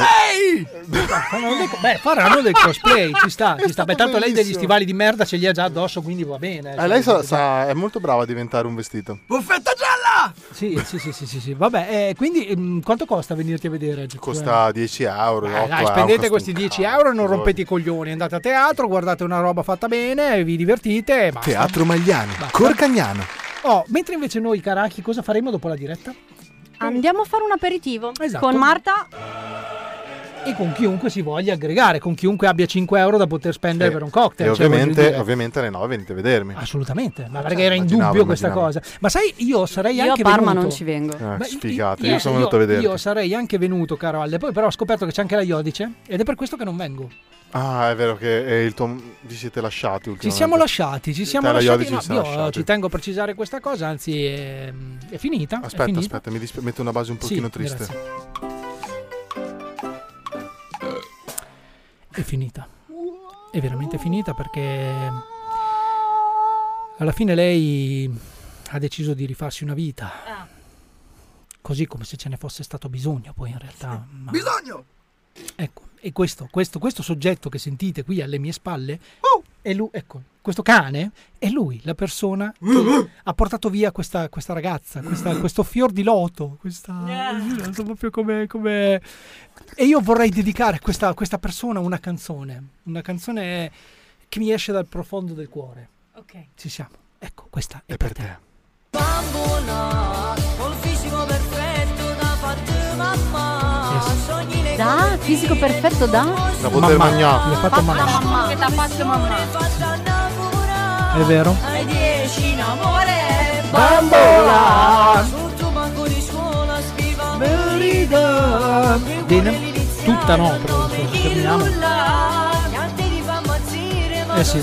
faranno del cosplay, ci sta. Beh, tanto lei degli stivali di merda ce li ha già addosso, quindi va bene. lei è molto brava a diventare un vestito. Buffetta gialla! Sì. Vabbè, quindi quanto costa venirti a vedere? Costa 10 euro. Dai, spendete questi 10 euro e non rompete i coglioni. Andate a teatro, guardate una roba fatta bene, vi divertite e basta. Teatro Magliani, Corcagnano. Mentre invece noi, caracchi, cosa faremo dopo la diretta? Andiamo a fare un aperitivo Esatto. con Marta e con chiunque si voglia aggregare, con chiunque abbia 5 euro da poter spendere per un cocktail. E cioè, ovviamente alle 9 venite a vedermi. Assolutamente, ma perché era in dubbio questa cosa. Ma sai, io sarei anche venuto. Io a Parma non ci vengo. Sfigate, io sono venuto a vederti. Io sarei anche venuto, caro Alle, poi però ho scoperto che c'è anche la Iodice ed è per questo che non vengo. Ah, è vero che vi siete lasciati ultimamente. Ci siamo lasciati. Io ci tengo a precisare questa cosa, anzi è finita. Aspetta, metto una base un pochino triste. Grazie. È finita. È veramente finita perché alla fine lei ha deciso di rifarsi una vita. Così come se ce ne fosse stato bisogno, poi in realtà. Bisogno! Ecco, e questo soggetto che sentite qui alle mie spalle è lui, ecco, questo cane è lui, la persona che ha portato via questa ragazza, questo fior di loto, non so proprio come. E io vorrei dedicare a questa persona una canzone che mi esce dal profondo del cuore. Ok. Ci siamo. Ecco, questa è per te. Bambona, col fisico perfetto da parte mamma. Da fisico perfetto da poter mangiare. L'ho fatto mamma. Che t'ha fatto mamma. È vero? Ai 10 in amore. Bambola. Sotto banco di scuola scriva Merida. Bene? Tutta no, però ci terminiamo. Sì.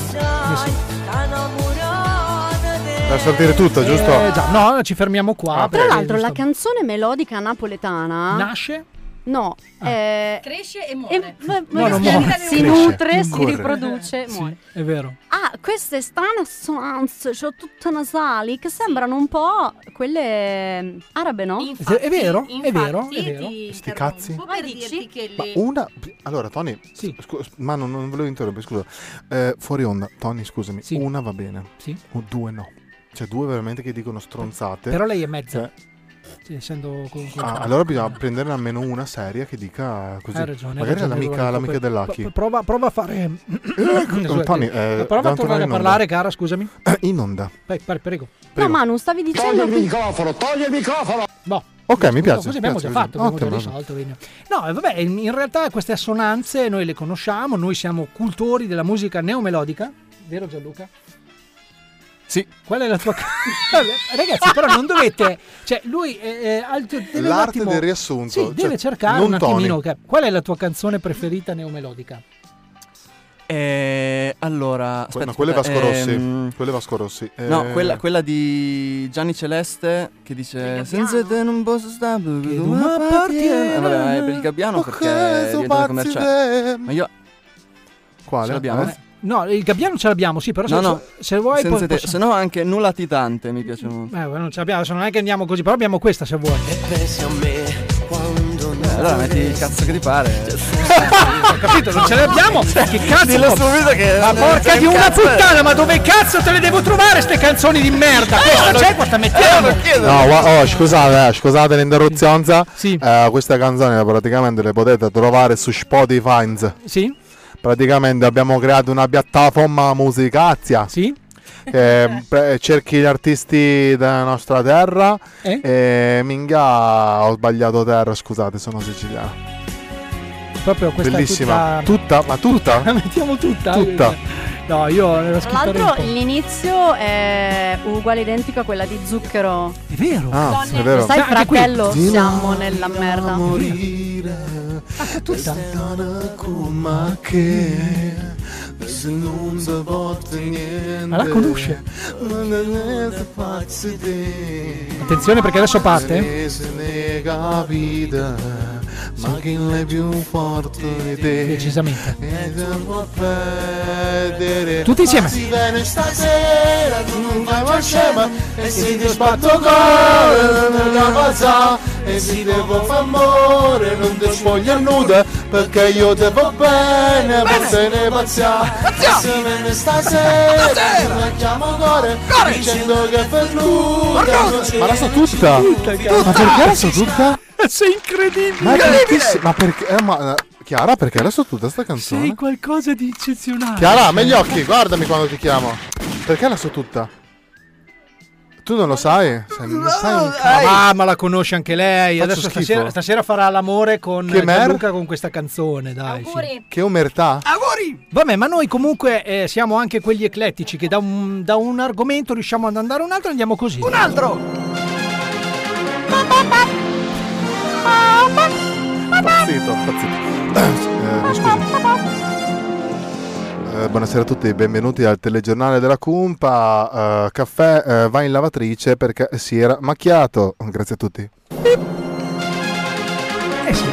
Da sortire tutto, giusto? Già, no, ci fermiamo qua. Tra l'altro la canzone melodica napoletana nasce? No, cresce e muore. Si nutre, si riproduce, muore. È vero. Queste strane assonanze, cioè tutte nasali, che sembrano un po' quelle arabe, no? Infatti, è vero. Sti cazzi. Per dirti che Allora, Tony, ma non volevo interrompere, scusa. Fuori onda, Tony, scusami. Sì. Una va bene. Sì. O due no. Cioè, due veramente che dicono stronzate. Però lei è mezza. Essendo allora bisogna prendere almeno una seria che dica così. Hai ragione. Magari è l'amica dell'Aki. Prova a fare. Tony, prova a tornare a parlare, cara, scusami. In onda. Prego. No, Manu, stavi dicendo. Togli il microfono. Boh. Ok, mi piace. Così abbiamo già fatto, abbiamo già risolto. No, vabbè, in realtà queste assonanze noi le conosciamo, noi siamo cultori della musica neomelodica, vero Gianluca? Sì. Qual è la tua ragazzi, però non dovete, cioè lui deve l'arte del riassunto. Sì, deve cercare un attimino qual è la tua canzone preferita neomelodica? Allora, aspetta, quella è Vasco Rossi. Quella è Vasco Rossi. No, quella di Gianni Celeste che dice senza te non posso stare vabbè, è per il Gabbiano perché è diventato commerciale. Ma io quale? Ce l'abbiamo? No, il Gabbiano ce l'abbiamo, sì, però se vuoi se no anche Nulla Titante mi piace molto. Non ce l'abbiamo, non è che andiamo così, però abbiamo questa se vuoi. E pensi a me quando allora metti il cazzo che ti pare. Ho capito, non ce l'abbiamo. Che cazzo? Dillo subito che ma porca di una puttana, ma dove cazzo te le devo trovare ste canzoni di merda? Questa c'è, questa mettiamo. No, scusate l'interruzione. Sì. Queste canzoni praticamente le potete trovare su Spotify. Sì. Praticamente abbiamo creato una piattaforma musicazia. Sì. Cerchi gli artisti della nostra terra. E minchia, ho sbagliato terra, scusate, sono siciliano. Proprio questa bellissima. È tutta. Ma tutta? La mettiamo tutta. Tutta. No, io ero scritto. Tra l'altro l'inizio è uguale identico a quella di Zucchero. È vero. È vero. Sai, fratello, siamo nella merda. Tutta. Ma la conosce? Attenzione perché adesso parte. Ma chi è più forte di te? Decisamente. Tutti insieme. Stasera tu non fai marcema e si ti sbatto cuore nella pazza e si devo far amore non ti spoglia nuda perché io te vo bene per te ne pazzia se me ne stasera ti mettiamo cuore dicendo che è perduta. Ma la so tutta. Ma perché la so tutta? Sei incredibile. Ma perché? Chiara, perché la so tutta sta canzone? Sei qualcosa di eccezionale. Chiara, me gli occhi, guardami quando ti chiamo. Perché la so tutta? Tu non lo sai? Non sai ma la conosce anche lei. Adesso stasera farà l'amore con Gianluca con questa canzone, dai. Auguri. Che omertà. Auguri. Vabbè, ma noi comunque siamo anche quegli eclettici che da un argomento riusciamo ad andare a un altro e andiamo così. Un altro. Pazzito. Scusi. Buonasera a tutti, benvenuti al telegiornale della Cumpa. Caffè va in lavatrice perché si era macchiato. Grazie a tutti. Sì.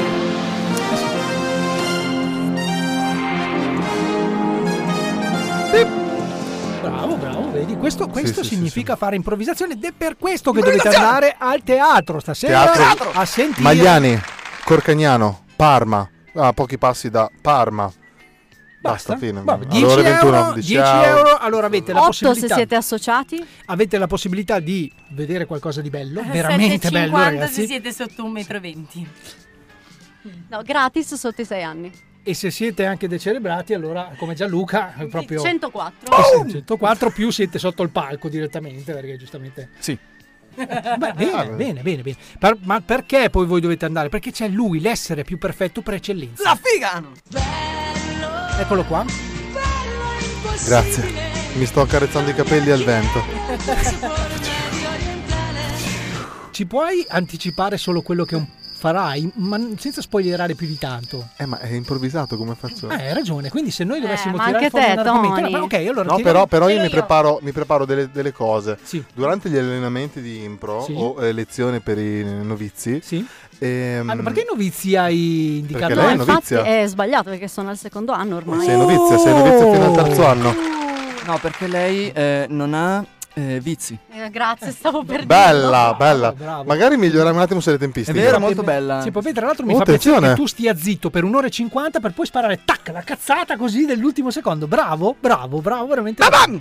Bravo, vedi? Questo significa fare improvvisazione ed è per questo che dovete andare al teatro stasera a sentire. Magliani, Corcagnano, Parma, a pochi passi da Parma. Basta, fine. 10 euro, 10 euro. Allora avete la 8 possibilità. se siete associati. Avete la possibilità di vedere qualcosa di bello, veramente bello, ragazzi. se siete sotto 1,20 m. No, gratis sotto i 6 anni. E se siete anche decelebrati, allora come Gianluca proprio 104. 104 più siete sotto il palco direttamente, perché giustamente sì. Bene. Ma perché poi voi dovete andare? Perché c'è lui, l'essere più perfetto per eccellenza. La figa! Eccolo qua. Grazie. Mi sto accarezzando i capelli al vento. Ci puoi anticipare solo quello che farai, ma senza spoilerare più di tanto? Ma è improvvisato, come faccio? Hai ragione, quindi se noi dovessimo ma tirare anche fuori te, un argomento... Tony. Ok, allora no, però io mi preparo delle cose. Sì. Durante gli allenamenti di impro o lezioni per i novizi. Sì. Perché novizi hai indicato? Perché lei è infatti novizia. è sbagliato perché sono al secondo anno ormai. Sei novizia fino al terzo anno. No, perché lei non ha vizi. Grazie, stavo per Bella. Bravo. Magari miglioriamo un attimo sulle È tempistiche. vero, molto bella. Sì, poi tra l'altro mi fa piacere che tu stia zitto per 1:50 per poi sparare la cazzata così dell'ultimo secondo. Bravo, veramente.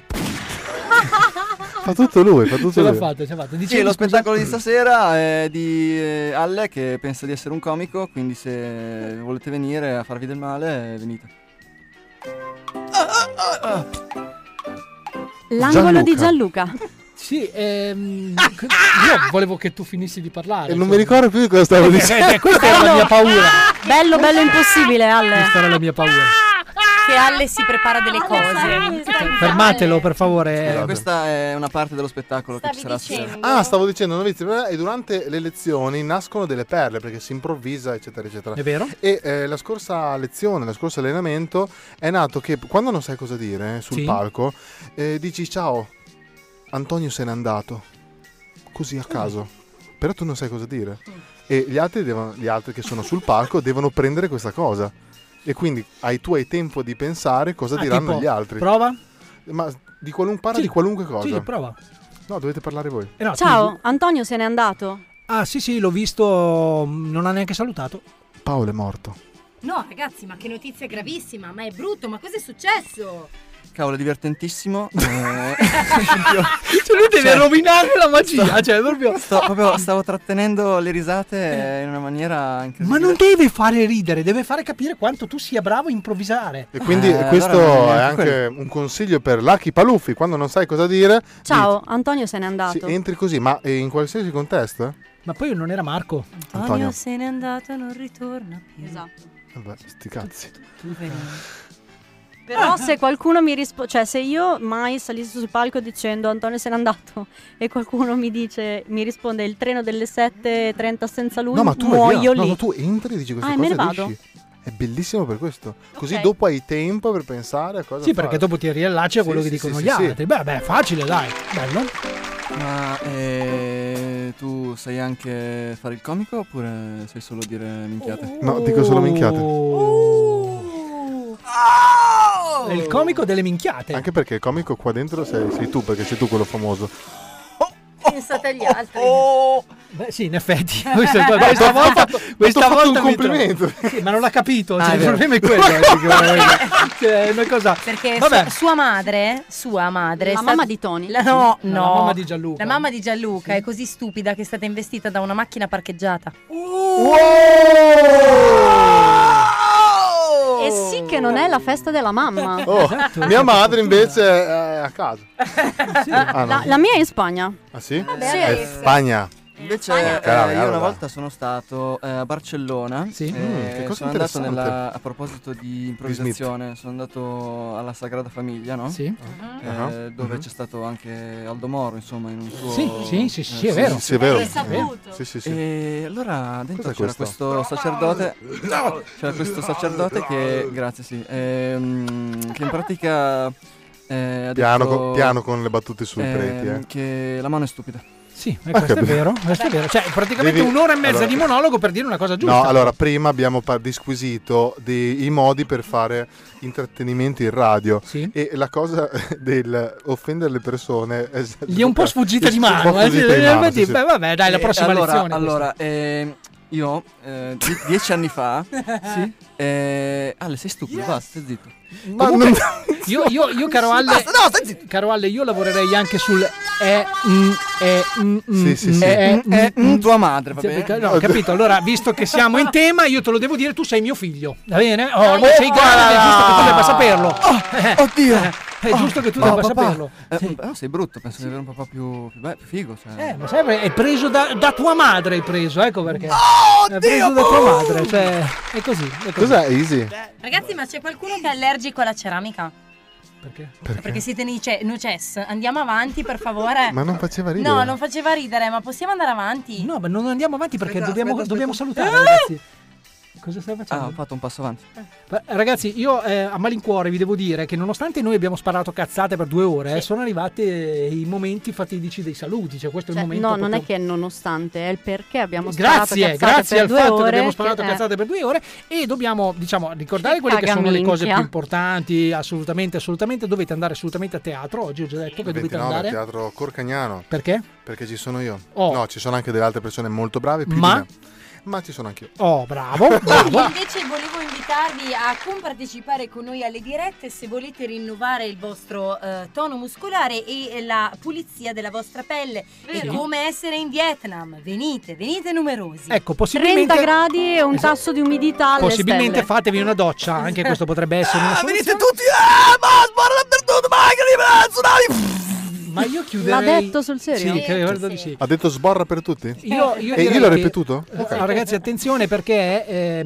Fa tutto lui, Ce l'ha fatta. Sì, lo spettacolo di stasera è di Alle, che pensa di essere un comico, quindi se volete venire a farvi del male, venite. L'angolo di Gianluca. Sì, io volevo che tu finissi di parlare. E non mi ricordo più di cosa stavo dicendo. Questa era la mia paura. Bello impossibile, Alle. Questa era la mia paura. Che Alle si prepara delle cose. Fermatelo, per favore. Questa è una parte dello spettacolo che ci sarà stasera. Stavo dicendo, novizi, e durante le lezioni nascono delle perle perché si improvvisa, eccetera, eccetera. È vero? E la scorsa lezione, lo scorso allenamento è nato che quando non sai cosa dire sul palco, dici ciao, Antonio se n'è andato, così a caso, però tu non sai cosa dire. E gli altri che sono sul palco devono prendere questa cosa. E quindi hai tempo di pensare cosa diranno tipo, gli altri. Prova? Ma di qualunque cosa. Sì, prova. No, dovete parlare voi. No, ciao, Antonio se n'è andato. Ah, sì, l'ho visto, non ha neanche salutato. Paolo è morto. No, ragazzi, ma che notizia gravissima, ma è brutto, ma cosa è successo? Cavolo, è divertentissimo. Lui deve rovinare la magia. Stavo trattenendo le risate in una maniera incredibile. Ma non deve fare ridere, deve fare capire quanto tu sia bravo a improvvisare. E quindi questo è anche un consiglio per Lucky Paluffi. Quando non sai cosa dire, ciao, Antonio se n'è andato. Sì, entri così, ma in qualsiasi contesto. Ma poi non era Marco. Antonio se n'è andato e non ritorna più. Esatto. Vabbè, sti cazzi. Però se qualcuno mi risponde, cioè se io mai salissi sul palco dicendo Antonio se n'è andato e qualcuno mi risponde il treno delle 7:30 senza lui, muoio lì. No, tu entri e dici queste cose me ne e vado. esci. È bellissimo per questo. Così dopo hai tempo per pensare a cosa Sì, fare. perché dopo ti riallacci a quello che dicono gli altri. Beh, facile, dai. Bello. Ma tu sai anche fare il comico oppure sai solo dire minchiate? No, dico solo minchiate. È il comico delle minchiate. Anche perché il comico qua dentro sei tu, perché sei tu quello famoso. Pensate agli altri. Beh, sì, in effetti. Questa volta un complimento. Sì, ma non l'ha capito. Il problema è quello. È una cosa. Perché sua madre. La mamma di Tony. No. La mamma di Gianluca. La mamma di Gianluca è così stupida che è stata investita da una macchina parcheggiata. E sì che che non è la festa della mamma. Mia madre invece è a casa. La mia è in Spagna. Ah sì? Vabbè, È in Spagna. Invece Spagna. io una volta sono stato a Barcellona. Sì. Che cosa sono andato interessante. a proposito di improvvisazione, sono andato alla Sagrada Famiglia, no? Sì. Dove c'è stato anche Aldo Moro, insomma, in un suo... Sì, è vero. Sì, è vero. Sì. E allora dentro c'era questo sacerdote. C'era questo sacerdote che... Grazie, sì. Che in pratica... Piano con le battute sui preti. Che la mano è stupida. Sì, questo è vero. Cioè, praticamente un'ora e mezza di monologo per dire una cosa giusta. No, allora, prima abbiamo disquisito i modi per fare intrattenimento in radio. Sì. E la cosa del offendere le persone gli è un po' sfuggita di mano. Beh, vabbè, dai, la prossima lezione. Allora, io 10 anni fa. Sì. Ale, sei stupido, basta, stai zitto. Comunque, io caro Alle, io lavorerei anche sul tua madre, va bene? No, ho capito. Allora, visto che siamo in tema, io te lo devo dire, tu sei mio figlio, va bene? Ormai sei grande, è giusto che tu debba saperlo. Oddio. È giusto che tu debba saperlo. No, sei brutto, penso di avere un papà più figo. Cioè. Ma sai, è preso da tua madre, ecco perché. È preso da tua madre, cioè, è così. Cos'è Easy? Ragazzi, ma c'è qualcuno che è allergico alla ceramica? Perché? Perché siete Nuces. Andiamo avanti, per favore. Ma non faceva ridere. No, non faceva ridere, ma possiamo andare avanti? No, ma non andiamo avanti perché dobbiamo salutare, ragazzi. Cosa stai facendo? Ho fatto un passo avanti. Ragazzi, io a malincuore vi devo dire che nonostante noi abbiamo sparato cazzate per 2 ore, sono arrivati i momenti fatidici dei saluti. Cioè, questo è il momento. No, proprio... non è che nonostante, è il perché abbiamo sparato cazzate grazie per 2 ore. Grazie al fatto che abbiamo sparato cazzate per 2 ore e dobbiamo, ricordare quelle che sono le cose più importanti. Assolutamente. Dovete andare assolutamente a teatro. Oggi ho già detto che dovete andare a teatro Corcagnano. Perché? Perché ci sono io. No, ci sono anche delle altre persone molto brave, più di me. Ma ci sono anch'io. Oh, bravo. Invece volevo invitarvi a compartecipare con noi alle dirette se volete rinnovare il vostro tono muscolare e la pulizia della vostra pelle. E come essere in Vietnam. Venite numerosi. Ecco, possibilmente 30 gradi e un tasso di umidità alle possibilmente stelle. fatevi una doccia. Anche questo potrebbe essere una soluzione. Venite tutti, ma sbarra dappertutto, tsunami. Ma io chiuderei. L'ha detto sul serio? Sì, credo di sì. Ha detto sborra per tutti? Io l'ho ripetuto? Okay. Ragazzi, attenzione perché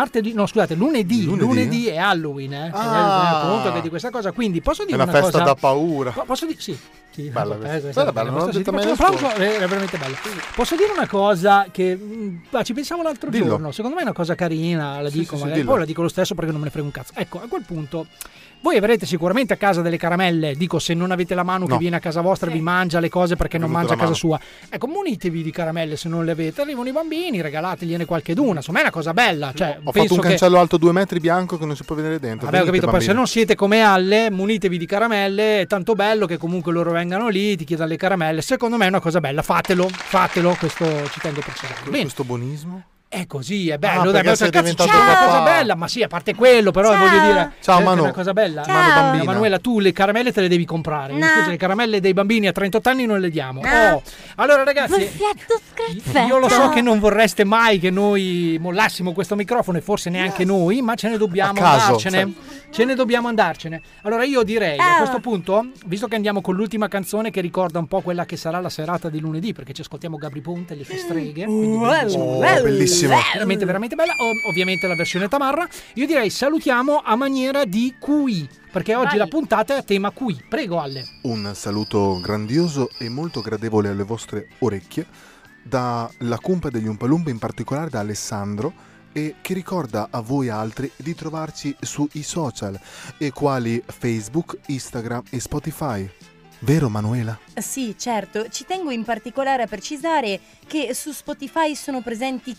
lunedì è Halloween. Conto che di questa cosa, quindi posso dire una cosa? È una festa da paura. Posso dire sì. Bella, non l'ho detto mai era veramente bella. Posso dire una cosa che ci pensavo l'altro giorno. Secondo me è una cosa carina, la dico, magari poi la dico lo stesso perché non me ne frega un cazzo. Ecco, a quel punto voi avrete sicuramente a casa delle caramelle, dico se non avete la mano che viene a casa vostra vi mangia le cose perché non mangia a casa sua. Ecco, munitevi di caramelle se non le avete, arrivano i bambini, regalategliene qualcheduna, insomma è una cosa bella. Cioè, ho fatto un cancello alto 2 metri bianco che non si può vedere dentro. Vabbè, ho capito, poi se non siete come Alle, munitevi di caramelle, è tanto bello che comunque loro vengano lì, ti chiedano le caramelle, secondo me è una cosa bella, fatelo, questo ci tengo a precisare. Questo buonismo? È così, è bello, dai, cazzo, è una cosa bella, ma sì, a parte quello, però voglio dire, ciao è Manu, una cosa bella. Manu Manuela, tu le caramelle te le devi comprare. Scusa, le caramelle dei bambini a 38 anni non le diamo. Allora ragazzi, io lo so che non vorreste mai che noi mollassimo questo microfono e forse neanche noi, ma ce ne dobbiamo andarcene. Ce ne dobbiamo andarcene. Allora io direi a questo punto, visto che andiamo con l'ultima canzone che ricorda un po' quella che sarà la serata di lunedì, perché ci ascoltiamo Gabri Ponte e le sue streghe, bellissimo. Veramente bella, ovviamente la versione tamarra. Io direi salutiamo a maniera di QI, perché oggi la puntata è a tema QI. Prego Alle. Un saluto grandioso e molto gradevole alle vostre orecchie dalla cumpa degli Umpalumpa, in particolare da Alessandro, e che ricorda a voi altri di trovarci sui social e quali Facebook, Instagram e Spotify. Vero Manuela? Sì, certo. Ci tengo in particolare a precisare che su Spotify sono presenti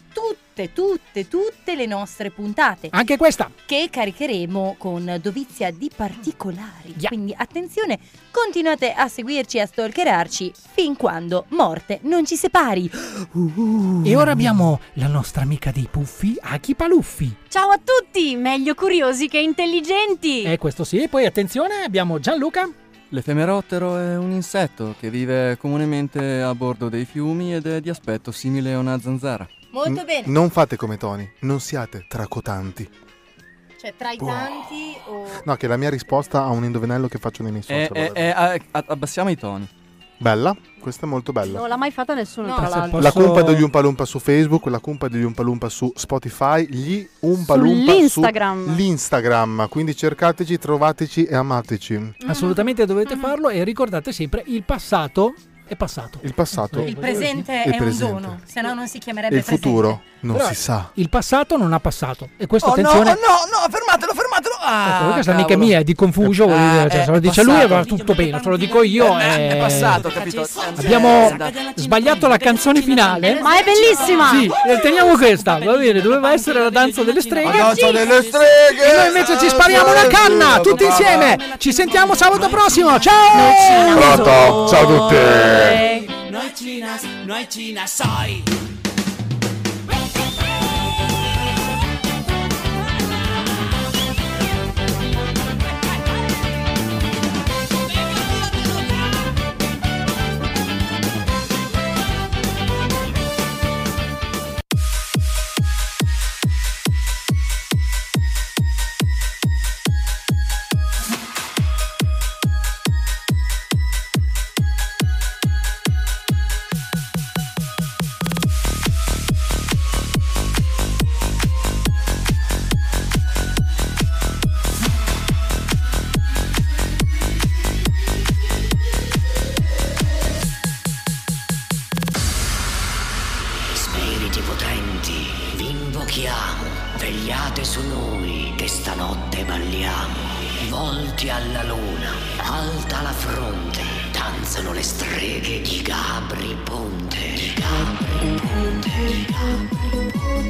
tutte le nostre puntate. Anche questa! Che caricheremo con dovizia di particolari. Quindi attenzione, continuate a seguirci e a stalkerarci fin quando morte non ci separi. E ora abbiamo la nostra amica dei puffi, Aki Paluffi. Ciao a tutti, meglio curiosi che intelligenti. Questo sì, e poi attenzione, abbiamo Gianluca. L'efemerottero è un insetto che vive comunemente a bordo dei fiumi ed è di aspetto simile a una zanzara. Molto bene. Non fate come Tony, non siate tracotanti. Cioè, tra i tanti o... No, che è la mia risposta a un indovinello che faccio nei miei social. Abbassiamo i toni. Bella, questa è molto bella. Non l'ha mai fatta nessuno, tra l'altro. La cumpa degli Oompa Loompa su Facebook, la cumpa degli Oompa Loompa su Spotify, gli Oompa Loompa sull'Instagram. L'Instagram, quindi cercateci, trovateci e amateci. Assolutamente dovete farlo e ricordate sempre il passato è passato. Il passato. Il presente è un dono, se no non si chiamerebbe il futuro non però si sa. Il passato non ha passato e questo attenzione. No, fermatelo. Questa è amica mia, è di Confucio, se lo dice lui va tutto bene, se lo dico io è passato, capito? Abbiamo sbagliato la canzone finale. Ma è bellissima! Sì, teniamo questa, va bene, doveva essere la danza delle streghe. La danza delle streghe! E noi invece ci spariamo una canna, tutti insieme. Ci sentiamo sabato prossimo, ciao! Pronto, ciao a tutti! No hay China, soy. Vegliate su noi che stanotte balliamo, volti alla luna, alta la fronte, danzano le streghe di Gabri Ponte. Di Gabri Ponte, di Gabri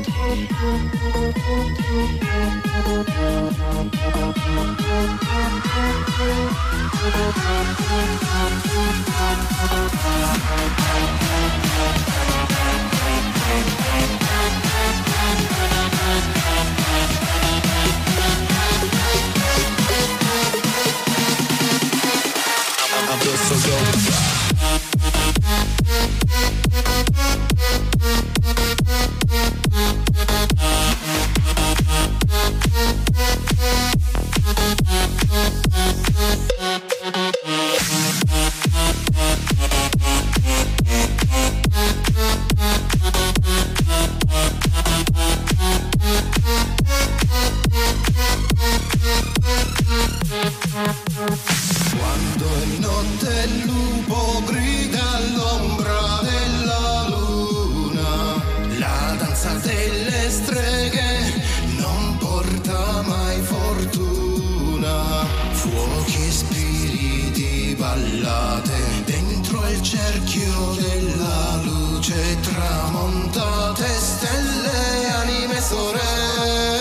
Quando è notte il lupo grida all'ombra della luna, la danza delle streghe non porta mai fortuna. Fuochi e spiriti ballate dentro il cerchio della luce, tramontate stelle, anime sorelle.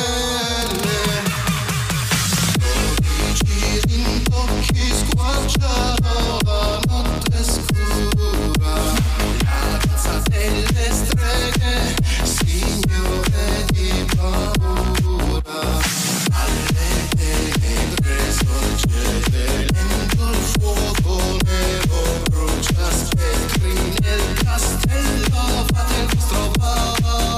Occhi squarciano la notte scura, la danza delle streghe, signore di paura. Alle tenebre sorgete lento il fuoco nero, brucia spettri nel castello, fate il vostro ballo.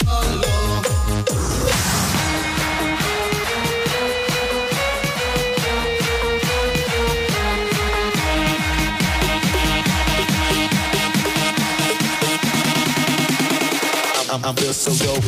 I feel so good.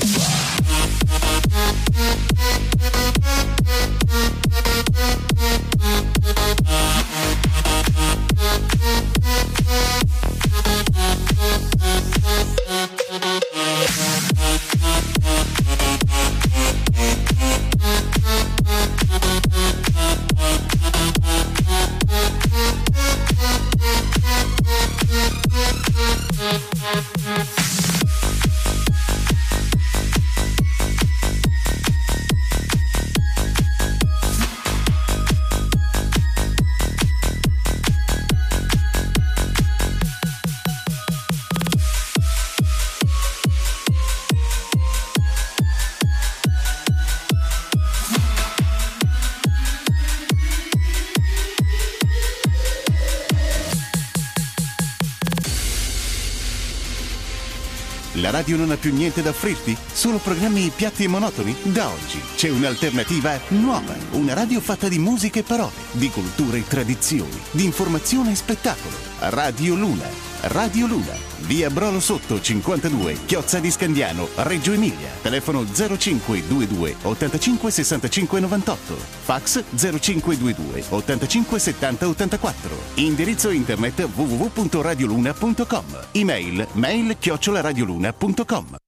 La radio non ha più niente da offrirti? Solo programmi piatti e monotoni? Da oggi c'è un'alternativa nuova. Una radio fatta di musica e parole, di cultura e tradizioni, di informazione e spettacolo. Radio Luna. Radio Luna, via Brolo Sotto 52, Chiozza di Scandiano, Reggio Emilia. Telefono 0522 85 65 98. Fax 0522 85 70 84. Indirizzo internet www.radioluna.com. Email mail@radioluna.com.